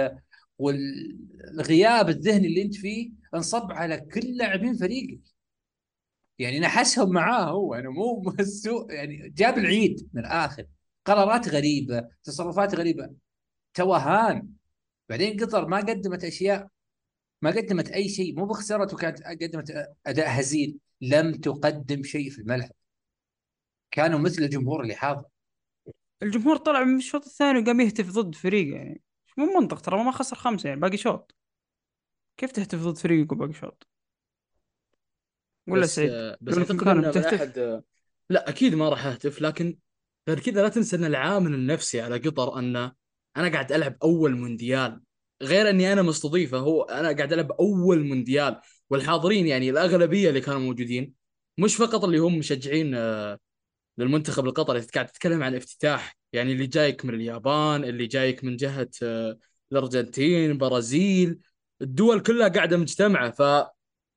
[SPEAKER 4] والغياب الذهني اللي انت فيه انصب على كل لاعبين فريقك. يعني نحسهم معاه هو، يعني مو السوء، يعني جاب العيد من الاخر. قرارات غريبه، تصرفات غريبه، توهان. بعدين قطر ما قدمت اشياء، ما قدمت اي شيء، مو بخسرت وكانت قدمت اداء هزيل، لم تقدم شيء في الملعب. كانوا مثل الجمهور اللي حاضر.
[SPEAKER 1] الجمهور طلع من الشوط الثاني وقام يهتف ضد فريقه. يعني مو منطق، ترى ما خسر 5 يعني باقي شوط. كيف تهتف ضد فريقك وباقي شوط؟ ولا
[SPEAKER 2] بس
[SPEAKER 1] سعيد
[SPEAKER 2] بس
[SPEAKER 1] لو انك
[SPEAKER 2] اعتقد
[SPEAKER 1] مكانهم
[SPEAKER 2] انه من
[SPEAKER 1] تهتف؟
[SPEAKER 2] احد. لا اكيد ما راح اهتف، لكن غير كذا لا تنسى ان العامل النفسي على قطر ان انا قاعد العب اول مونديال، غير اني انا مستضيفه، هو انا قاعد العب اول مونديال. والحاضرين يعني الاغلبيه اللي كانوا موجودين مش فقط اللي هم مشجعين للمنتخب القطري، قاعد تتكلم عن افتتاح، يعني اللي جايك من اليابان، اللي جايك من جهه الارجنتين، برازيل، الدول كلها قاعده مجتمعه.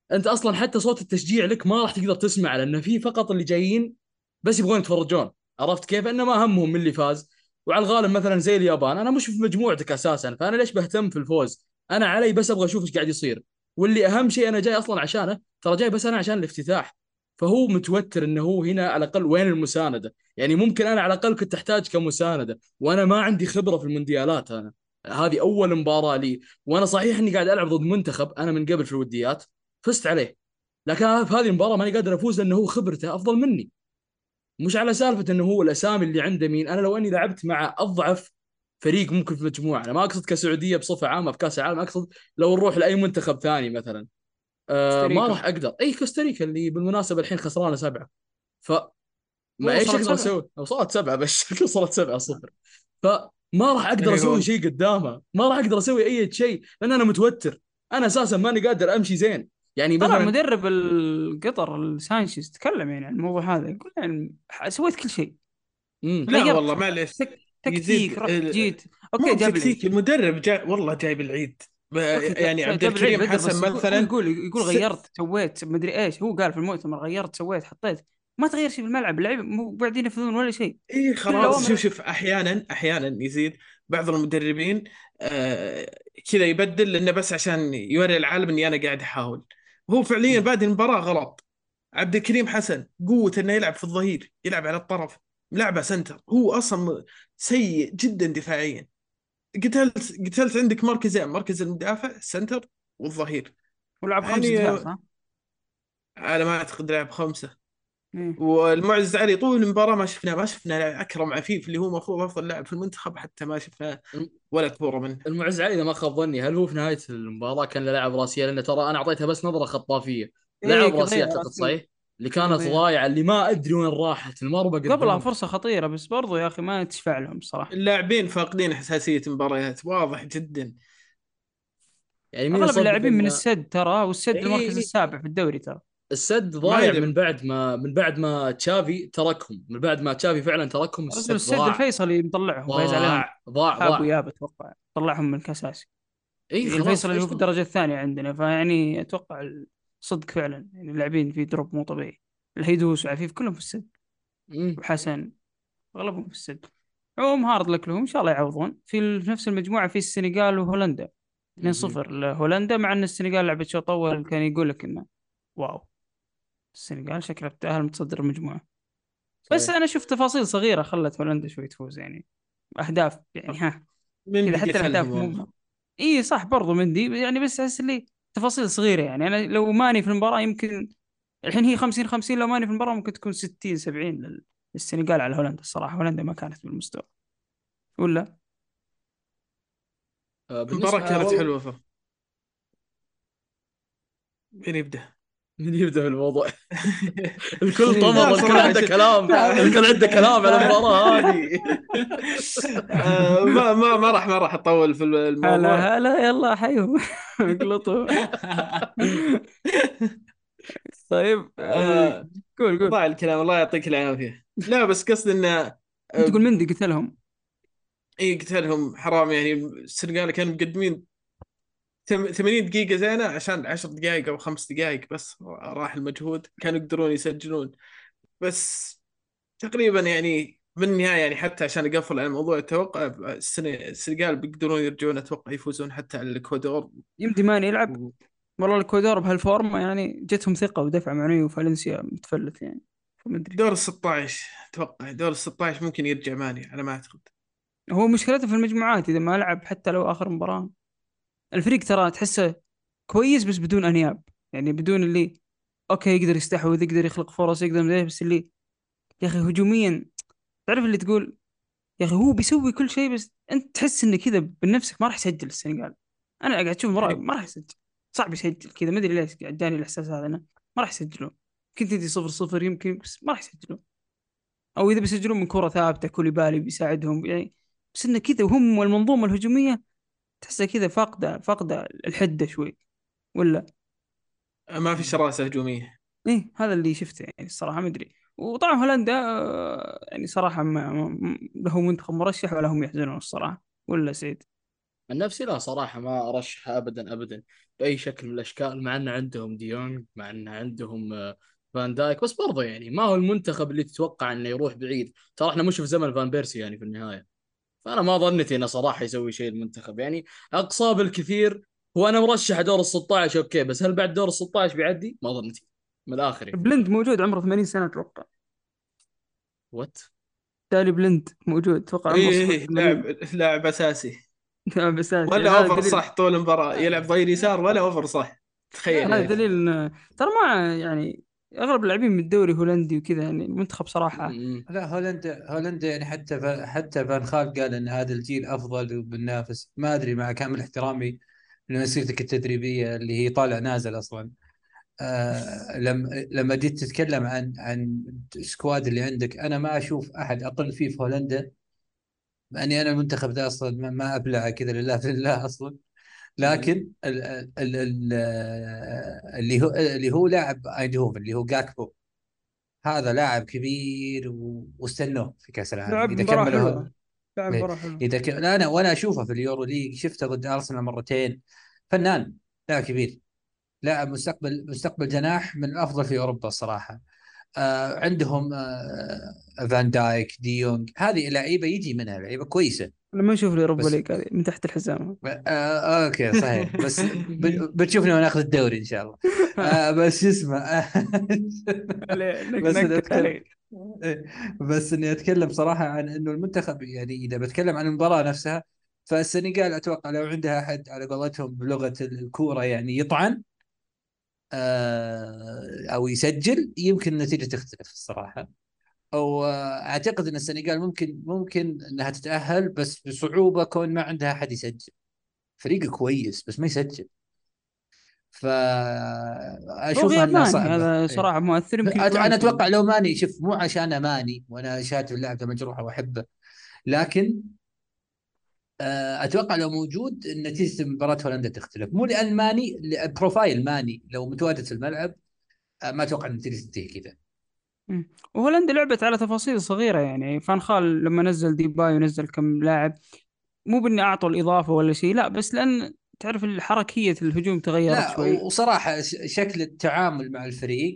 [SPEAKER 2] انت اصلا حتى صوت التشجيع لك ما راح تقدر تسمع، لان في فقط اللي جايين بس يبغون يتفرجون. عرفت كيف؟ انه ما همهم من اللي فاز. وعلى الغالب مثلا زي اليابان، انا مش في مجموعتك اساسا، فانا ليش بهتم في الفوز؟ انا علي بس ابغى اشوف ايش قاعد يصير. واللي اهم شيء انا جاي اصلا عشانه، ترى جاي بس انا عشان الافتتاح. فهو متوتر انه هو هنا على الاقل وين المسانده؟ يعني ممكن انا على الاقل كنت احتاج كمسانده، وانا ما عندي خبره في المونديالات. انا هذه اول مباراه لي، وانا صحيح اني قاعد العب ضد منتخب انا من قبل في الوديات فزت عليه، لكن أنا في هذه المباراه ماني قادر افوز لانه هو خبرته افضل مني. مش على سالفه انه هو الاسامي اللي عنده مين. انا لو اني لعبت مع اضعف فريق ممكن في مجموعه، انا ما اقصد كسعوديه بصفه عامه في كاس العالم، اقصد لو نروح لاي منتخب ثاني مثلا، ما
[SPEAKER 1] كوستاريكا
[SPEAKER 2] راح اقدر. اي كوستاريكا اللي بالمناسبه الحين خسرانه 7، فما ايش
[SPEAKER 1] وصلت
[SPEAKER 2] اقدر
[SPEAKER 1] 7.
[SPEAKER 2] اسوي؟ وصلت 7 بس شكل وصلت 7-0. فما راح اقدر
[SPEAKER 3] اي
[SPEAKER 2] اسوي
[SPEAKER 3] والله.
[SPEAKER 2] شيء قدامه، ما راح اقدر اسوي اي شيء لان انا متوتر. انا اساسا ماني قادر امشي زين. يعني
[SPEAKER 1] طلع
[SPEAKER 2] مثلا
[SPEAKER 1] مدرب القطر سانشيز تكلم يعني عن الموضوع هذا، يقول يعني سويت كل شيء،
[SPEAKER 3] لا والله
[SPEAKER 1] غيرت
[SPEAKER 3] معليش.
[SPEAKER 1] تكتيك،
[SPEAKER 3] يزيد
[SPEAKER 1] رحت جيت.
[SPEAKER 3] مو
[SPEAKER 1] اوكي جاب
[SPEAKER 3] بتكتيك،
[SPEAKER 1] العيد.
[SPEAKER 3] المدرب جاي والله جايب العيد.
[SPEAKER 1] اوكي
[SPEAKER 3] يعني عبد
[SPEAKER 1] جاب العيد
[SPEAKER 3] الكريم
[SPEAKER 1] بدر،
[SPEAKER 3] حسن
[SPEAKER 1] بس يقول، هو
[SPEAKER 3] مثلا.
[SPEAKER 1] يقول
[SPEAKER 3] س...
[SPEAKER 1] غيرت سويت مدري ايش. هو قال في المؤتمر غيرت سويت حطيت، ما تغير شيء بالملعب، اللعيبه مو قاعدين ينفذون ولا شيء،
[SPEAKER 3] ايه
[SPEAKER 1] كل
[SPEAKER 3] خلاص،
[SPEAKER 1] الاوامر.
[SPEAKER 3] شوف احيانا يزيد بعض المدربين آه كذا يبدل لانه بس عشان يوري العالم اني انا قاعد احاول. هو فعليا بعد المباراة غلط. عبد الكريم حسن قوة انه يلعب في الظهير، يلعب على الطرف، لعبه سنتر. هو اصلا سيء جدا دفاعيا. قتلت عندك مركزين، مركز المدافع السنتر والظهير.
[SPEAKER 1] ولعب خمس
[SPEAKER 3] يعني
[SPEAKER 1] دفاع صح؟
[SPEAKER 3] على ما اعتقد لعب خمسة.
[SPEAKER 1] ايه.
[SPEAKER 3] والمعز علي طول المباراة ما شفنا أكرم عفيف اللي هو المفروض أفضل لاعب في المنتخب، حتى ما شفنا ولا كورة منه.
[SPEAKER 2] المعز علي اذا ما خاب ظني، هل هو في نهايه المباراه كان له لعب راسيه؟ لان ترى انا اعطيتها بس نظره خطافيه.
[SPEAKER 1] ايه
[SPEAKER 2] لعب راسيه
[SPEAKER 1] قضية
[SPEAKER 2] اعتقد
[SPEAKER 1] راسية.
[SPEAKER 2] صحيح، اللي
[SPEAKER 1] ايه
[SPEAKER 2] كانت
[SPEAKER 1] ضيع.
[SPEAKER 2] ضايعه، اللي ما ادري وين راحت المرمى
[SPEAKER 1] قبلها
[SPEAKER 2] قدام.
[SPEAKER 1] فرصة خطيرة بس برضو يا اخي ما تشفع لهم بصراحة.
[SPEAKER 3] اللاعبين فاقدين حساسية مباريات واضح جدا.
[SPEAKER 2] يعني مين
[SPEAKER 1] اغلب
[SPEAKER 2] يصدق
[SPEAKER 1] اللاعبين من
[SPEAKER 2] ان
[SPEAKER 1] السد ترى، والسد المركز
[SPEAKER 2] اي
[SPEAKER 1] السابع في الدوري ترى.
[SPEAKER 2] السد
[SPEAKER 3] ما
[SPEAKER 2] ضايع
[SPEAKER 3] ادري.
[SPEAKER 2] من بعد ما تشافي تركهم، من بعد ما تشافي فعلا تركهم
[SPEAKER 1] رجل
[SPEAKER 2] السد
[SPEAKER 1] السد
[SPEAKER 2] ضاع.
[SPEAKER 1] الفيصلي مطلعهم فايز عليهم،
[SPEAKER 2] ضاع ضاع
[SPEAKER 1] حاب
[SPEAKER 2] ضاع.
[SPEAKER 1] وياب اتوقع، طلعهم من الكاس اسيا.
[SPEAKER 2] اي
[SPEAKER 1] يعني
[SPEAKER 2] خلاص
[SPEAKER 1] الفيصل اللي هو في
[SPEAKER 2] فيصل.
[SPEAKER 1] الدرجة الثانية عندنا، فيعني اتوقع صدق فعلا يعني اللاعبين في دروب مو طبيعي. الهيدوس وعفيف كلهم في السد،
[SPEAKER 2] مم.
[SPEAKER 1] وحسن اغلبهم في السد. عموما هارد لك لهم ان شاء الله يعوضون. في نفس المجموعة في السنغال وهولندا،
[SPEAKER 2] مم.
[SPEAKER 1] 2-0 لهولندا، مع ان السنغال لعبت شوط اول كان يقول لك انه واو، السنغال شكلها بتأهل متصدر المجموعة. بس
[SPEAKER 2] صحيح.
[SPEAKER 1] انا شفت تفاصيل صغيرة خلت هولندا شوي تفوز يعني، اهداف يعني ها كذا،
[SPEAKER 3] مندي
[SPEAKER 1] حتى
[SPEAKER 3] قتلهم
[SPEAKER 1] الاهداف
[SPEAKER 3] والله.
[SPEAKER 1] مو. اي صح برضو مندي يعني، بس احس لي تفاصيل صغيرة يعني. انا لو ماني في المباراة يمكن الحين هي 50-50، لو ماني في المباراة ممكن تكون 60-70 للسنغال على هولندا. الصراحة هولندا ما كانت بالمستوى ولا.
[SPEAKER 3] المباراة
[SPEAKER 2] بالنسبه
[SPEAKER 3] كانت
[SPEAKER 2] والله.
[SPEAKER 3] حلوة مين يبدأ؟
[SPEAKER 2] من يبدا في الموضوع؟ الكل طمر،
[SPEAKER 3] لا
[SPEAKER 2] الكل
[SPEAKER 3] صراحة
[SPEAKER 2] عنده كلام، الكل عنده كلام على المباراه هذه.
[SPEAKER 3] ما راح اطول في الموضوع.
[SPEAKER 1] هلا هلا يلا حيو اقلطوا. طيب
[SPEAKER 3] آه،
[SPEAKER 1] قول.
[SPEAKER 3] ضاع الكلام، الله يعطيك العافية. لا بس قصدي انه
[SPEAKER 1] انت تقول مندي قتلهم.
[SPEAKER 3] اي قتلهم حرام. يعني السنغال كانوا مقدمين 80 دقيقة زينة، عشان 10 دقائق او 5 دقائق بس راح المجهود، كانوا يقدرون يسجلون. بس تقريبا يعني بالنهاية، يعني حتى عشان اقفل على الموضوع، اتوقع السنغال بيقدرون يرجعون، اتوقع يفوزون حتى على الاكوادور.
[SPEAKER 1] يمدي ماني يلعب. والله الكودور بهالفورمة يعني جتهم ثقة ودفع معنوي، وفالنسيا متفلت يعني، فما ادري.
[SPEAKER 3] دور ال 16 اتوقع، دور ال 16 ممكن يرجع ماني على ما اعتقد.
[SPEAKER 1] هو مشكلته في المجموعات اذا ما لعب حتى لو اخر مباراة. الفريق ترى تحسه كويس بس بدون انياب، يعني بدون اللي اوكي يقدر يستحوذ، يقدر يخلق فرص، يقدر مدري إيه، بس اللي يا اخي هجوميا تعرف اللي تقول يا اخي هو بيسوي كل شيء، بس انت تحس انه كذا بنفسك ما راح يسجل السنغال. انا قاعد اشوف ما راح يسجل، صعب يسجل كذا، ما ادري ليش قاعد جاني الاحساس هذا انه ما راح يسجلون. يمكن تدي 0-0 يمكن، بس ما راح يسجلون. او اذا بيسجلون من كرة ثابتة كوليبالي بيساعدهم يعني، بس انه كذا، وهم والمنظومة الهجومية تحسها كذا فاقدة الحدة شوي ولا.
[SPEAKER 3] ما في شراسة هجومية.
[SPEAKER 1] ايه هذا اللي شفته يعني الصراحة، ما ادري. وطبعا هولندا يعني صراحة له منتخب مرشح ولا هم يحزنون الصراحة ولا سعيد.
[SPEAKER 2] عن نفسي لا صراحة ما أرشحها أبدا أبدا بأي شكل من الأشكال، مع أن عندهم ديونج، مع أن عندهم فان دايك، بس برضه يعني ما هو المنتخب اللي تتوقع أنه يروح بعيد. ترى احنا مش في زمن فان بيرسي يعني في النهاية. فأنا ما ظنيتي أنه صراحة يسوي شيء المنتخب يعني. أقصى بالكثير هو أنا مرشح دور ال 16 أوكي، بس هل بعد دور ال 16 بيعدي؟ ما ظنيتي من الآخر يعني.
[SPEAKER 1] بلند موجود عمره 80 سنة أتوقع.
[SPEAKER 2] وات.
[SPEAKER 1] تالي بلند موجود أتوقع عمره
[SPEAKER 3] ايه
[SPEAKER 1] صفر
[SPEAKER 3] إيه،
[SPEAKER 1] 80.
[SPEAKER 3] لاعب اساسي.
[SPEAKER 1] بساتي
[SPEAKER 3] ولا
[SPEAKER 1] هذا
[SPEAKER 3] اوفر
[SPEAKER 1] دليل.
[SPEAKER 3] صح طول المباراة، يلعب ظهير يسار ولا اوفر صح. تخيل
[SPEAKER 1] هذا
[SPEAKER 3] يا اخي.
[SPEAKER 1] دليل ترى ما يعني أغلب اللاعبين من الدوري هولندي وكذا، يعني المنتخب صراحة.
[SPEAKER 4] لا، هولندا يعني حتى فان خال قال ان هذا الجيل افضل وبننافس. ما ادري، مع كامل احترامي لمسيرتك التدريبيه اللي هي طالع نازل اصلا. لما جيت تتكلم عن السكواد اللي عندك، انا ما اشوف احد اقل فيه في هولندا. مع اني انا المنتخب ده اصلا ما ابلعه كذا لله في الله اصلا. لكن اللي هو لاعب ايندهوفن اللي هو جاكبو، هذا لاعب كبير واستنوه في كاس العالم
[SPEAKER 1] لعب
[SPEAKER 4] اذا
[SPEAKER 1] مباراة
[SPEAKER 4] كمله.
[SPEAKER 1] حلوة. لعب مباراة حلوة.
[SPEAKER 4] لا، وانا اشوفه في اليورو ليج، شفته ضد ارسنال مرتين. فنان، لاعب كبير، لاعب مستقبل جناح من الافضل في اوروبا الصراحه. عندهم فان دايك، ديونج، هذه لعيبه يجي منها لعيبه كويسه.
[SPEAKER 1] لما نشوف الأوروبا
[SPEAKER 4] بس
[SPEAKER 1] ليج هذه من تحت الحزام.
[SPEAKER 4] اوكي صحيح، بس بتشوفني وانا اخذ الدوري ان شاء الله. بس اسمع. بس اني
[SPEAKER 1] نكت
[SPEAKER 4] اتكلم
[SPEAKER 1] عليه.
[SPEAKER 4] إيه، بس اني اتكلم صراحه عن انه المنتخب، يعني اذا بتكلم عن المباراه نفسها، فالسنغال اتوقع لو عندها احد على قولتهم بلغه الكوره يعني يطعن او يسجل، يمكن النتيجه تختلف الصراحه. او اعتقد ان السنغال ممكن انها تتاهل، بس بصعوبه كون ما عندها احد يسجل. فريق كويس بس ما يسجل،
[SPEAKER 1] هو
[SPEAKER 4] فاشوفها
[SPEAKER 1] غياب
[SPEAKER 4] انها
[SPEAKER 1] ماني
[SPEAKER 4] صعبه.
[SPEAKER 1] هذا
[SPEAKER 4] إيه.
[SPEAKER 1] صراحة مؤثر، يمكن
[SPEAKER 4] انا
[SPEAKER 1] جوانسون.
[SPEAKER 4] اتوقع لو ماني، شوف، مو عشان ماني وانا شايف اللاعب ده مجروح واحبه، لكن اتوقع لو موجود نتيجه مباراه هولندا تختلف. مو لان ماني، بروفايل ماني لو متواجد في الملعب ما اتوقع النتيجه تنتهي كذا.
[SPEAKER 1] مم. وهولندا لعبت على تفاصيل صغيرة، يعني فان خال لما نزل ديباي ونزل كم لاعب، مو بإني أعطوا الإضافة ولا شيء، لا، بس لأن تعرف الحركية الهجوم تغيرت
[SPEAKER 4] لا،
[SPEAKER 1] شوي.
[SPEAKER 4] وصراحه شكل التعامل مع الفريق،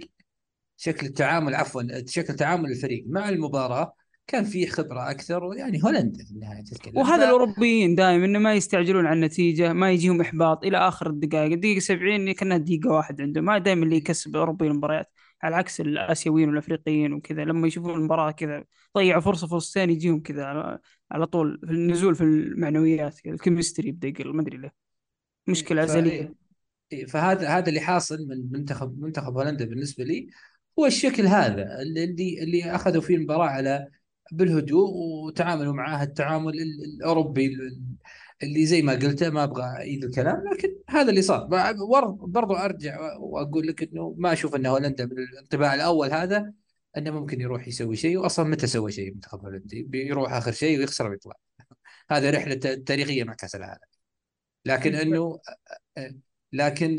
[SPEAKER 4] شكل تعامل الفريق مع المباراه كان فيه خبره اكثر. يعني هولندا في النهايه تتكلم
[SPEAKER 1] وهذا الأوروبيين دائما إنه ما يستعجلون على النتيجة، ما يجيهم إحباط إلى آخر الدقائق. الدقيقة 70 كأنها دقيقة واحد عندهم، ما دائما اللي يكسب الأوروبي المباريات، على عكس الآسيويين والأفريقيين وكذا. لما يشوفون المباراة كذا ضيعوا فرصة فرصتين يجيهم كذا على طول في النزول في المعنويات، الكيمستري يبدأ يقل، ما أدري ليه، مشكلة أزلية.
[SPEAKER 4] فهذا اللي حاصل من منتخب هولندا بالنسبه لي. هو الشكل هذا اللي اخذوا فيه المباراه على بالهدوء، وتعاملوا معها التعامل الاوروبي اللي زي ما قلت، ما ابغى اعيد الكلام، لكن هذا اللي صار. برضو ارجع واقول لك انه ما اشوف ان هولندا بالانطباع الاول هذا انه ممكن يروح يسوي شيء. واصلا متى سوى شيء المنتخب الهولندي؟ بيروح اخر شيء ويخسر ويطلع. هذه رحله تاريخيه مع كاس العالم. لكن انه لكن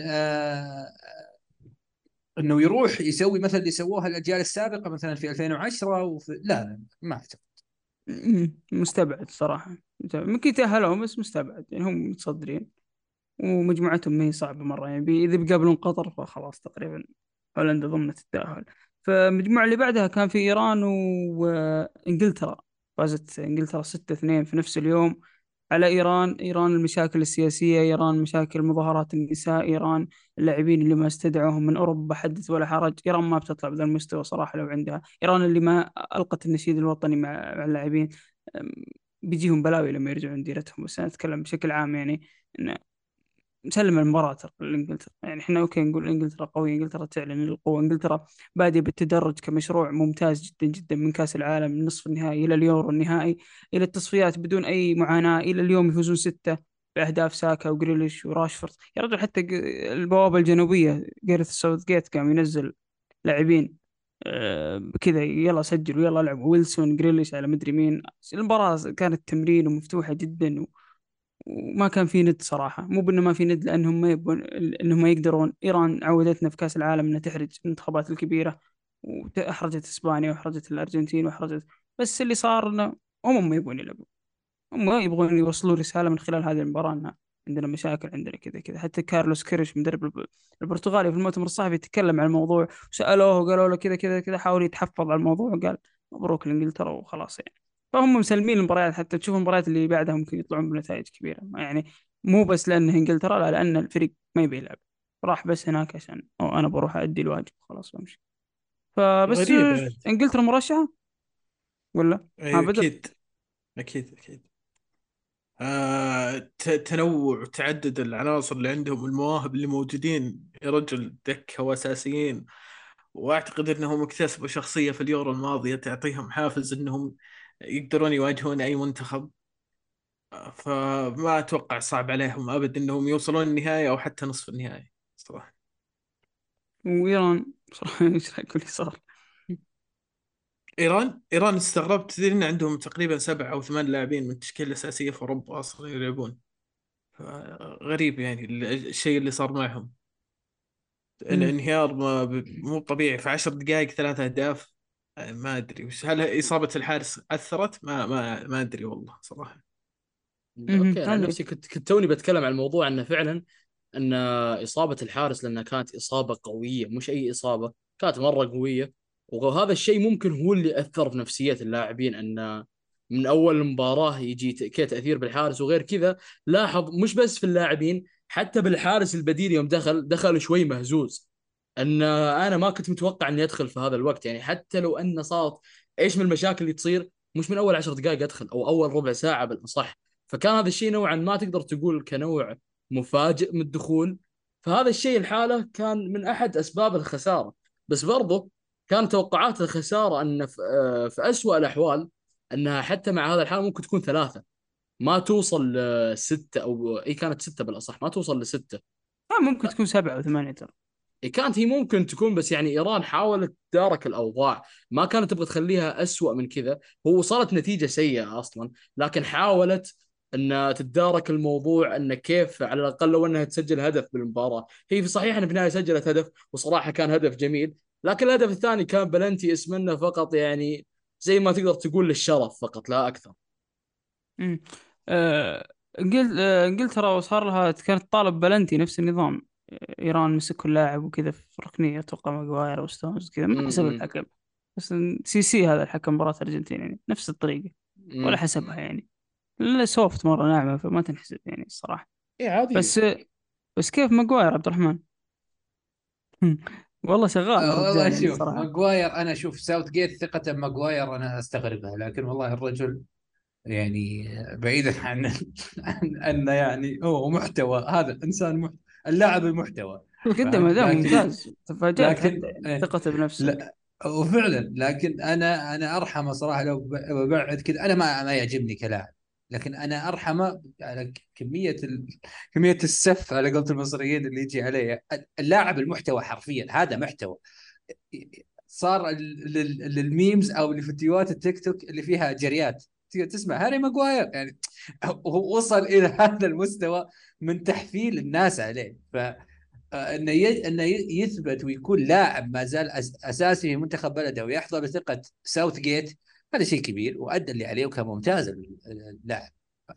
[SPEAKER 4] انه يروح يسوي مثل اللي سووها الاجيال السابقه مثلا في 2010 لا ما اعتقد.
[SPEAKER 1] مستبعد صراحة. ممكن يتأهلون بس مستبعد، يعني هم متصدرين ومجموعتهم ما هي صعبة مرة، يعني إذا بيقابلون قطر فخلاص تقريبا هولندا ضمنت التأهل. فالمجموعة اللي بعدها كان في إيران وإنجلترا. فازت إنجلترا 6-2 في نفس اليوم على إيران. إيران المشاكل السياسية، إيران مشاكل مظاهرات النساء، إيران اللاعبين اللي ما استدعوهم من أوروبا حدث ولا حرج. إيران ما بتطلع بهذا المستوى صراحة. لو عندها إيران اللي ما ألقت النشيد الوطني مع اللاعبين، أم، بيجيهم بلاوي لما يرجعون ديرتهم. بس أنا أتكلم بشكل عام، يعني مسلم المباراة ترى لإنجلترا. يعني احنا اوكي نقول انجلترا قوية، انجلترا تعلن القوة، انجلترا بادية بالتدرج كمشروع ممتاز جدا جدا، من كأس العالم من نصف النهائي إلى اليورو النهائي إلى التصفيات بدون أي معاناة، إلى اليوم يفوزون 6 بأهداف ساكا وجريليش وراشفورد. يا رجل حتى البوابة الجنوبية جاريث ساوث جيت قام ينزل لاعبين كذا، يلا سجلوا يلا لعبوا، ويلسون جريليش على مدري مين. المباراة كانت تمرين ومفتوحة جدا، وما كان في ند صراحة. مو بأنه ما في ند، لأنهم ما يبون، إنهم ما يقدرون. إيران عودتنا في كأس العالم أنها تحرج المنتخبات الكبيرة، وأحرجت إسبانيا وأحرجت الأرجنتين وأحرجت. بس اللي صار إنه هم ما يبون يلعبوا، هم يبغون يوصلوا رسالة من خلال هذه المباراة أن عندنا مشاكل، عندنا كذا كذا. حتى كارلوس كيريش مدرب البرتغالي في المؤتمر الصحفي تكلم عن الموضوع، وسألوه وقالوا له كذا كذا كذا، حاول يتحفظ على الموضوع وقال مبروك لإنجلترا وخلاص يعني. فهم مسلمين المباريات، حتى تشوف المباريات اللي بعدها ممكن يطلعون بنتائج كبيرة يعني، مو بس لأنه إنجلترا، لا، لأن الفريق ما يبي يلعب، راح بس هناك عشان أو أنا بروح أدي الواجب خلاص وأمشي. فبس
[SPEAKER 3] غريب يعني.
[SPEAKER 1] إنجلترا مرشحة ولا ها
[SPEAKER 3] أي
[SPEAKER 1] بدر؟
[SPEAKER 3] أكيد، أكيد أكيد. تنوع وتعدد العناصر اللي عندهم، المواهب اللي موجودين يا رجل، دكة وأساسيين. وأعتقد أنهم اكتسبوا شخصية في اليورو الماضية تعطيهم حافز أنهم يقدرون يواجهون أي منتخب. فما أتوقع صعب عليهم أبد أنهم يوصلون النهاية أو حتى نصف النهاية صراحة.
[SPEAKER 1] وإيران صراحة إيش رأيك اللي صار؟
[SPEAKER 3] إيران استغربت تدري أن عندهم تقريبا 7 أو 8 لاعبين من التشكيلة الأساسية في أوروبا أصلا يلعبون. غريب يعني الشيء اللي صار معهم.
[SPEAKER 1] مم.
[SPEAKER 3] الانهيار مو طبيعي في 10 دقائق 3 أهداف. ما أدري وش، هل إصابة الحارس أثرت؟ ما أدري والله صراحة.
[SPEAKER 1] مم.
[SPEAKER 2] اوكي، انا عن
[SPEAKER 1] هذا.
[SPEAKER 2] نفسي كنت توني بتكلم عن الموضوع انه فعلا ان اصابه الحارس، لانها كانت اصابه قويه، مش اي اصابه، كانت مره قويه. وهذا الشيء ممكن هو اللي اثر في نفسيه اللاعبين، ان من اول المباراه يجي تاثير بالحارس. وغير كذا لاحظ مش بس في اللاعبين، حتى بالحارس البديل يوم دخل شوي مهزوز. ان انا ما كنت متوقع اني ادخل في هذا الوقت يعني، حتى لو ان صارت ايش من المشاكل اللي تصير، مش من اول 10 دقائق ادخل او اول ربع ساعه بالاصح. فكان هذا الشيء نوعا ما تقدر تقول كنوع مفاجئ من الدخول. فهذا الشيء الحالة كان من أحد أسباب الخسارة. بس برضو كان توقعات الخسارة أن في أسوأ الأحوال أنها حتى مع هذا الحال ممكن تكون 3، ما توصل ل6، أو أي كانت 6 بالأصح، ما توصل ل6.
[SPEAKER 1] ممكن تكون 7 أو 8 ترى.
[SPEAKER 2] كانت هي ممكن تكون، بس يعني إيران حاولت تدارك الأوضاع، ما كانت تبغى تخليها أسوأ من كذا. هو وصلت نتيجة سيئة أصلا، لكن حاولت أن تتدارك الموضوع، أن كيف على الأقل لو أنها تسجل هدف بالمباراة. هي في صحيح أن في النهاية سجلت هدف، وصراحة كان هدف جميل، لكن الهدف الثاني كان بلنتي اسمه فقط يعني، زي ما تقدر تقول للشرف فقط لا أكثر.
[SPEAKER 1] مم. انجلترا وصار لها كانت طالب بلنتي نفس النظام. ايران مسكوا اللاعب وكذا في ركنيه، اتوقع ماجواير او ستونز كذا، ما حسب
[SPEAKER 2] م-
[SPEAKER 1] الحكم. بس سي هذا الحكم مباراة الارجنتين يعني نفس الطريقه، ولا
[SPEAKER 2] م-
[SPEAKER 1] حسبها يعني. لا، سوفت مره ناعمه فما تنحسب يعني الصراحه.
[SPEAKER 2] إيه عادي.
[SPEAKER 1] بس بس كيف ماجواير عبد الرحمن؟ والله شغال
[SPEAKER 4] والله
[SPEAKER 1] الرجال يعني
[SPEAKER 4] شوف
[SPEAKER 1] صراحه.
[SPEAKER 4] ماجواير، انا اشوف ساوث جيت ثقة ماجواير انا استغربها، لكن والله الرجل يعني بعيدا عن انه يعني هو محتوى، هذا انسان اللاعب المحتوى.
[SPEAKER 1] قدم
[SPEAKER 4] فهمت؟
[SPEAKER 1] اداء
[SPEAKER 4] لكن
[SPEAKER 1] ممتاز، تفاجأت حتى
[SPEAKER 4] لكن
[SPEAKER 1] يعني ثقته بنفسه.
[SPEAKER 4] لا، وفعلا لكن انا ارحمه صراحه لو ببعد كذا. انا ما يعجبني كلاعب، لكن انا ارحمه على كميه السف على قولة المصريين اللي يجي عليه. اللاعب المحتوى حرفيا هذا محتوى. صار للميمز او لفيديوهات التيك توك اللي فيها جريات تسمع هاري ماجواير يعني. هو وصل الى هذا المستوى من تحفيل الناس عليه. ف انه يثبت ويكون لاعب ما زال اساسي في منتخب بلده ويحظى بثقه ساوث جيت، هذا شيء كبير وادى اللي عليه وكان ممتاز اللاعب.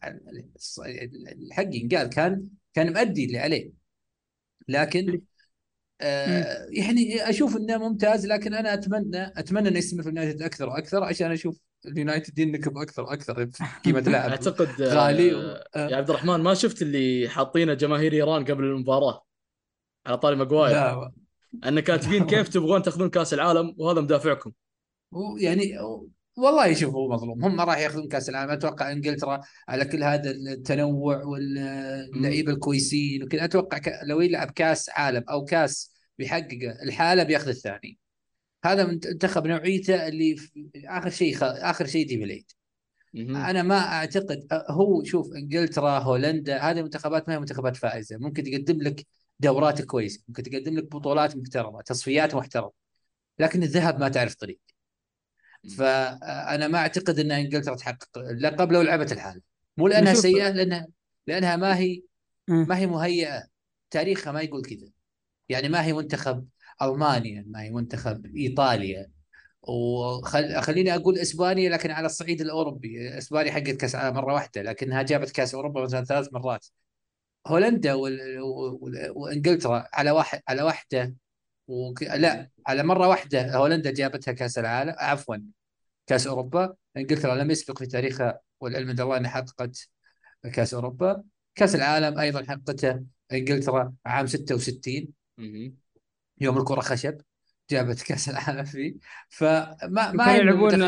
[SPEAKER 4] الحق ينقال كان مؤدي اللي عليه. لكن
[SPEAKER 1] مم.
[SPEAKER 4] يعني اشوف انه ممتاز، لكن انا اتمنى انه يستمر في اليونايتد اكثر واكثر عشان اشوف اليونايتد ينكب اكثر واكثر في قيمه لاعب
[SPEAKER 2] أعتقد
[SPEAKER 4] غالي
[SPEAKER 2] يا عبد الرحمن ما شفت اللي حاطينه جماهير إيران قبل المباراة على طاري ماجواير،
[SPEAKER 4] لا
[SPEAKER 2] ان كاتبين كيف تبغون تاخذون كاس العالم وهذا مدافعكم.
[SPEAKER 4] يعني والله شوف هو مظلوم. هم راح ياخذون كاس العالم. اتوقع انجلترا على كل هذا التنوع
[SPEAKER 2] مم.
[SPEAKER 4] واللعيبه الكويسين وكذا، اتوقع لو يلعب كاس عالم او كاس بيحقق الحاله بياخذ الثاني. هذا منتخب نوعيته اللي اخر شيء يجي بالعيد.
[SPEAKER 2] مم.
[SPEAKER 4] انا ما اعتقد هو شوف انجلترا هولندا هذه منتخبات ما هي منتخبات فائزه. ممكن تقدم لك دورات كويسه، ممكن تقدم لك بطولات محترمه، تصفيات محترمه، لكن الذهب ما تعرف طريق. فانا ما اعتقد ان انجلترا تحقق اللقب لو لعبت الحالة. مو
[SPEAKER 1] انا
[SPEAKER 4] لانها
[SPEAKER 1] اشوف.
[SPEAKER 4] سيئه، لانها
[SPEAKER 1] مم.
[SPEAKER 4] ما هي مهيئه. تاريخها ما يقول كذا. يعني ما هي منتخب المانيا، ما هي منتخب ايطاليا وخليني اقول اسبانيا، لكن على الصعيد الاوروبي. اسبانيا حقت كاس العالم مره واحده، لكنها جابت كاس اوروبا مثلا 3 مرات. هولندا وانجلترا على واحده. لا، على مره واحده هولندا جابتها كاس العالم، عفوا كاس اوروبا. انجلترا لم يسبق في تاريخها والعلم عند الله انها حققت كاس اوروبا. كاس العالم ايضا حققته انجلترا عام 66،
[SPEAKER 2] مهم.
[SPEAKER 4] يوم الكره خشب، جابت كاس العالم فيه. فما
[SPEAKER 1] كانوا
[SPEAKER 4] انه
[SPEAKER 1] يلعبون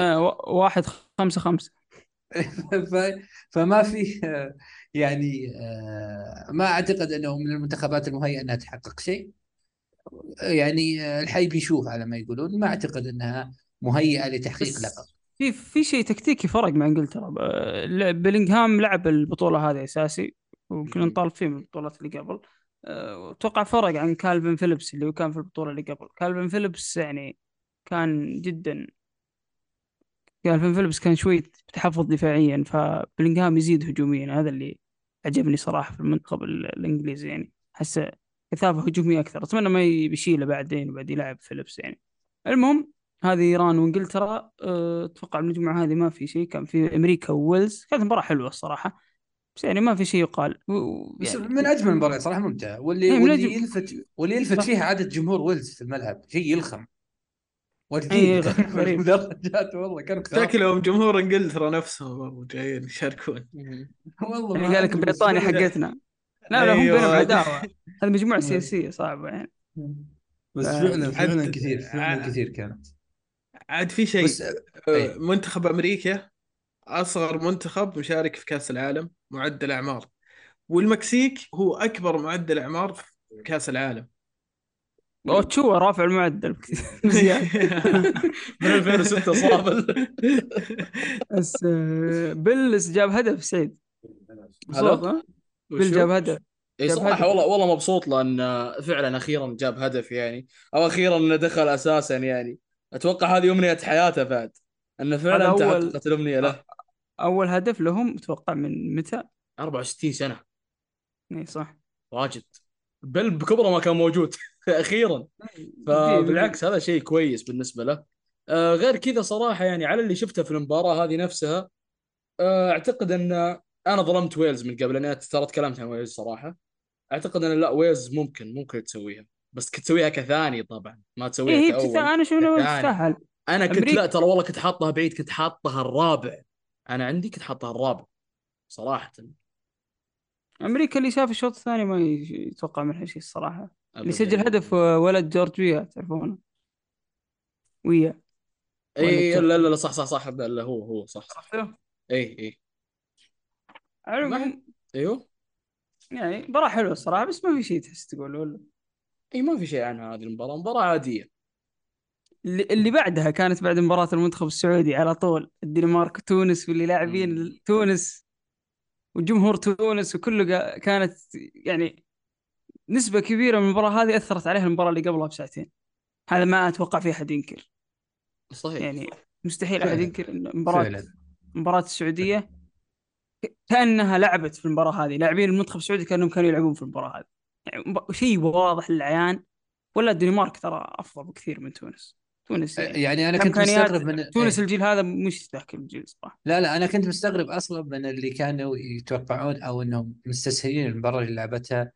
[SPEAKER 1] 1-5-5.
[SPEAKER 4] ف... فما في يعني ما اعتقد انه من المنتخبات المهيئه انها تحقق شيء. يعني الحي بيشوف على ما يقولون. ما اعتقد انها مهيئه لتحقيق لقب.
[SPEAKER 1] بس في شيء تكتيكي فرق مع انجلترا. بلينغهام لعب البطولة هذه اساسي، ويمكن
[SPEAKER 2] مهم.
[SPEAKER 1] نطالب فيه من البطولات اللي قبل. اتوقع فرق عن كالفين فيليبس اللي هو كان في البطولة اللي قبل. كالفين فيليبس يعني كان جدا، كالفين فيليبس كان شوي متحفظ دفاعيا، فبلينغهام يزيد هجوميا. هذا اللي عجبني صراحة في المنتخب الانجليزي، يعني حسه كثافة هجومية اكثر. اتمنى ما بيشيله بعدين وبعد يلعب فيليبس يعني. المهم، هذه ايران وانجلترا. اتوقع المجموعة هذه ما في شيء. كان في امريكا وويلز، كانت مباراة حلوة الصراحة، بس يعني ما في شيء يقال
[SPEAKER 4] بس
[SPEAKER 1] يعني.
[SPEAKER 4] من اجمل المباريات صراحه، ممتع. واللي
[SPEAKER 1] هي من
[SPEAKER 4] واللي
[SPEAKER 1] اجل
[SPEAKER 4] يلفت واللي يلفت
[SPEAKER 1] صح.
[SPEAKER 4] فيها عدد جمهور ويلز في الملعب، شيء يلخم وثقيل.
[SPEAKER 1] اي
[SPEAKER 4] كان
[SPEAKER 1] غريب.
[SPEAKER 4] بالمدرجات والله كانوا كثار.
[SPEAKER 3] شكلهم جمهور انجلترا نفسهم جايين يشاركون.
[SPEAKER 2] مهم.
[SPEAKER 4] والله
[SPEAKER 1] يعني
[SPEAKER 4] ما
[SPEAKER 1] قال لك
[SPEAKER 4] ادري بس
[SPEAKER 1] بريطانيا
[SPEAKER 4] فعلا.
[SPEAKER 1] حقتنا. لا لا، هم بينهم
[SPEAKER 3] ايوه.
[SPEAKER 1] عداوة. هذه مجموعة سياسية صعبة يعني.
[SPEAKER 4] بس فعلا
[SPEAKER 3] عاد
[SPEAKER 4] فعلا كثير كانت.
[SPEAKER 3] عاد في شيء.
[SPEAKER 4] بس اي
[SPEAKER 3] منتخب امريكا اصغر منتخب مشارك في كاس العالم معدل اعمار، والمكسيك هو اكبر معدل اعمار في كاس العالم.
[SPEAKER 1] اوتشوا رافع المعدل زيادة.
[SPEAKER 2] من 2006 صابل.
[SPEAKER 1] بس بيل جاب هدف سعيد. مبسوط
[SPEAKER 2] هلا
[SPEAKER 1] ها؟ بيل
[SPEAKER 2] وشو؟
[SPEAKER 1] جاب هدف.
[SPEAKER 2] اي
[SPEAKER 1] جاب
[SPEAKER 2] صراحة،
[SPEAKER 1] هدف.
[SPEAKER 2] والله مبسوط لان فعلا اخيرا جاب هدف يعني، او اخيرا انه دخل اساسا يعني. اتوقع هذه امنية حياته بعد، انه
[SPEAKER 1] هذا
[SPEAKER 2] فعلا
[SPEAKER 1] اول
[SPEAKER 2] تحققت الامنية له.
[SPEAKER 1] اول هدف لهم. اتوقع من متى؟
[SPEAKER 2] 64 سنة،
[SPEAKER 1] اي صح.
[SPEAKER 2] واجد. بل بكبره ما كان موجود اخيرا.
[SPEAKER 1] قديم.
[SPEAKER 2] فبالعكس هذا شيء كويس بالنسبة له. غير كذا صراحة يعني، على اللي شفته في المباراة هذه نفسها، اعتقد ان انا ظلمت ويلز من قبل. انا ترى تكلمت عن ويلز صراحه. اعتقد ان لا، ويلز ممكن تسويها، بس كنت تسويها كثاني طبعا، ما
[SPEAKER 1] اي
[SPEAKER 2] تسويها
[SPEAKER 1] هي
[SPEAKER 2] كاول.
[SPEAKER 1] انا شو انه
[SPEAKER 2] كثاني.
[SPEAKER 1] تستاهل.
[SPEAKER 2] انا كنت لا
[SPEAKER 1] امريكا
[SPEAKER 2] ترى والله كنت حاطها بعيد، كنت حاطها الرابع. انا عندي كنت حاطها الرابع صراحه.
[SPEAKER 1] امريكا اللي شاف الشوط الثاني ما يتوقع منها شيء الصراحه. اللي
[SPEAKER 2] ابدا
[SPEAKER 1] سجل
[SPEAKER 2] يعني.
[SPEAKER 1] هدف ولد جورج ويا، تعرفونه؟ ويا، ولد
[SPEAKER 2] اي لا
[SPEAKER 1] جورج.
[SPEAKER 2] لا لا، صح لا، هو صح.
[SPEAKER 1] عرفته؟
[SPEAKER 2] اي.
[SPEAKER 1] على
[SPEAKER 2] ما
[SPEAKER 1] العموم
[SPEAKER 2] ايوه.
[SPEAKER 1] يعني مباراة حلوة الصراحة، بس ما في شيء تحس تقول ولا.
[SPEAKER 2] اي ما في شيء عنها، هذه المباراه مباراه عاديه.
[SPEAKER 1] اللي بعدها كانت بعد مباراة المنتخب السعودي على طول، الدنمارك وتونس، واللي
[SPEAKER 2] مم.
[SPEAKER 1] لاعبين تونس وجمهور تونس وكله كانت يعني نسبة كبيرة من المباراة هذه أثرت عليها المباراة اللي قبلها بساعتين. هذا ما أتوقع فيه أحد ينكر.
[SPEAKER 2] صحيح.
[SPEAKER 1] يعني مستحيل أحد
[SPEAKER 4] فعلا
[SPEAKER 1] ينكر أن
[SPEAKER 4] فعلا
[SPEAKER 1] مباراة السعودية كأنها لعبت في المباراة هذه. لاعبين المنتخب السعودي كانوا يلعبون في المباراة هذه. يعني شيء واضح للعيان. ولا الدنمارك ترى أفضل بكثير من تونس. تونس يعني
[SPEAKER 4] يعني انا كنت
[SPEAKER 1] كإمكانيات.
[SPEAKER 4] مستغرب من
[SPEAKER 1] تونس الجيل هذا مش ذاك الجيل صراحة.
[SPEAKER 4] لا انا كنت مستغرب اصلا من اللي كانوا يتوقعون او انهم مستسهلين المباراه اللي لعبتها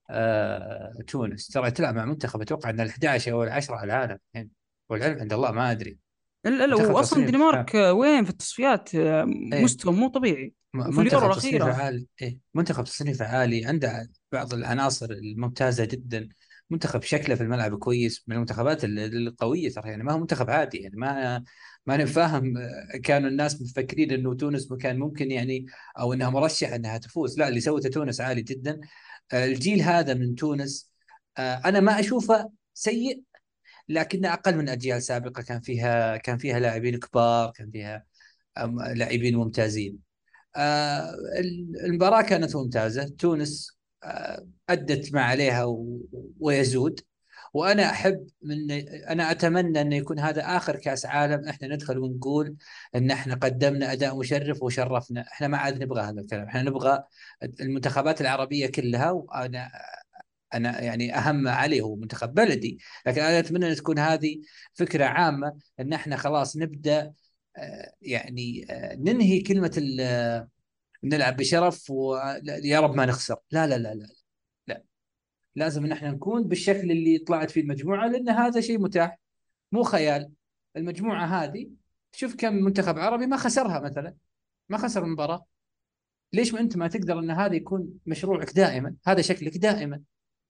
[SPEAKER 4] تونس. ترى تلعب مع منتخب اتوقع ان ال 11 او ال 10 على العالم يعني، والعلم عند الله ما ادري.
[SPEAKER 1] لا لا،
[SPEAKER 4] منتخب
[SPEAKER 1] واصلا
[SPEAKER 4] تصنيف
[SPEAKER 1] الدنمارك وين في التصفيات؟
[SPEAKER 4] ايه
[SPEAKER 1] مستوى مو طبيعي. وفي اليورو
[SPEAKER 4] منتخب تصنيف
[SPEAKER 1] الأخيرة.
[SPEAKER 4] عالي. منتخب تصنيف عالي، عنده بعض العناصر الممتازه جدا. منتخب شكله في الملعب كويس، من المنتخبات القويه ترى يعني، ما هو منتخب عادي يعني. ما انا فاهم. كانوا الناس مفكرين انه تونس كان ممكن يعني، او انها مرشحه انها تفوز. لا، اللي سوته تونس عالي جدا. الجيل هذا من تونس انا ما اشوفه سيء، لكنه اقل من اجيال سابقه. كان فيها لاعبين كبار، كان فيها لاعبين ممتازين. آه، المباراة كانت ممتازة. تونس أدت ما عليها ويزود. وأنا أنا أتمنى أن يكون هذا آخر كأس عالم إحنا ندخل ونقول أن إحنا قدمنا أداء مشرف وشرفنا. إحنا ما عاد نبغى هذا الكلام. إحنا نبغى المنتخبات العربية كلها. وأنا انا يعني اهم علي هو منتخب بلدي، لكن انا اتمنى ان تكون هذه فكره عامه، ان احنا خلاص نبدا يعني ننهي كلمه نلعب بشرف ويا رب ما نخسر. لا لا لا لا لا، لازم ان احنا نكون بالشكل اللي طلعت فيه المجموعه، لان هذا شيء متاح مو خيال. المجموعه هذه شوف كم منتخب عربي ما خسرها مثلا، ما خسر المباراه. ليش ما انت ما تقدر ان هذا يكون مشروعك دائما، هذا شكلك دائما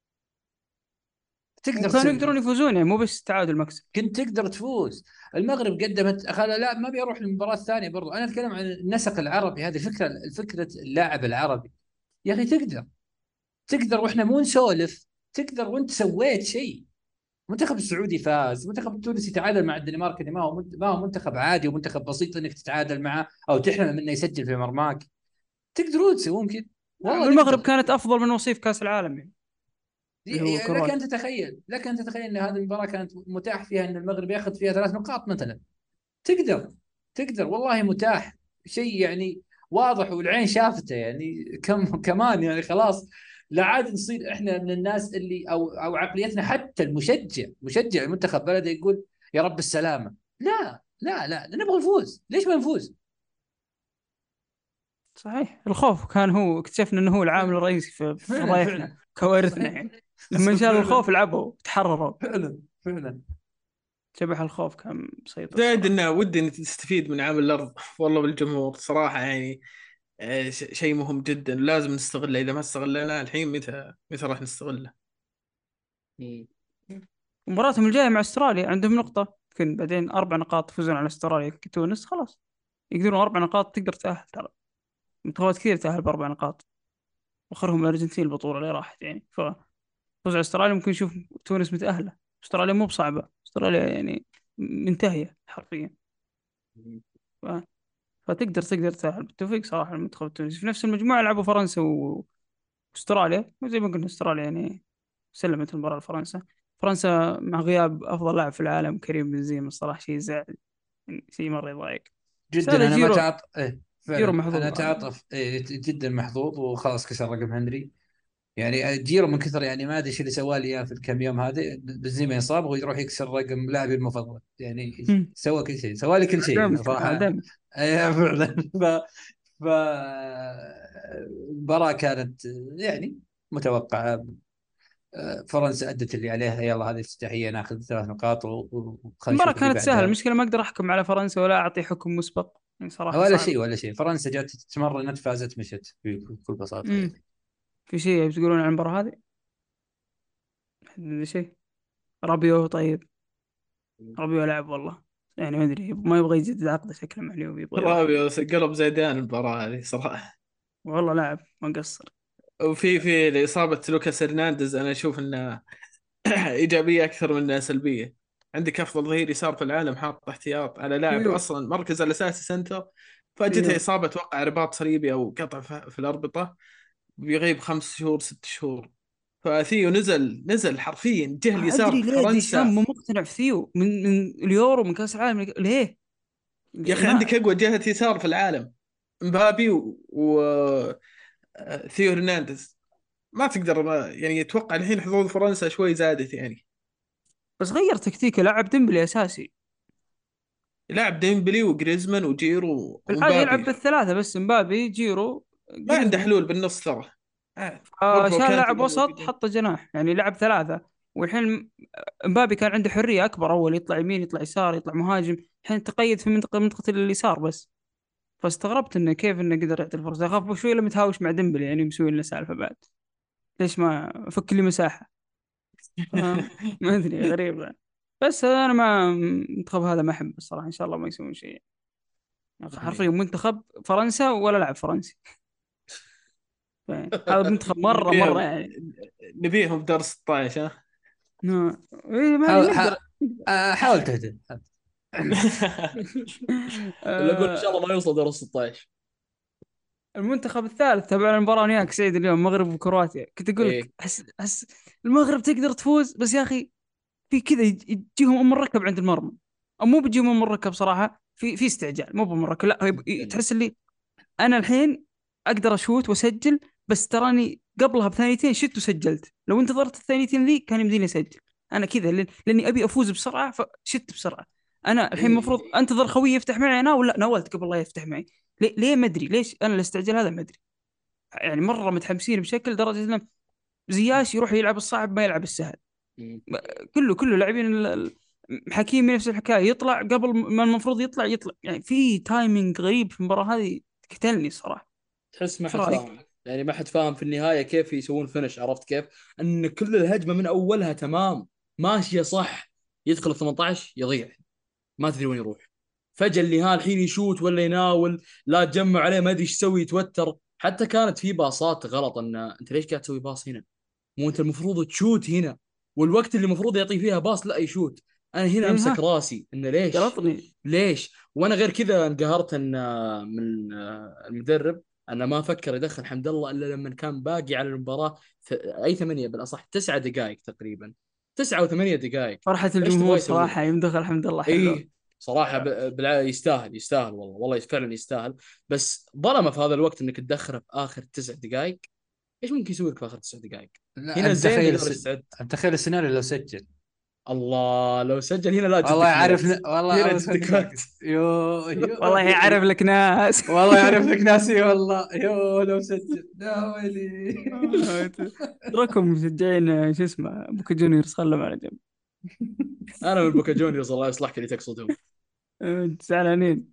[SPEAKER 4] تقدر
[SPEAKER 1] وكانوا يقدرون يفوزون يعني، مو بس تعادل مكسب.
[SPEAKER 4] كنت تقدر تفوز. المغرب قدمت لا ما ابي اروح للمباراه الثانيه برضو، انا اتكلم عن النسق العربي، هذه فكره اللاعب العربي. يا اخي تقدر واحنا مو نسولف، تقدر وانت سويت شيء. المنتخب السعودي فاز، المنتخب التونسي تعادل مع الدنمارك اللي ما هو منتخب عادي ومنتخب بسيط انك تتعادل معه او تحلم انه يسجل في مرماك. تقدرون تسوون كذا، والله
[SPEAKER 1] المغرب
[SPEAKER 4] نقدر.
[SPEAKER 1] كانت افضل من وصيف كاس العالم يعني، اللي هو
[SPEAKER 4] لك
[SPEAKER 1] كرواتيا.
[SPEAKER 4] ان تتخيل، ان هذه المباراه كانت متاح فيها ان المغرب ياخذ فيها 3 نقاط مثلا. تقدر والله متاح، شيء يعني واضح والعين شافته يعني. كمان يعني خلاص لا عاد نصير احنا من الناس اللي او عقليتنا، حتى مشجع المنتخب بلده يقول يا رب السلامه. لا لا لا، نبغى نفوز، ليش ما نفوز؟
[SPEAKER 1] صحيح، الخوف كان هو، اكتشفنا انه هو العامل الرئيسي في
[SPEAKER 4] فعلا
[SPEAKER 1] فضايحنا كوارثنا
[SPEAKER 4] صحيح.
[SPEAKER 1] يعني. لما انشال
[SPEAKER 4] فعلا
[SPEAKER 1] الخوف لعبوا تحرروا.
[SPEAKER 4] فعلا.
[SPEAKER 1] شبح الخوف كان مسيطر
[SPEAKER 3] زائد
[SPEAKER 1] صراحة.
[SPEAKER 3] انه ودي انك تستفيد من عامل الارض والله بالجمهور صراحه يعني. شيء مهم جدا لازم نستغله، اذا ما استغلناه الحين متى راح نستغله؟
[SPEAKER 1] مباراتهم الجاية مع استراليا عندهم نقطة، يمكن بعدين 4 نقاط يفوزون على استراليا تونس خلاص يقدرون 4 نقاط تقدر تأهل. ترى منتخبات كثير تأهل ب4 نقاط، واخرهم الارجنتين البطولة اللي راحت يعني. ففوز على استراليا ممكن نشوف تونس متأهلة. استراليا مو بصعبة، استراليا يعني منتهية حرفيا. ف... فتقدر تأهل بالتوفيق صراحة. المنتخب التونسي في نفس المجموعة لعبوا فرنسا واستراليا، وزي ما قلنا استراليا يعني سلمت المباراة لفرنسا. فرنسا مع غياب أفضل لاعب في العالم كريم بنزيما الصراحة شيء يزعل يعني، شيء مرة يضايق. بس
[SPEAKER 4] جدا
[SPEAKER 1] هذا
[SPEAKER 4] انا ما
[SPEAKER 1] جيرو،
[SPEAKER 4] تعاطف
[SPEAKER 1] جيرو
[SPEAKER 4] فعلا انا
[SPEAKER 1] محظوظ هذا.
[SPEAKER 4] اتعاطف جدا محظوظ، وخلاص كسر رقم هنري. يعني جيرو من كثر يعني ما ادري ايش اللي سواه لي إياه في الكم يوم هذه، بنزيما يصاب ويروح يكسر رقم لاعبي المفضل يعني.
[SPEAKER 1] هم.
[SPEAKER 4] سوى كل شيء، سوى لي كل شيء
[SPEAKER 1] عدمك
[SPEAKER 4] صراحه.
[SPEAKER 1] عدمك.
[SPEAKER 4] فعلا. ف المباراه كانت يعني متوقعه. فرنسا ادت اللي عليها، يلا هذه افتتاحيه ناخذ 3 نقاط وخلينا
[SPEAKER 1] المباراة
[SPEAKER 4] نشوف اللي
[SPEAKER 1] كانت سهلة،
[SPEAKER 4] بعدها.
[SPEAKER 1] المشكلة ما أقدر أحكم على فرنسا ولا أعطي حكم مسبق يعني، صراحة
[SPEAKER 4] ولا
[SPEAKER 1] صعب.
[SPEAKER 4] شيء ولا شيء، فرنسا جات تمرنت فازت مشت بكل بساطه
[SPEAKER 1] امم
[SPEAKER 4] يعني.
[SPEAKER 1] في شيء بتقولون عن المباراة هذه؟ شيء. رابيو طيب، رابيو لعب والله يعني، ما أدري ما يبغى يجدد عقده شكله مع اليوم، يبغى يروح.
[SPEAKER 3] رابيو قلب زيدان المباراه هذه صراحه.
[SPEAKER 1] والله لاعب ما قصر.
[SPEAKER 3] وفي اصابه لوكاس هرنانديز انا اشوف انها ايجابيه اكثر منها سلبيه. عندك افضل ظهير يسار في العالم حاط احتياط على لاعب
[SPEAKER 1] ايوه
[SPEAKER 3] اصلا مركز الاساسي سنتر، فجته
[SPEAKER 1] ايوه.
[SPEAKER 3] اصابه اتوقع رباط صليبي او قطع في الاربطه، بيغيب 5 شهور 6 شهور. فثيو نزل حرفيا جهه
[SPEAKER 1] ما
[SPEAKER 3] اليسار
[SPEAKER 1] ادري
[SPEAKER 3] في
[SPEAKER 1] ليه ديشام
[SPEAKER 3] فرنسا.
[SPEAKER 1] مو مقتنع في ثيو من اليورو، من كاس العالم، ليه؟
[SPEAKER 3] يا اخي
[SPEAKER 1] ما
[SPEAKER 3] عندك اقوى جهه يسار في العالم مبابي ثيو هرنانديز. ما تقدر يعني اتوقع الحين حظوظ فرنسا شوي زادت يعني.
[SPEAKER 1] بس غير تكتيكه، لعب ديمبلي اساسي.
[SPEAKER 3] يلعب ديمبلي وجريزمان وجيرو
[SPEAKER 1] في العاده يلعب
[SPEAKER 3] ومبابي.
[SPEAKER 1] بالثلاثه بس، مبابي جيرو
[SPEAKER 3] ما عنده
[SPEAKER 1] جريزمان.
[SPEAKER 3] حلول بالنص ترى. برضو لو
[SPEAKER 1] شال
[SPEAKER 3] كانت
[SPEAKER 1] لاعب
[SPEAKER 3] اللي
[SPEAKER 1] وسط
[SPEAKER 3] موجودين.
[SPEAKER 1] حطه جناح يعني، لعب ثلاثه. والحين مبابي كان عنده حريه اكبر، اول يطلع يمين يطلع يسار يطلع مهاجم، الحين تقيد في منطقه اليسار بس. فاستغربت انه كيف انه قدر يعطي الفرصه. اخاف شوي لما يتهاوش مع ديمبلي يعني مسوي لنا سالفه بعد. ليش ما فك لي مساحه؟ ما ادري غريبه. بس انا ما المنتخب هذا ما احبه الصراحه، ان شاء الله ما يسوون شيء. حرفيا منتخب فرنسا ولا لاعب فرنسي. هذا منتخب مره
[SPEAKER 3] نبيهم
[SPEAKER 1] يعني.
[SPEAKER 3] نبيهم دور 16 ها.
[SPEAKER 1] إيه ما
[SPEAKER 4] حاول
[SPEAKER 1] نقدر.
[SPEAKER 4] حاول تهدى.
[SPEAKER 2] ولا اقول ان شاء
[SPEAKER 1] آه،
[SPEAKER 2] الله ما يوصل دور ال 16.
[SPEAKER 1] المنتخب الثالث تبع المباراه أنا وياك سعيد اليوم، المغرب وكرواتيا. كنت اقول لك
[SPEAKER 2] ايه
[SPEAKER 1] احس المغرب تقدر تفوز، بس يا اخي في كذا يجيهم ام الركب عند المرمى، او مو بيجيهم ام الركب صراحه، في استعجال، مو بام الركب لا، تحس اللي انا الحين اقدر اشوت واسجل، بس تراني قبلها بثانيتين شت وسجلت، لو انتظرت الثانيتين ذي كان يمديني اسجل. انا كذا لاني ابي افوز بسرعه فشت بسرعه. انا الحين
[SPEAKER 2] إيه.
[SPEAKER 1] المفروض انتظر خويي يفتح معي انا، ولا ناولت قبل لا يفتح معي؟ ليه ما ادري ليش انا الاستعجال هذا، ما ادري. يعني مره متحمسين بشكل درجه انه زياش يروح يلعب الصعب ما يلعب السهل.
[SPEAKER 2] مم.
[SPEAKER 1] كله لاعبين حكيمي نفس الحكايه، يطلع قبل ما المفروض يطلع. يعني في تايمينج غريب في المباراه هذه، تقتلني صراحه.
[SPEAKER 2] تحس ما
[SPEAKER 1] ايش
[SPEAKER 2] حد
[SPEAKER 1] رايك؟
[SPEAKER 2] فاهم، يعني ما حد فاهم في النهايه كيف يسوون فينش. عرفت كيف؟ ان كل الهجمه من اولها تمام ماشيه صح، يدخل ال 18 يضيع، ما تدري وين يروح. فجاه النهايه الحين يشوت ولا يناول، لا تجمع عليه، ما ادري ايش يسوي، يتوتر. حتى كانت في باصات غلط، ان انت ليش قاعد تسوي باص هنا؟ مو انت المفروض تشوت هنا، والوقت اللي المفروض يعطيه فيها باص لا يشوت. انا هنا
[SPEAKER 1] ايه
[SPEAKER 2] امسك
[SPEAKER 1] ها،
[SPEAKER 2] راسي انه ليش؟
[SPEAKER 1] قلطني.
[SPEAKER 2] ليش؟ وانا غير كذا انقهرت ان من المدرب انه ما فكر يدخل حمد الله الا لما كان باقي على المباراه اي 8 بالاصح 9 دقائق تقريبا، 9 و8 دقائق.
[SPEAKER 1] فرحة
[SPEAKER 2] ايش
[SPEAKER 1] الجمهور
[SPEAKER 2] تبغى يسوي؟
[SPEAKER 1] صراحة يوم دخل الحمد لله حلو.
[SPEAKER 2] ايه صراحه يستاهل، يستاهل والله، والله فعلا يستاهل. بس ظلمه في هذا الوقت انك تدخله في اخر 9 دقائق. ايش ممكن يسوي لك في اخر 9 دقائق؟
[SPEAKER 4] لا
[SPEAKER 2] هنا
[SPEAKER 4] انت
[SPEAKER 2] زين
[SPEAKER 4] تخيل
[SPEAKER 2] اذا يستعد.
[SPEAKER 4] انت تخيل السيناريو لو سجل.
[SPEAKER 2] الله لو سجل هنا لا
[SPEAKER 4] والله
[SPEAKER 2] جدك
[SPEAKER 4] يعرف
[SPEAKER 2] مات.
[SPEAKER 4] والله
[SPEAKER 2] هنا
[SPEAKER 4] الله يسعدك
[SPEAKER 2] جدك مات.
[SPEAKER 4] ناقص.
[SPEAKER 1] والله يعرف لك ناس.
[SPEAKER 4] والله يعرف لك ناسي والله. لو سجل يا ويلي.
[SPEAKER 1] تراكم مشجعين شو اسمه بوكا جونيورز، خلهم على جنب.
[SPEAKER 2] انا من بوكا جونيورز الله يصلحك اللي تقصدهم.
[SPEAKER 1] زعلانين.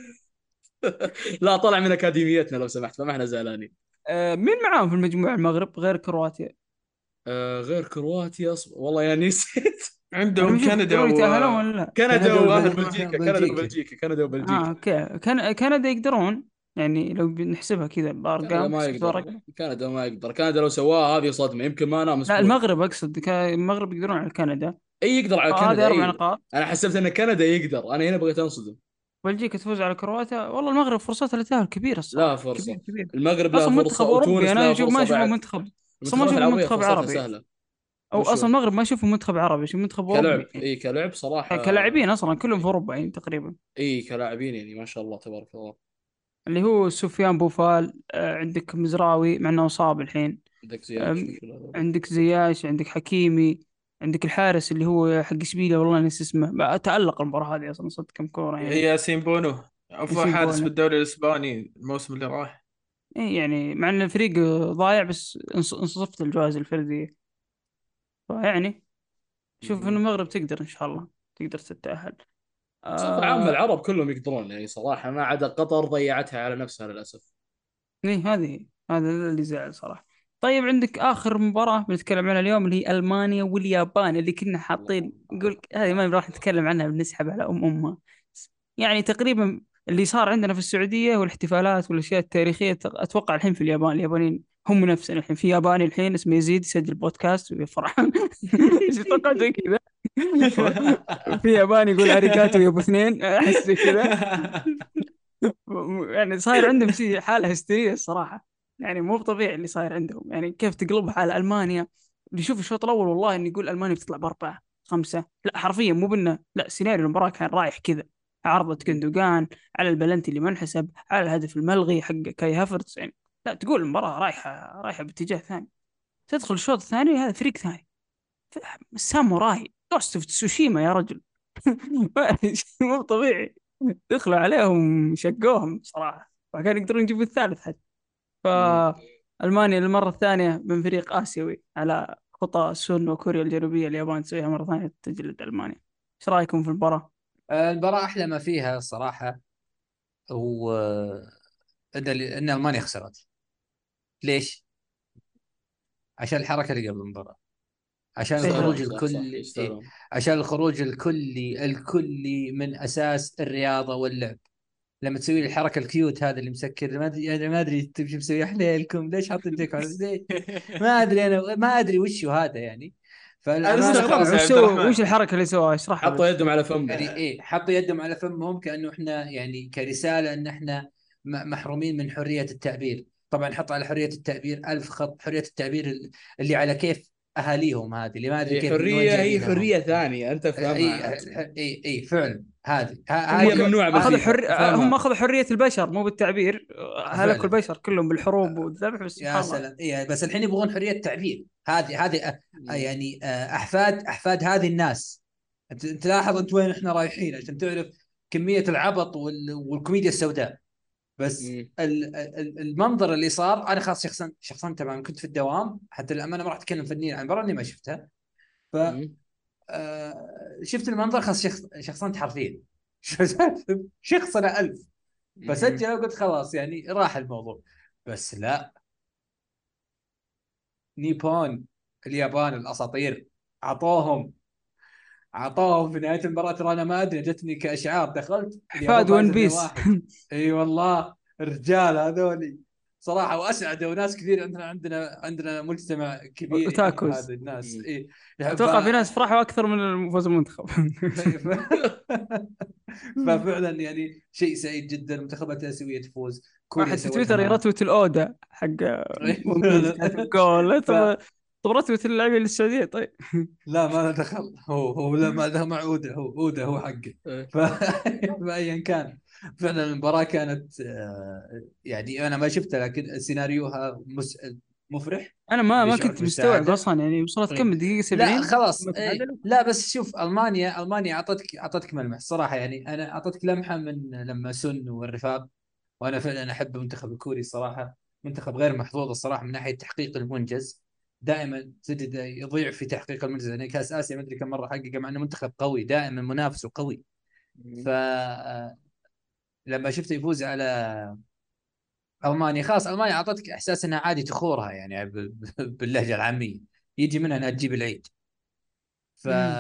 [SPEAKER 2] لا طلع من اكاديميتنا لو سمحت، فما احنا زعلانين.
[SPEAKER 1] مين معاهم في المجموعة المغرب غير كرواتيا؟
[SPEAKER 2] غير كرواتيا والله يعني نسيت.
[SPEAKER 1] انا
[SPEAKER 3] عندهم
[SPEAKER 1] بشوف
[SPEAKER 3] كندا
[SPEAKER 1] يقدرون يتأهلون ولا لا؟
[SPEAKER 2] كندا
[SPEAKER 4] كندا
[SPEAKER 2] واهل بلجيكا، كندا
[SPEAKER 4] بلجيكا.
[SPEAKER 2] وبلجيكا، كندا وبلجيكا.
[SPEAKER 1] اوكي، كندا يقدرون. يعني لو بنحسبها كذا
[SPEAKER 2] كندا
[SPEAKER 1] بارقام،
[SPEAKER 2] ما
[SPEAKER 1] حسبت
[SPEAKER 2] يقدر،
[SPEAKER 1] ورق.
[SPEAKER 2] كندا ما يقدر، كندا لو سواها هذه صدمه، يمكن ما انام
[SPEAKER 1] لا
[SPEAKER 2] اسبوع.
[SPEAKER 1] المغرب اقصد، المغرب يقدرون على كندا.
[SPEAKER 2] اي يقدر على كندا
[SPEAKER 1] هذه اربع
[SPEAKER 2] اي.
[SPEAKER 1] نقاط.
[SPEAKER 2] انا حسبت ان كندا يقدر، انا هنا بغيت انصدم.
[SPEAKER 1] بلجيكا تفوز على كرواتيا، والله المغرب فرصتها للتأهل كبيرة
[SPEAKER 2] لا
[SPEAKER 1] الصراحة، كبير
[SPEAKER 2] فرصه،
[SPEAKER 1] كبير.
[SPEAKER 2] المغرب لها
[SPEAKER 1] اصلا منتخب
[SPEAKER 2] فرصه،
[SPEAKER 1] اوروبي،
[SPEAKER 2] وتونس
[SPEAKER 1] انا
[SPEAKER 2] لها
[SPEAKER 1] اشوف ما
[SPEAKER 2] فرصه
[SPEAKER 1] اشوفه
[SPEAKER 2] بعد.
[SPEAKER 1] منتخب. اصلا ما
[SPEAKER 2] المنتخبات
[SPEAKER 1] اشوفه
[SPEAKER 2] العربيه
[SPEAKER 1] منتخب
[SPEAKER 2] فرصتها
[SPEAKER 1] عربي،
[SPEAKER 2] سهله.
[SPEAKER 1] او
[SPEAKER 2] وشو؟
[SPEAKER 1] اصلا المغرب ما اشوفه منتخب عربي، اشوفه منتخب
[SPEAKER 2] كلعب
[SPEAKER 1] اوروبي يعني.
[SPEAKER 2] اي كلعب صراحه.
[SPEAKER 1] كلاعبين اصلا كلهم في اوروبا يعني تقريبا.
[SPEAKER 2] اي كلاعبين يعني ما شاء الله تبارك الله.
[SPEAKER 1] اللي هو سفيان بوفال، عندك مزراوي مع انه صعب الحين.
[SPEAKER 2] عندك زياش وشو هذول.
[SPEAKER 1] عندك زياش، عندك حكيمي. عندك الحارس اللي هو حق اشبيليا، والله نسي اسمه بقى، تألق المباراة هذه اصلا، صد كم كورة يعني.
[SPEAKER 3] ياسين بونو افضل
[SPEAKER 1] ياسين
[SPEAKER 3] حارس
[SPEAKER 1] بونو.
[SPEAKER 3] بالدوري الاسباني الموسم اللي راح.
[SPEAKER 1] إيه يعني مع ان الفريق ضايع، بس انصفت الجوائز الفردية. فيعني شوف ان
[SPEAKER 2] مم.
[SPEAKER 1] المغرب تقدر ان شاء الله، تقدر تتأهل.
[SPEAKER 2] بصفة عامة
[SPEAKER 1] آه.
[SPEAKER 2] العرب كلهم يقدرون يعني صراحة، ما عدا قطر ضيعتها على نفسها للأسف.
[SPEAKER 1] إيه هذا اللي زعل صراحة. طيب عندك آخر مباراة بنتكلم عنها اليوم، اللي هي ألمانيا واليابان، اللي كنا حاطين نقول هذه ما راح نتكلم عنها، بنسحب على أمها. يعني تقريبا اللي صار عندنا في السعودية والاحتفالات والأشياء التاريخية، أتوقع الحين في اليابان. اليابانيين هم نفسهم الحين، في ياباني الحين اسمه يزيد يسجل بودكاست ويفرح. ايش اتوقع زي كذا. في ياباني يقول اريكاتو يا ابو اثنين، احس زي كذا. يعني صاير عندهم شيء، حالة هستيرية الصراحة. يعني مو طبيعي اللي صاير عندهم، يعني كيف تقلبها على ألمانيا. اللي يشوف الشوط الأول والله إنه يقول ألمانيا بتطلع بأربعة خمسة، لا حرفيا مو بنا، لا سيناريو المباراة كان رايح كذا. عرضة كندوغان على البلنتي اللي ما انحسب، على الهدف الملغي حق كاي هافرتس يعني. لا تقول المباراة رايحة باتجاه ثاني. تدخل الشوط الثاني هذا فريق ثاني، ساموراي جوست اوف تسوشيما يا رجل. مو طبيعي. دخلوا عليهم شقوهم صراحة، وكان يقدرون يجيبوا الثالث حتى.
[SPEAKER 2] مم.
[SPEAKER 1] فألمانيا للمرة الثانية من فريق آسيوي على خطى الصين وكوريا الجنوبية، اليابان تسويها مرة ثانية تجلد ألمانيا. ايش رأيكم في المباراة؟
[SPEAKER 4] المباراة أحلى ما فيها صراحة و إن ألمانيا خسرت. ليش؟ عشان الحركة اللي قبل المباراة، عشان
[SPEAKER 1] ايه
[SPEAKER 2] يستاهلون
[SPEAKER 4] الخروج
[SPEAKER 1] هذا؟
[SPEAKER 2] صح صح
[SPEAKER 4] الكلي
[SPEAKER 2] يستاهلون.
[SPEAKER 4] عشان الخروج الكلي من أساس الرياضة واللعب. لما تسوي لي الحركة الكيوت هذا اللي مسكر، ما أدري يعني، ما أدري تمشي مسوي حليلكم ليش حاطين يديك على ليش؟ ما أدري أنا، ما أدري وش هو هذا يعني.
[SPEAKER 3] انا
[SPEAKER 4] فالأمانة
[SPEAKER 3] استغربت يا
[SPEAKER 1] وش
[SPEAKER 3] عبد
[SPEAKER 1] سووا؟ وش
[SPEAKER 3] الرحمن.
[SPEAKER 1] الحركة اللي سووها؟ اشرحها
[SPEAKER 2] حطوا
[SPEAKER 1] بس.
[SPEAKER 2] يدهم على فمه.
[SPEAKER 4] يعني إيه، حطوا يدهم على فمهم كأنه إحنا يعني كرسالة إن إحنا محرومين من حرية التعبير. طبعا حط على حرية التعبير ألف خط. حرية التعبير اللي على كيف اهاليهم، هذه اللي ما ادري
[SPEAKER 2] هي
[SPEAKER 4] كيف من وين
[SPEAKER 2] حريه، هي
[SPEAKER 4] جايبينهم.
[SPEAKER 2] حريه ثانيه انت
[SPEAKER 4] اي
[SPEAKER 2] فهمها عاد.
[SPEAKER 4] اي فعلا، هذه
[SPEAKER 2] حريه
[SPEAKER 4] هذه
[SPEAKER 2] ممنوعه
[SPEAKER 1] اخذوا
[SPEAKER 2] بالفيفا
[SPEAKER 1] هم
[SPEAKER 2] افهمها.
[SPEAKER 1] اخذوا حريه البشر مو بالتعبير، هلكوا
[SPEAKER 4] فعلا.
[SPEAKER 1] البشر كلهم بالحروب والذبح، بس
[SPEAKER 4] يا
[SPEAKER 1] سبحان الله.
[SPEAKER 4] سلام. إيه بس الحين يبغون حريه تعبير. هذه يعني احفاد هذه الناس. انت لاحظ انت وين احنا رايحين عشان تعرف كميه العبط والكوميديا السوداء. بس
[SPEAKER 2] مم.
[SPEAKER 4] المنظر اللي صار، انا خلاص شخصا تمام كنت في الدوام، حتى الامانه ما راح اتكلم فنيا عن برا اني ما شفتها. ف
[SPEAKER 2] مم.
[SPEAKER 4] شفت المنظر خلاص شخصنت حرفيا. شخصنا ألف.
[SPEAKER 2] مم.
[SPEAKER 4] فسجل وقلت خلاص يعني راح الموضوع. بس لا، نيبون، اليابان الاساطير، عطوهم في نهايه المباراه. ترى انا ما ادري، جتني كاشعار دخلت اليابان
[SPEAKER 1] احفاد ون
[SPEAKER 4] فايزه
[SPEAKER 1] بيس.
[SPEAKER 4] 2-1. اي والله الرجال هذولي صراحه، واسعدوا ناس كثير. عندنا مجتمع كبير يحب
[SPEAKER 1] وتاكوز.
[SPEAKER 4] هذا الناس.
[SPEAKER 2] مم.
[SPEAKER 4] اي
[SPEAKER 1] اتوقع في ناس فرحوا اكثر من فوز المنتخب.
[SPEAKER 4] ففعلا يعني شيء سعيد جدا. المنتخبات الاسيويه تفوز، كوريا
[SPEAKER 1] واحد في
[SPEAKER 4] سوتها
[SPEAKER 1] تويتر
[SPEAKER 4] معنا.
[SPEAKER 1] يرتوت الاودا حق ون بيس
[SPEAKER 4] فعلا.
[SPEAKER 1] كاتب جول.
[SPEAKER 4] ف
[SPEAKER 1] طب رتوت اللاعبين للسعوديه طيب.
[SPEAKER 4] لا ما له دخل. هو لا، ما له معوده. هو حقه.
[SPEAKER 2] إيه.
[SPEAKER 4] ف... فايا كان، فعلا المباراه كانت يعني انا ما شفتها، لكن سيناريوها مفرح،
[SPEAKER 1] انا ما
[SPEAKER 4] بيشعرك
[SPEAKER 1] كنت مستوعب
[SPEAKER 4] بالسعاده.
[SPEAKER 1] اصلا، يعني وصلت كم
[SPEAKER 4] إيه.
[SPEAKER 1] دقيقه
[SPEAKER 4] لا
[SPEAKER 1] 70
[SPEAKER 4] خلاص.
[SPEAKER 1] ما
[SPEAKER 4] إيه.
[SPEAKER 1] تعادلوا.
[SPEAKER 4] لا بس شوف، المانيا اعطتك ملمح صراحه. يعني انا اعطتك لمحه من لما سن والرفاق. وانا فعلا احب المنتخب الكوري الصراحه. منتخب غير محظوظ الصراحه من ناحيه تحقيق المنجز. دائما تجد يضيع في تحقيق المنجز. يعني كاس اسيا ما ادري كم مره حقق، مع انه منتخب قوي دائما منافسه قوي.
[SPEAKER 2] مم.
[SPEAKER 4] فلما شفته يفوز على المانيا، خلاص المانيا اعطتك احساس انها عادي تخورها، يعني باللهجه العاميه، يجي منها انها تجيب العيد. ف
[SPEAKER 1] امم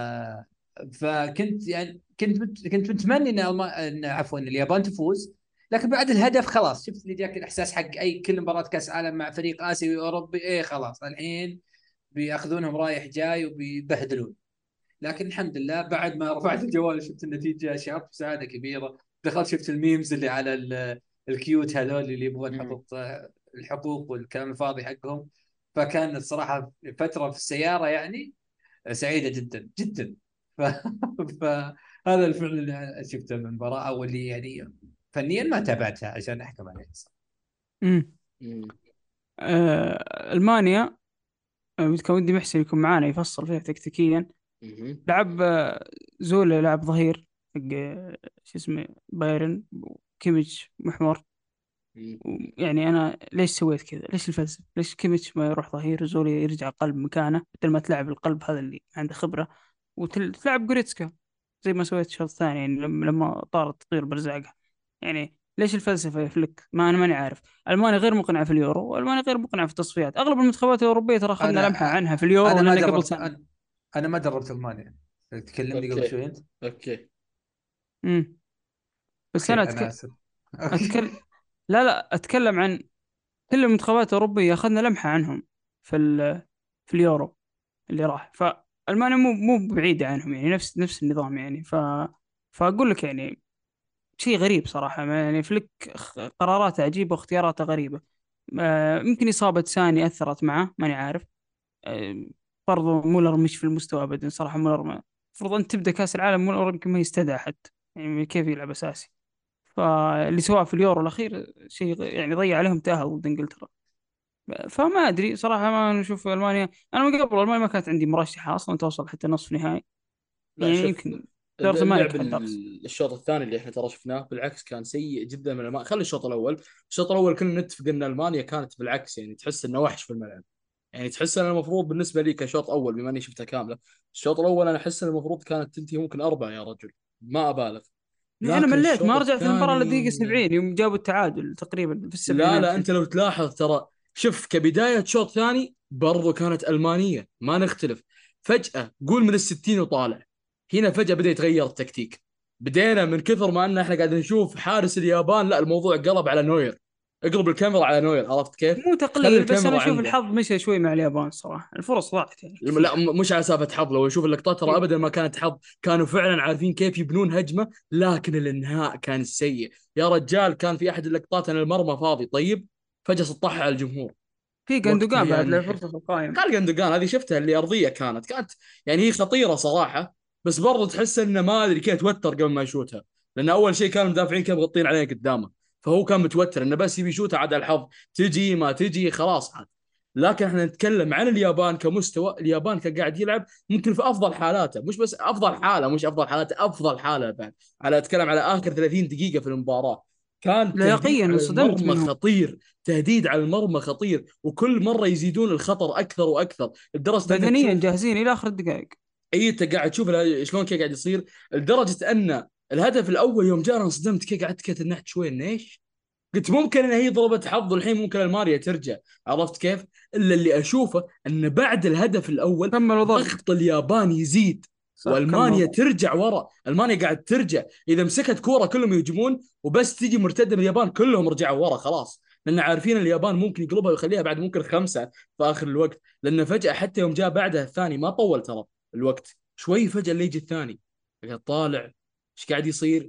[SPEAKER 4] فكنت يعني كنت متمني ان عفوا ان اليابان تفوز. لكن بعد الهدف خلاص شفت اللي جاك الاحساس حق اي كل مباراه كاس عالم مع فريق اسيوي اوروبي. ايه خلاص الحين بياخذونهم رايح جاي وبيبهدلون. لكن الحمد لله بعد ما رفعت الجوال شفت النتيجه، شعرت بسعاده كبيره. دخلت شفت الميمز اللي على الكيوت هذول اللي يبغون
[SPEAKER 2] مم.
[SPEAKER 4] الحقوق والكلام الفاضي حقهم. فكانت صراحه فتره في السياره يعني سعيده جدا جدا. ف... فهذا الفعل اللي شفته من المباراه، او اللي يعني فنيا ما تابعتها عشان احكم عليها.
[SPEAKER 1] امم
[SPEAKER 2] مم.
[SPEAKER 1] المانيا، كان ودي محسن يكون معانا يفصل فيها تكتيكيا.
[SPEAKER 2] مم.
[SPEAKER 1] لعب زولا لعب ظهير حق شو اسمه بايرن، كيميتش محور.
[SPEAKER 2] مم.
[SPEAKER 1] يعني انا ليش سويت كذا؟ ليش الفلسفه؟ ليش كيميتش ما يروح ظهير وزولا يرجع قلب مكانه بدل ما تلعب القلب هذا اللي عنده خبره، وتلعب جوريتسكا زي ما سويت الشوط الثاني، يعني لما طارت تطير برزاقها. يعني ليش الفلسفه يا فليك؟ ما انا ماني عارف. المانيا غير مقنعه في اليورو، والمانيا غير مقنعه في التصفيات. اغلب المنتخبات الاوروبيه ترى اخذنا
[SPEAKER 4] انا
[SPEAKER 1] لمحه عنها في اليورو
[SPEAKER 4] انا ما
[SPEAKER 1] لان قبل
[SPEAKER 4] دربت.
[SPEAKER 1] سنه.
[SPEAKER 4] انا ما دربت المانيا. تكلمني قبل
[SPEAKER 2] اوكي.
[SPEAKER 4] شوي انت.
[SPEAKER 2] اوكي.
[SPEAKER 1] امم بس انا
[SPEAKER 4] اوكي انا اسف. اوكي.
[SPEAKER 1] أتكلم لا اتكلم عن كل المنتخبات الأوروبية أخذنا لمحة عنهم في في اليورو اللي راح. فألمانيا مو بعيدة عنهم، يعني نفس النظام يعني. فأقول لك يعني شيء غريب صراحة. يعني فليك قراراته عجيبة واختياراته غريبة. يمكن إصابة ساني أثرت معه، ماني عارف. آه، برضو مولر مش في المستوى أبدا صراحة. مولر المفروض أنت تبدأ كأس العالم، مولر يمكن ما يستدعى حتى، يعني كيف يلعب أساسي. فاللي سواه في اليورو الأخير شيء يعني ضيع عليهم تأهل ضد إنجلترا. فما ادري صراحه، ما نشوف المانيا. انا من قبل المانيا ما كانت عندي مرشحه اصلا توصل حتى نصف نهائي،
[SPEAKER 2] لا
[SPEAKER 1] يعني
[SPEAKER 2] شوف،
[SPEAKER 1] يمكن دور ثمانيه
[SPEAKER 2] اللعب
[SPEAKER 1] تحدى اقصى.
[SPEAKER 2] الشوط الثاني اللي احنا ترى شفناه بالعكس كان سيء جدا من المانيا. خلي الشوط الاول. الشوط الاول كلنا نتفق ان المانيا كانت بالعكس، يعني تحس انه وحش في الملعب. يعني تحس ان المفروض بالنسبه لي كشوط اول، بما اني شفتها كامله، الشوط الاول انا احس ان المفروض كانت تنتهي ممكن اربعه يا رجل، ما ابالغ.
[SPEAKER 1] يعني انا
[SPEAKER 2] لكن
[SPEAKER 1] مليت،
[SPEAKER 2] الشوط
[SPEAKER 1] ما رجعت المباراه الا دقيقه
[SPEAKER 2] الثاني،
[SPEAKER 1] 70 يوم جابوا التعادل تقريبا في
[SPEAKER 2] لا
[SPEAKER 1] السبعينات
[SPEAKER 2] لا
[SPEAKER 1] كذا.
[SPEAKER 2] انت لو تلاحظ ترى، شوف كبدايه شوط ثاني برضو كانت المانيه، ما نختلف. فجاه قول من الستين وطالع، هنا فجاه بدا يتغير التكتيك. بدينا من كثر ما ان احنا قاعدين نشوف حارس اليابان، لا الموضوع قلب على نوير. اقلب الكاميرا على نوير، عرفت كيف؟
[SPEAKER 1] مو
[SPEAKER 2] خلي
[SPEAKER 1] تقليل، بس انا
[SPEAKER 2] الكاميرا
[SPEAKER 1] اشوف
[SPEAKER 2] عنده.
[SPEAKER 1] الحظ مشى شوي مع اليابان صراحه. الفرص ضاعت يعني
[SPEAKER 2] لا
[SPEAKER 1] كثير.
[SPEAKER 2] مش على سالفه حظ، لو نشوف اللقطات ترى
[SPEAKER 1] إيه.
[SPEAKER 2] ابدا ما كانت حظ، كانوا فعلا عارفين كيف يبنون هجمه، لكن الانهاء كان سيء. يا رجال كان في احد اللقطات ان المرمى فاضي طيب، فجاه سطحها على الجمهور.
[SPEAKER 1] في
[SPEAKER 2] وقتها
[SPEAKER 1] جندوجان بعد له
[SPEAKER 2] يعني
[SPEAKER 1] فرصة في القائمة.
[SPEAKER 2] كان جندوجان هذه شفتها اللي ارضيه كانت يعني هي خطيره صراحه، بس برضو تحس انه ما ادري كيف توتر قبل ما يشوتها، لان اول شيء كانوا المدافعين كانوا مغطين عليه قدامه، فهو كان متوتر انه بس يبي يشوتها عاد على الحظ، تجي ما تجي خلاص عاد. لكن احنا نتكلم عن اليابان كمستوى، اليابان كان قاعد يلعب ممكن في افضل حالاته، مش بس افضل حاله، مش افضل حالاته، افضل حاله بعد، على اتكلم على اخر 30 دقيقه في المباراه. كان تهديد
[SPEAKER 1] لياقيا
[SPEAKER 2] على
[SPEAKER 1] انصدمت
[SPEAKER 2] المرمى
[SPEAKER 1] منهم.
[SPEAKER 2] خطير، تهديد على المرمى خطير، وكل مره يزيدون الخطر اكثر واكثر، لدرجه انك
[SPEAKER 1] بدنيا
[SPEAKER 2] تشوف
[SPEAKER 1] جاهزين الى اخر الدقائق.
[SPEAKER 2] اي انت قاعد تشوف شلون كي قاعد يصير، لدرجه ان الهدف الاول يوم جانا انصدمت كي قعدت كي تنحت شوي انه ايش، قلت ممكن ان هي ضربت حظ والحين ممكن الماريا ترجع، عرفت كيف؟ الا اللي اشوفه ان بعد الهدف الاول
[SPEAKER 1] كملوا ضغط.
[SPEAKER 2] ضغط اليابان يزيد،
[SPEAKER 1] صح كملوا
[SPEAKER 2] والمانيا
[SPEAKER 1] ضغط.
[SPEAKER 2] ترجع ورا، المانيا قاعد ترجع، اذا مسكت كوره كلهم يهجمون، وبس تيجي مرتده من اليابان كلهم رجعوا ورا خلاص، لان عارفين اليابان ممكن يقلبها ويخليها بعد ممكن 5 في اخر الوقت، لان فجاه حتى يوم جاء بعدها الثاني ما طول ترى الوقت شوي، فجاه اللي يجي الثاني قاعد طالع ايش قاعد يصير.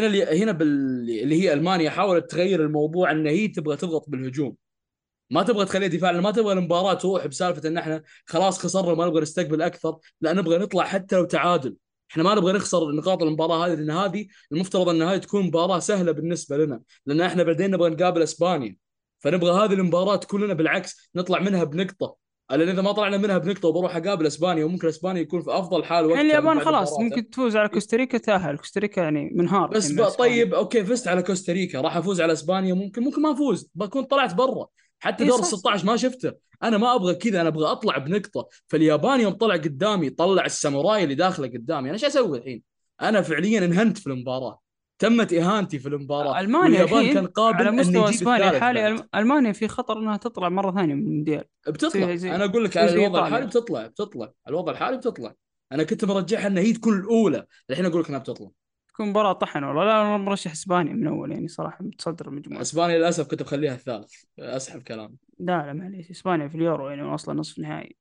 [SPEAKER 2] اللي هي المانيا حاولت تغير الموضوع ان هي تبغى تضغط بالهجوم، ما تبغى تخليها دفاع، ما تبغى المباراه تروح بسالفه ان احنا خلاص خسرنا ما نبغى نستقبل اكثر، لا نبغى نطلع حتى لو تعادل، احنا ما نبغى نخسر نقاط المباراه هذه، لان هذه المفترض ان هذه تكون مباراه سهله بالنسبه لنا، لان احنا بعدين نبغى نقابل اسبانيا، فنبغى هذه المباراه تكون لنا بالعكس نطلع منها بنقطه، لان اذا ما طلعنا منها بنقطه وبروح اقابل اسبانيا، وممكن اسبانيا يكون في افضل حال
[SPEAKER 1] الحين
[SPEAKER 2] وقتها من
[SPEAKER 1] اليابان
[SPEAKER 2] بعد
[SPEAKER 1] خلاص
[SPEAKER 2] مباراته.
[SPEAKER 1] ممكن تفوز على كوستاريكا، تاهل كوستاريكا يعني منهار
[SPEAKER 2] بس
[SPEAKER 1] الحين مع
[SPEAKER 2] بقى
[SPEAKER 1] اسبانيا.
[SPEAKER 2] طيب اوكي فزت على كوستاريكا، راح افوز على اسبانيا، ممكن ما افوز، بكون طلعت برا، حتى
[SPEAKER 1] اي
[SPEAKER 2] دور ال
[SPEAKER 1] صح.
[SPEAKER 2] 16 ما شفته، انا ما ابغى كذا، انا ابغى اطلع بنقطه، فاليابان يوم طلع قدامي طلع الساموراي اللي داخله قدامي، انا ايش اسوي الحين؟ انا فعليا انهنت في المباراه، تمت اهانتي في المباراه،
[SPEAKER 1] المانيا
[SPEAKER 2] واليابان كان
[SPEAKER 1] الحين على
[SPEAKER 2] قابل انه
[SPEAKER 1] مستوى
[SPEAKER 2] يجيب
[SPEAKER 1] اسبانيا
[SPEAKER 2] الثالث
[SPEAKER 1] الحالي،
[SPEAKER 2] بعد.
[SPEAKER 1] المانيا في خطر انها تطلع مره ثانيه من المونديال.
[SPEAKER 2] بتطلع،
[SPEAKER 1] تصير زي
[SPEAKER 2] انا اقول لك
[SPEAKER 1] تصير
[SPEAKER 2] على
[SPEAKER 1] زي
[SPEAKER 2] الوضع الحالي
[SPEAKER 1] ايطاليا.
[SPEAKER 2] بتطلع على الوضع الحالي بتطلع، انا كنت مرجحها ان هي تكون الاولى، الحين اقول لك انها بتطلع.
[SPEAKER 1] تكون مباراه طحن والله. لا انا مرشح اسبانيا من اول يعني صراحه متصدر المجموعه.
[SPEAKER 2] اسبانيا للاسف كنت بخليها الثالث، اسحب كلامي.
[SPEAKER 1] لا لا معليش، اسبانيا في اليورو يعني واصله نصف نهائي.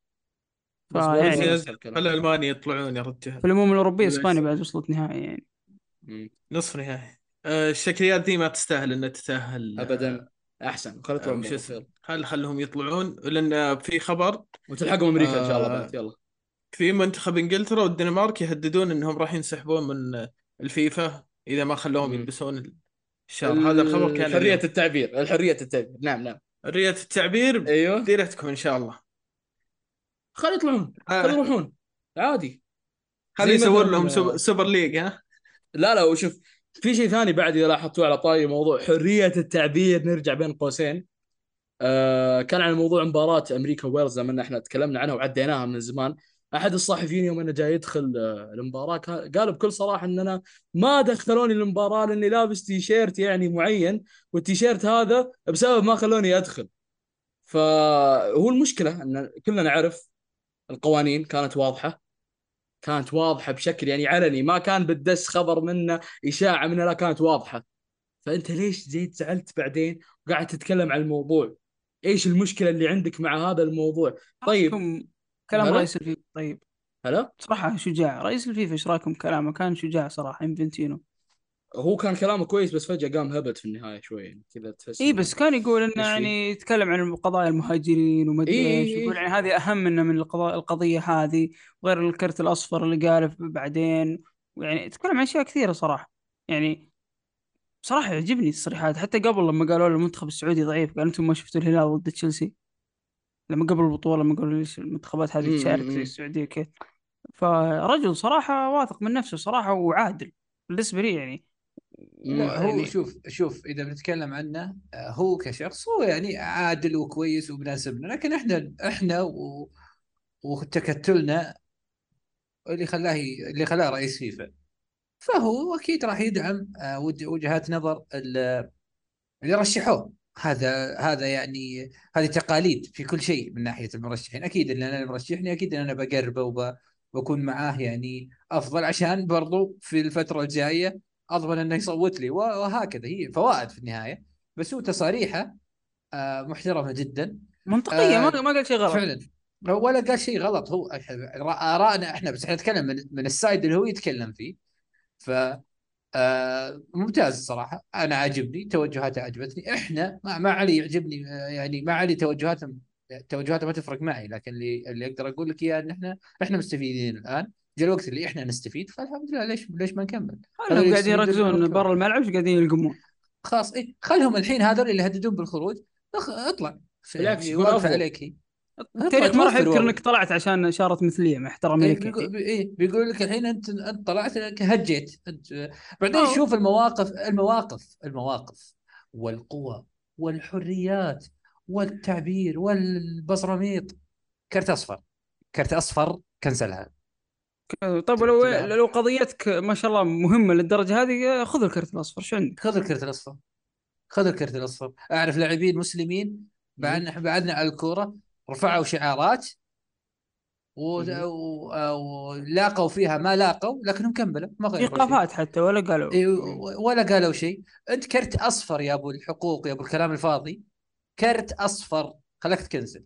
[SPEAKER 2] بس برضو
[SPEAKER 1] فيعني
[SPEAKER 2] اسحب
[SPEAKER 3] خلى
[SPEAKER 2] كلامي.
[SPEAKER 3] المانيا يطلعون يا
[SPEAKER 1] في
[SPEAKER 3] رجال.
[SPEAKER 1] الامم الاوروبيه اسبانيا
[SPEAKER 3] بالعكس.
[SPEAKER 1] بعد وصلت نهائي يعني.
[SPEAKER 2] مم.
[SPEAKER 3] نصف نهائي. الشكليات دي ما تستاهل انها تتاهل.
[SPEAKER 2] ابدا، احسن خلي يطلعون
[SPEAKER 3] وش
[SPEAKER 2] برا
[SPEAKER 3] اسمه،
[SPEAKER 2] خير،
[SPEAKER 3] خلهم يطلعون، لان في خبر
[SPEAKER 2] وتلحقهم امريكا ان شاء الله بعد،
[SPEAKER 3] آه،
[SPEAKER 2] يلا.
[SPEAKER 3] في منتخب انجلترا والدنمارك يهددون انهم راح ينسحبون من الفيفا اذا ما خلوهم
[SPEAKER 2] مم.
[SPEAKER 3] يلبسون الشار. هذا الخبر كان
[SPEAKER 2] حرية
[SPEAKER 3] اليوم.
[SPEAKER 2] التعبير، الحرية التعبير، نعم نعم.
[SPEAKER 3] حرية التعبير
[SPEAKER 2] ايوه،
[SPEAKER 3] بديرتكم ان شاء الله.
[SPEAKER 2] خلي يطلعون، خلي
[SPEAKER 3] آه،
[SPEAKER 2] يروحون عادي.
[SPEAKER 3] خلي
[SPEAKER 2] زي
[SPEAKER 3] يسوون لهم
[SPEAKER 2] مثلا
[SPEAKER 3] سوبر ليج ها.
[SPEAKER 2] لا لا، وشوف في شيء ثاني بعد اذا لاحظتوا على طاري موضوع حرية التعبير، نرجع بين قوسين، كان على موضوع مباراة امريكا وويلز لما احنا تكلمنا عنها وعديناها من زمان، احد الصحفيين يوم انه جاي يدخل المباراة قال بكل صراحة ان انا ما دخلوني المباراة لاني لابس تيشيرت يعني معين، والتيشيرت هذا بسبب ما خلوني ادخل. فهو المشكلة ان كلنا نعرف القوانين كانت واضحة، كانت واضحة بشكل يعني علني، ما كان بتدس خبر منه إشاعة منه، لا كانت واضحة، فأنت ليش جيت زعلت بعدين وقاعد تتكلم عن الموضوع؟ إيش المشكلة اللي عندك مع هذا الموضوع؟ طيب.
[SPEAKER 1] رايكم كلام
[SPEAKER 2] هلا
[SPEAKER 1] رئيس الفيفا طيب؟
[SPEAKER 2] هلا.
[SPEAKER 1] صراحه شجاع رئيس الفيفا، ايش رايكم كلامه؟ كان شجاع صراحه انفنتينو.
[SPEAKER 2] هو كان كلامه كويس بس فجأة قام هبت في النهاية شوي، يعني كذا تحس
[SPEAKER 1] اي
[SPEAKER 2] إنه
[SPEAKER 1] بس كان يقول انه
[SPEAKER 2] إيش فيه؟
[SPEAKER 1] يعني يتكلم عن قضايا المهاجرين وما
[SPEAKER 2] إي
[SPEAKER 1] ادري
[SPEAKER 2] إي
[SPEAKER 1] ايش، يقول
[SPEAKER 2] إي.
[SPEAKER 1] يعني هذه اهم من القضيه هذه، وغير الكرت الاصفر اللي قاله بعدين، ويعني يتكلم عن اشياء كثيره صراحه يعني. صراحه يعجبني التصريحات، حتى قبل لما قالوا له المنتخب السعودي ضعيف قال انتم ما شفتوا الهلال ضد تشيلسي، لما قبل البطوله لما قالوا ليش المنتخبات هذه تشارك زي
[SPEAKER 2] أمم.
[SPEAKER 1] السعوديه كيف. فرجل صراحه واثق من نفسه صراحه وعادل بالنسبه لي يعني.
[SPEAKER 2] أمم.
[SPEAKER 4] لا هو
[SPEAKER 1] ويعني
[SPEAKER 4] شوف اذا بنتكلم عنه هو كشخص هو يعني عادل وكويس وبناسبنا، لكن احنا وتكتلنا اللي خلاه رئيس فيفا، فهو اكيد راح يدعم وجهات نظر اللي رشحوه. هذا يعني هذه تقاليد في كل شيء من ناحيه المرشحين. اكيد ان انا مرشحني اكيد ان انا بقربه وبكون معاه يعني افضل، عشان برضو في الفتره الجايه اضمن انه يصوت لي، وهكذا هي فوائد في النهايه. بس هو تصاريحه محترمه جدا.
[SPEAKER 1] منطقيه، ما
[SPEAKER 4] آه،
[SPEAKER 1] ما قال شيء غلط.
[SPEAKER 4] فعلا ولا قال شيء غلط. هو ارائنا احنا، بس احنا نتكلم من السايد اللي هو يتكلم فيه. ممتاز صراحة، أنا عاجبني توجهاته، عجبتني. إحنا ما علي يعجبني، يعني ما علي توجهاته ما تفرق معي، لكن اللي أقدر أقول لك إياه إن إحنا مستفيدين الآن. جاء الوقت اللي إحنا نستفيد، فالحمد لله، ليش ما نكمل؟ هذول
[SPEAKER 1] خلهم قاعدين
[SPEAKER 4] يستفيدون من
[SPEAKER 1] يركزون
[SPEAKER 4] الكرة.
[SPEAKER 1] برا الملعب، ايش قاعدين يلقمون.
[SPEAKER 4] خلاص، إيه، خلهم الحين هذول اللي يهددون بالخروج. اطلع،
[SPEAKER 2] بالعكس
[SPEAKER 4] يعني
[SPEAKER 2] يكون
[SPEAKER 4] واقفة
[SPEAKER 2] افضل.
[SPEAKER 4] عليك هي. اطلع
[SPEAKER 1] التاريخ ما راح
[SPEAKER 4] توفر
[SPEAKER 1] يذكر انك
[SPEAKER 4] وقت.
[SPEAKER 1] طلعت عشان اشاره مثليه، مع احترامي
[SPEAKER 4] إيه
[SPEAKER 1] لك اكيد.
[SPEAKER 4] بيقول لك الحين انت طلعت لك هجيت انت. بعدين
[SPEAKER 1] أو
[SPEAKER 4] شوف المواقف والقوة والحريات والتعبير والبصرميط. كرت اصفر، كرت اصفر، كنسلها.
[SPEAKER 1] طيب، ولو
[SPEAKER 4] تلعب،
[SPEAKER 1] لو قضيتك ما شاء الله مهمه للدرجه هذه، خذ الكرت الاصفر، شو عندك؟
[SPEAKER 4] خذ الكرت الاصفر، خذ الكرت الاصفر. اعرف لاعبين مسلمين
[SPEAKER 2] مهم.
[SPEAKER 4] بعدنا على الكورة، رفعوا شعارات
[SPEAKER 2] مهم.
[SPEAKER 4] ولاقوا فيها ما لاقوا، لكنهم كملوا ما غيروا شيء.
[SPEAKER 1] ايقافات حتى ولا قالوا.
[SPEAKER 4] إيه،
[SPEAKER 2] مهم.
[SPEAKER 4] ولا قالوا شيء. انت كرت اصفر يا ابو الحقوق، يا ابو الكلام الفاضي. كرت اصفر، خلاك تكنسل.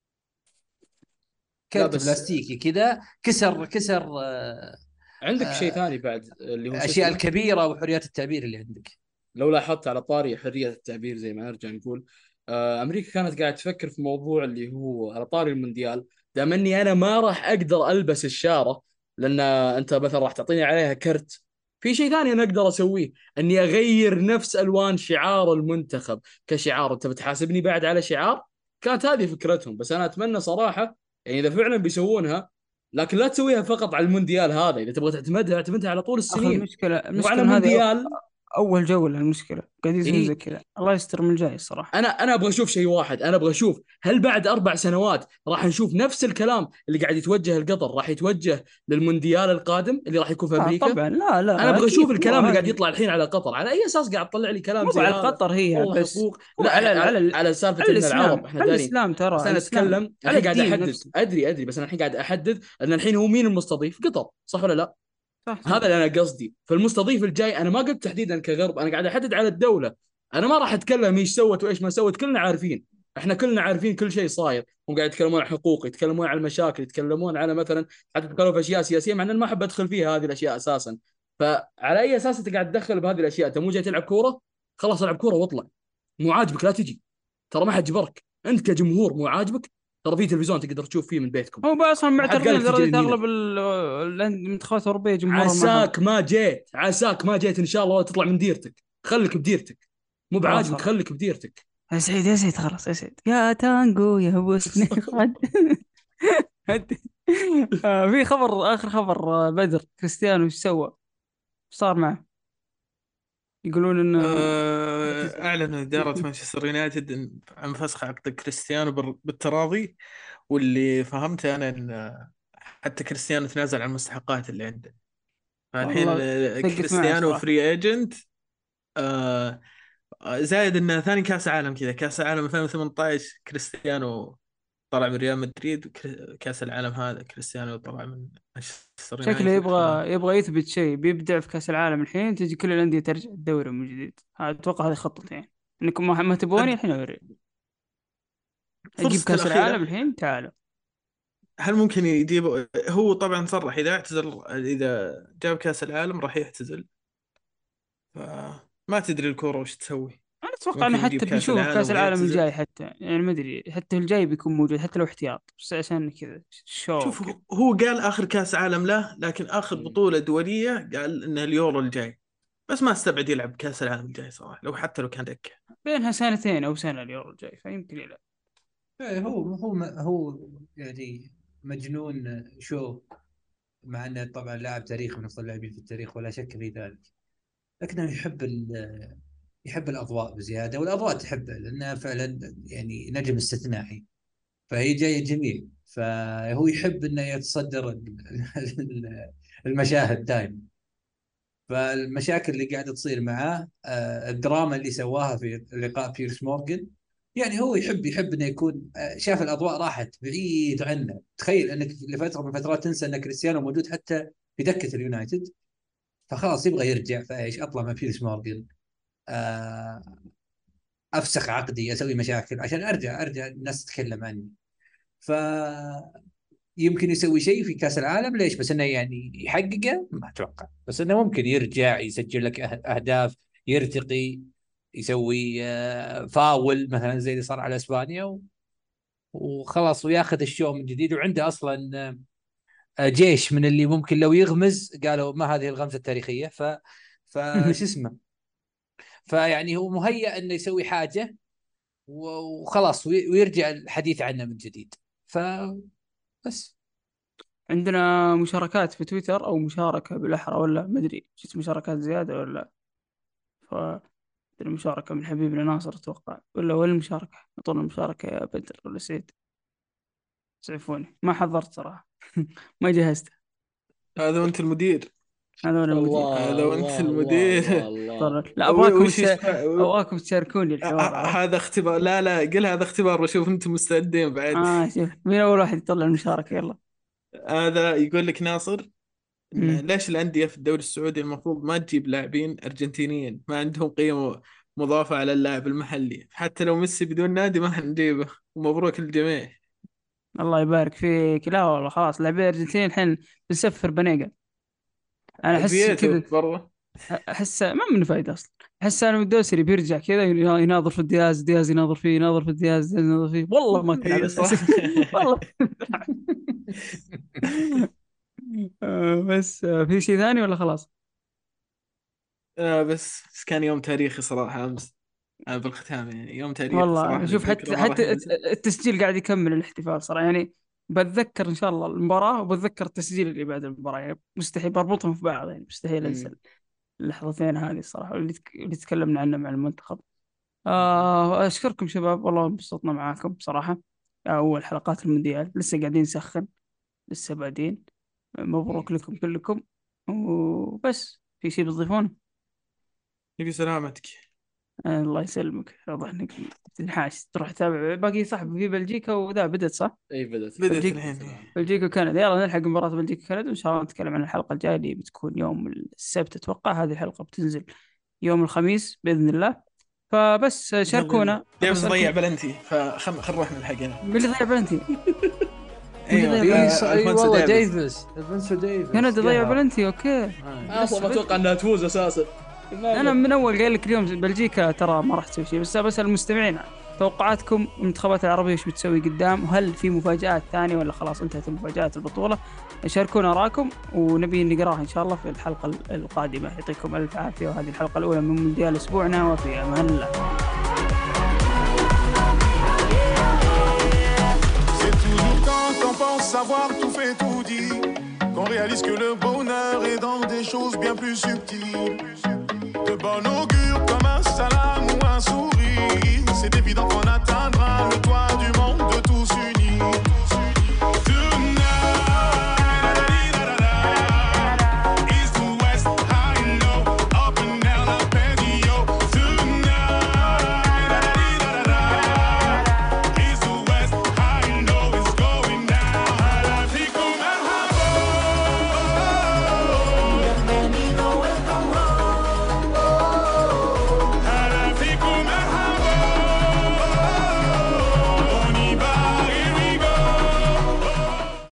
[SPEAKER 2] لا
[SPEAKER 4] كرت
[SPEAKER 2] بس
[SPEAKER 4] بلاستيكي كذا، كسر
[SPEAKER 2] عندك شيء
[SPEAKER 4] آه،
[SPEAKER 2] ثاني بعد اللي هو شو
[SPEAKER 4] الاشياء
[SPEAKER 2] اسمه.
[SPEAKER 4] الكبيره وحريات التعبير اللي عندك.
[SPEAKER 2] لو لاحظت على طاري حرية التعبير زي ما نرجع نقول، أمريكا كانت قاعدة تفكر في موضوع اللي هو على طاري المونديال. دام أني أنا ما راح أقدر ألبس الشارة، لأن أنت مثلا راح تعطيني عليها كرت، في شيء ثاني أنا أقدر أسويه، أني أغير نفس ألوان شعار المنتخب كشعار. أنت بتحاسبني بعد على شعار؟ كانت هذه فكرتهم. بس أنا أتمنى صراحة يعني إذا فعلا بيسوونها، لكن لا تسويها فقط على المونديال هذا. إذا تبغى تعتمدها اعتمدها على طول
[SPEAKER 1] اخ،
[SPEAKER 2] السنين،
[SPEAKER 1] المشكله
[SPEAKER 2] مو على
[SPEAKER 1] المشكله إن هذه
[SPEAKER 2] مونديال.
[SPEAKER 1] اول جوله، المشكله قاعد يسوون زي
[SPEAKER 2] اي
[SPEAKER 1] كذا، الله يستر من الجاي الصراحه.
[SPEAKER 2] انا ابغى اشوف شيء واحد. انا ابغى اشوف هل بعد 4 سنوات راح نشوف نفس الكلام اللي قاعد يتوجه لقطر راح يتوجه للمونديال القادم اللي راح يكون في
[SPEAKER 1] لا
[SPEAKER 2] امريكا.
[SPEAKER 1] طبعا، لا
[SPEAKER 2] انا
[SPEAKER 1] لا
[SPEAKER 2] ابغى
[SPEAKER 1] اكيد،
[SPEAKER 2] اشوف
[SPEAKER 1] مو
[SPEAKER 2] الكلام اللي قاعد
[SPEAKER 1] هذه.
[SPEAKER 2] يطلع الحين على قطر. على اي اساس قاعد تطلع لي كلام
[SPEAKER 1] مو
[SPEAKER 2] زي
[SPEAKER 1] على
[SPEAKER 2] هذا؟
[SPEAKER 1] قطر هي
[SPEAKER 2] والله
[SPEAKER 1] بس،
[SPEAKER 2] حقوق.
[SPEAKER 1] هو
[SPEAKER 2] لا على سالفه
[SPEAKER 1] على
[SPEAKER 2] ان العرب
[SPEAKER 1] الاسلام،
[SPEAKER 2] احنا
[SPEAKER 1] على
[SPEAKER 2] دارين.
[SPEAKER 1] الاسلام، ترى
[SPEAKER 2] بس
[SPEAKER 1] على
[SPEAKER 2] انا
[SPEAKER 1] الاسلام،
[SPEAKER 2] اتكلم
[SPEAKER 1] على
[SPEAKER 2] الحين قاعد
[SPEAKER 1] الدين
[SPEAKER 2] احدد.
[SPEAKER 1] نفسه.
[SPEAKER 2] ادري بس انا الحين قاعد احدد ان الحين هو مين المستضيف؟ قطر، صح ولا لا؟
[SPEAKER 1] صح صح.
[SPEAKER 2] هذا اللي انا قصدي. فالمستضيف الجاي انا ما قلت تحديدا كغرب، انا قاعد احدد على الدوله. انا ما راح اتكلم ايش سوت وايش ما سوت، كلنا عارفين. احنا كلنا عارفين كل شيء صاير. هم قاعد يتكلمون عن حقوق، يتكلمون عن المشاكل، يتكلمون على مثلا حتى يتكلمون في اشياء سياسيه، مع ان أنا ما احب ادخل فيها هذه الاشياء اساسا. فعلى اي اساس انت قاعد تدخل بهذه الاشياء؟ انت مو جاي تلعب كوره؟ خلاص العب كوره واطلع. مو عاجبك لا تجي، ترى ما حد جبرك. انت كجمهور مو عاجبك، ترى في تلفزيون تقدر تشوف فيه من بيتكم.
[SPEAKER 1] هو بقى اصلا
[SPEAKER 2] ما حد قال
[SPEAKER 1] معترضين
[SPEAKER 2] لك تجي
[SPEAKER 1] لدرجه
[SPEAKER 2] من هنا.
[SPEAKER 1] اغلب المنتخبات الاوروبيه جمهورها ما هب.
[SPEAKER 2] عساك ما جيت ان شاء الله ولا تطلع من ديرتك. خليك بديرتك. مو
[SPEAKER 1] خلاص
[SPEAKER 2] بعاجبك
[SPEAKER 1] خلاص.
[SPEAKER 2] خليك بديرتك.
[SPEAKER 1] يا سعيد يا سعيد، خلاص يا سعيد، يا تانجو يا بوسني خد. هد. في خبر، اخر خبر، بدر كريستيانو ايش سوى؟ ايش صار معه؟ يقولون انه اعتزل.
[SPEAKER 3] أعلن إدارة مانشستر يونايتد عن فسخ عقد كريستيانو بالتراضي. واللي فهمته أنا إن حتى كريستيانو تنازل عن المستحقات اللي عنده. فالحين
[SPEAKER 1] والله ثقت معه
[SPEAKER 3] كريستيانو
[SPEAKER 1] صراحه.
[SPEAKER 3] فري ايجنت. زائد انه ثاني كاس عالم كذا، كاس عالم 2018 كريستيانو طلع من ريال مدريد، وكاس العالم هذا كريستيانو طلع من مانشستر
[SPEAKER 1] شكله
[SPEAKER 3] يونايتد.
[SPEAKER 1] يبغى يثبت شيء، بيبدع في كاس العالم الحين، تجي كل الانديه ترجع الدوري من جديد. اتوقع هذه خطته، يعني انكم ما تبغوني الحين اوري اجيب
[SPEAKER 3] فرصته
[SPEAKER 1] كاس العالم
[SPEAKER 3] الأخيرة،
[SPEAKER 1] الحين، تعالوا.
[SPEAKER 3] هل ممكن يجيب؟ هو طبعا صرح إذا اعتزل، إذا جاب كأس العالم راح يعتزل. فما تدري الكورة وش تسوي.
[SPEAKER 1] انا اتوقع انه
[SPEAKER 3] ممكن يجيب
[SPEAKER 1] حتى
[SPEAKER 3] كأس
[SPEAKER 1] بنشوفه في
[SPEAKER 3] العالم
[SPEAKER 1] كاس العالم
[SPEAKER 3] ويعتزل.
[SPEAKER 1] الجاي، حتى يعني ما ادري، حتى الجاي بيكون موجود حتى لو احتياط، بس عشان كذا شو
[SPEAKER 3] شوف،
[SPEAKER 1] كذا.
[SPEAKER 3] هو قال آخر كأس عالم له، لكن آخر بطولة دولية قال إنه اليورو الجاي. بس ما استبعد يلعب كأس العالم الجاي صراحة، لو حتى لو كان دكة.
[SPEAKER 1] بينها سنتين او سنه اليورو الجاي، فيمكن يلعب.
[SPEAKER 4] إيه، هو يعني مجنون شو. مع انه طبعا لاعب تاريخي من افضل اللاعبين في التاريخ ولا شك في ذلك، لكنه يحب الاضواء بزياده، والاضواء تحبه لانه فعلا يعني نجم استثنائي. فهي جايه جميل، فهو يحب انه يتصدر المشاهد دائما. فالمشاكل اللي قاعده تصير معاه، الدراما اللي سواها في لقاء بيرس مورغان، يعني هو يحب انه يكون، شاف الاضواء راحت بعيد عنه. تخيل انك لفتره من الفترات تنسى ان كريستيانو موجود حتى في دكه اليونايتد، فخلاص يبغى يرجع. فايش اطلع مع بيرس مورغان، آه، افسخ عقدي، اسوي مشاكل عشان ارجع الناس تتكلم عني. ف يمكن يسوي شيء في كأس العالم. ليش؟ بس انه يعني يحققه ما اتوقع، بس انه ممكن يرجع يسجل لك اهداف، يرتقي، يسوي فاول مثلا زي اللي صار على اسبانيا وخلاص، وياخذ الشو من جديد. وعنده اصلا جيش من اللي ممكن لو يغمز قالوا ما هذه الغمزة التاريخية. فش اسمه، فيعني هو مهيأ انه يسوي حاجة وخلاص ويرجع الحديث عنه من جديد. فبس.
[SPEAKER 1] عندنا مشاركات في تويتر او مشاركه بالاحرى ولا ما ادري جت مشاركات زياده ولا. ف المشاركه من حبيبنا ناصر اتوقع، ولا المشاركه اعطونا المشاركه يا بدر ولا سيد. سعفوني ما حضرت صراحه. ما جهزت.
[SPEAKER 3] هذا وانت المدير.
[SPEAKER 1] هذا انا المدير.
[SPEAKER 2] الله
[SPEAKER 3] هذا وانت
[SPEAKER 2] الله
[SPEAKER 3] المدير.
[SPEAKER 2] الله الله.
[SPEAKER 1] لا ابغاكم
[SPEAKER 3] وش
[SPEAKER 1] ابغاكم تشاركوني الحوار.
[SPEAKER 3] هذا اختبار. لا قل هذا اختبار وشوف انتم مستعدين بعد.
[SPEAKER 1] شوف مين اول واحد يطلع المشاركه يلا.
[SPEAKER 3] هذا يقول لك ناصر إن
[SPEAKER 1] مم.
[SPEAKER 3] ليش الأندية في الدوري السعودي المفروض ما تجيب لاعبين أرجنتينيين ما عندهم قيمة مضافة على اللاعب المحلي، حتى لو ميسي بدون نادي ما حنجيبه. ومبروك للجميع.
[SPEAKER 1] الله يبارك فيك. لا والله خلاص لاعبين الارجنتين الحين بنسفر بنيقة. انا احس
[SPEAKER 3] فييتو
[SPEAKER 1] كذا.
[SPEAKER 3] برضه.
[SPEAKER 1] احس ما منه فايده اصلا. احس انا الدوسري بيرجع كذا يناظر في دياز يناظر فيه، يناظر في دياز يناظر فيه. والله ما تلعب
[SPEAKER 3] اي صح.
[SPEAKER 1] اساسي. والله. بس في شيء ثاني ولا خلاص؟
[SPEAKER 3] بس كان يوم تاريخي صراحة أمس. بالختام يعني يوم تاريخي
[SPEAKER 1] والله
[SPEAKER 3] صراحة
[SPEAKER 1] شوف
[SPEAKER 3] للذكرى
[SPEAKER 1] حتى
[SPEAKER 3] ما راح ينسى.
[SPEAKER 1] التسجيل قاعد يكمل الاحتفال صراحه يعني. بتذكر ان شاء الله المباراه وبتذكر التسجيل اللي بعد المباراه يعني مستحيل بربطهم في بعض يعني مستحيل انسى
[SPEAKER 2] مم.
[SPEAKER 1] اللحظتين هذه الصراحه اللي تكلمنا عنها مع المنتخب. أشكركم شباب والله انبسطنا معاكم بصراحة. أول حلقات المونديال لسه قاعدين نسخن، لسه بادين. مبروك لكم كلكم. وبس في شيء بتضيفونه؟
[SPEAKER 3] يبي سلامتك.
[SPEAKER 1] الله يسلمك. واضح انك تنحاش تروح تتابع باقي. صاحب في بلجيكا وذا بدت صح؟
[SPEAKER 2] اي بدت
[SPEAKER 3] بدأت
[SPEAKER 1] بلجيكا
[SPEAKER 3] الحين.
[SPEAKER 1] بلجيكا وكندا. يلا نلحق مباراة بلجيكا وكندا وإن شاء الله نتكلم عن الحلقة الجاية اللي بتكون يوم السبت. أتوقع هذه الحلقة بتنزل يوم الخميس بإذن الله. فبس شاركونا.
[SPEAKER 3] جيمس
[SPEAKER 1] بسألكم
[SPEAKER 3] ضيع بلنتي فخل نروح نلحقنا.
[SPEAKER 1] من اللي ضيع بلنتي؟
[SPEAKER 3] ايوه
[SPEAKER 4] اي
[SPEAKER 3] ألفونسو
[SPEAKER 4] والله
[SPEAKER 3] ديفيز.
[SPEAKER 4] ديفيس، الفونسو ديفيس
[SPEAKER 1] كندا ضيع
[SPEAKER 4] قهر.
[SPEAKER 1] بلنتي. اوكي.
[SPEAKER 2] اصلا ما اتوقع انها تفوز اساسا.
[SPEAKER 1] انا من اول قايل لك اليوم بلجيكا ترى ما راح تسوي شيء. بس بسأل المستمعين توقعاتكم المنتخبات العربية ايش بتسوي قدام، وهل في مفاجآت ثانية ولا خلاص انتهت مفاجآت البطولة؟ شاركونا آراءكم ونبي نقراها ان شاء الله في الحلقة القادمة. يعطيكم الف عافية. وهذه الحلقة الأولى من مونديال اسبوعنا، وفي امان الله.
[SPEAKER 5] C'est toujours quand on pense savoir tout fait, tout dit, qu'on réalise que le bonheur est dans des choses bien plus subtiles. De bon augure comme un salam ou un sourire, c'est évident qu'on atteindra le toit du monde.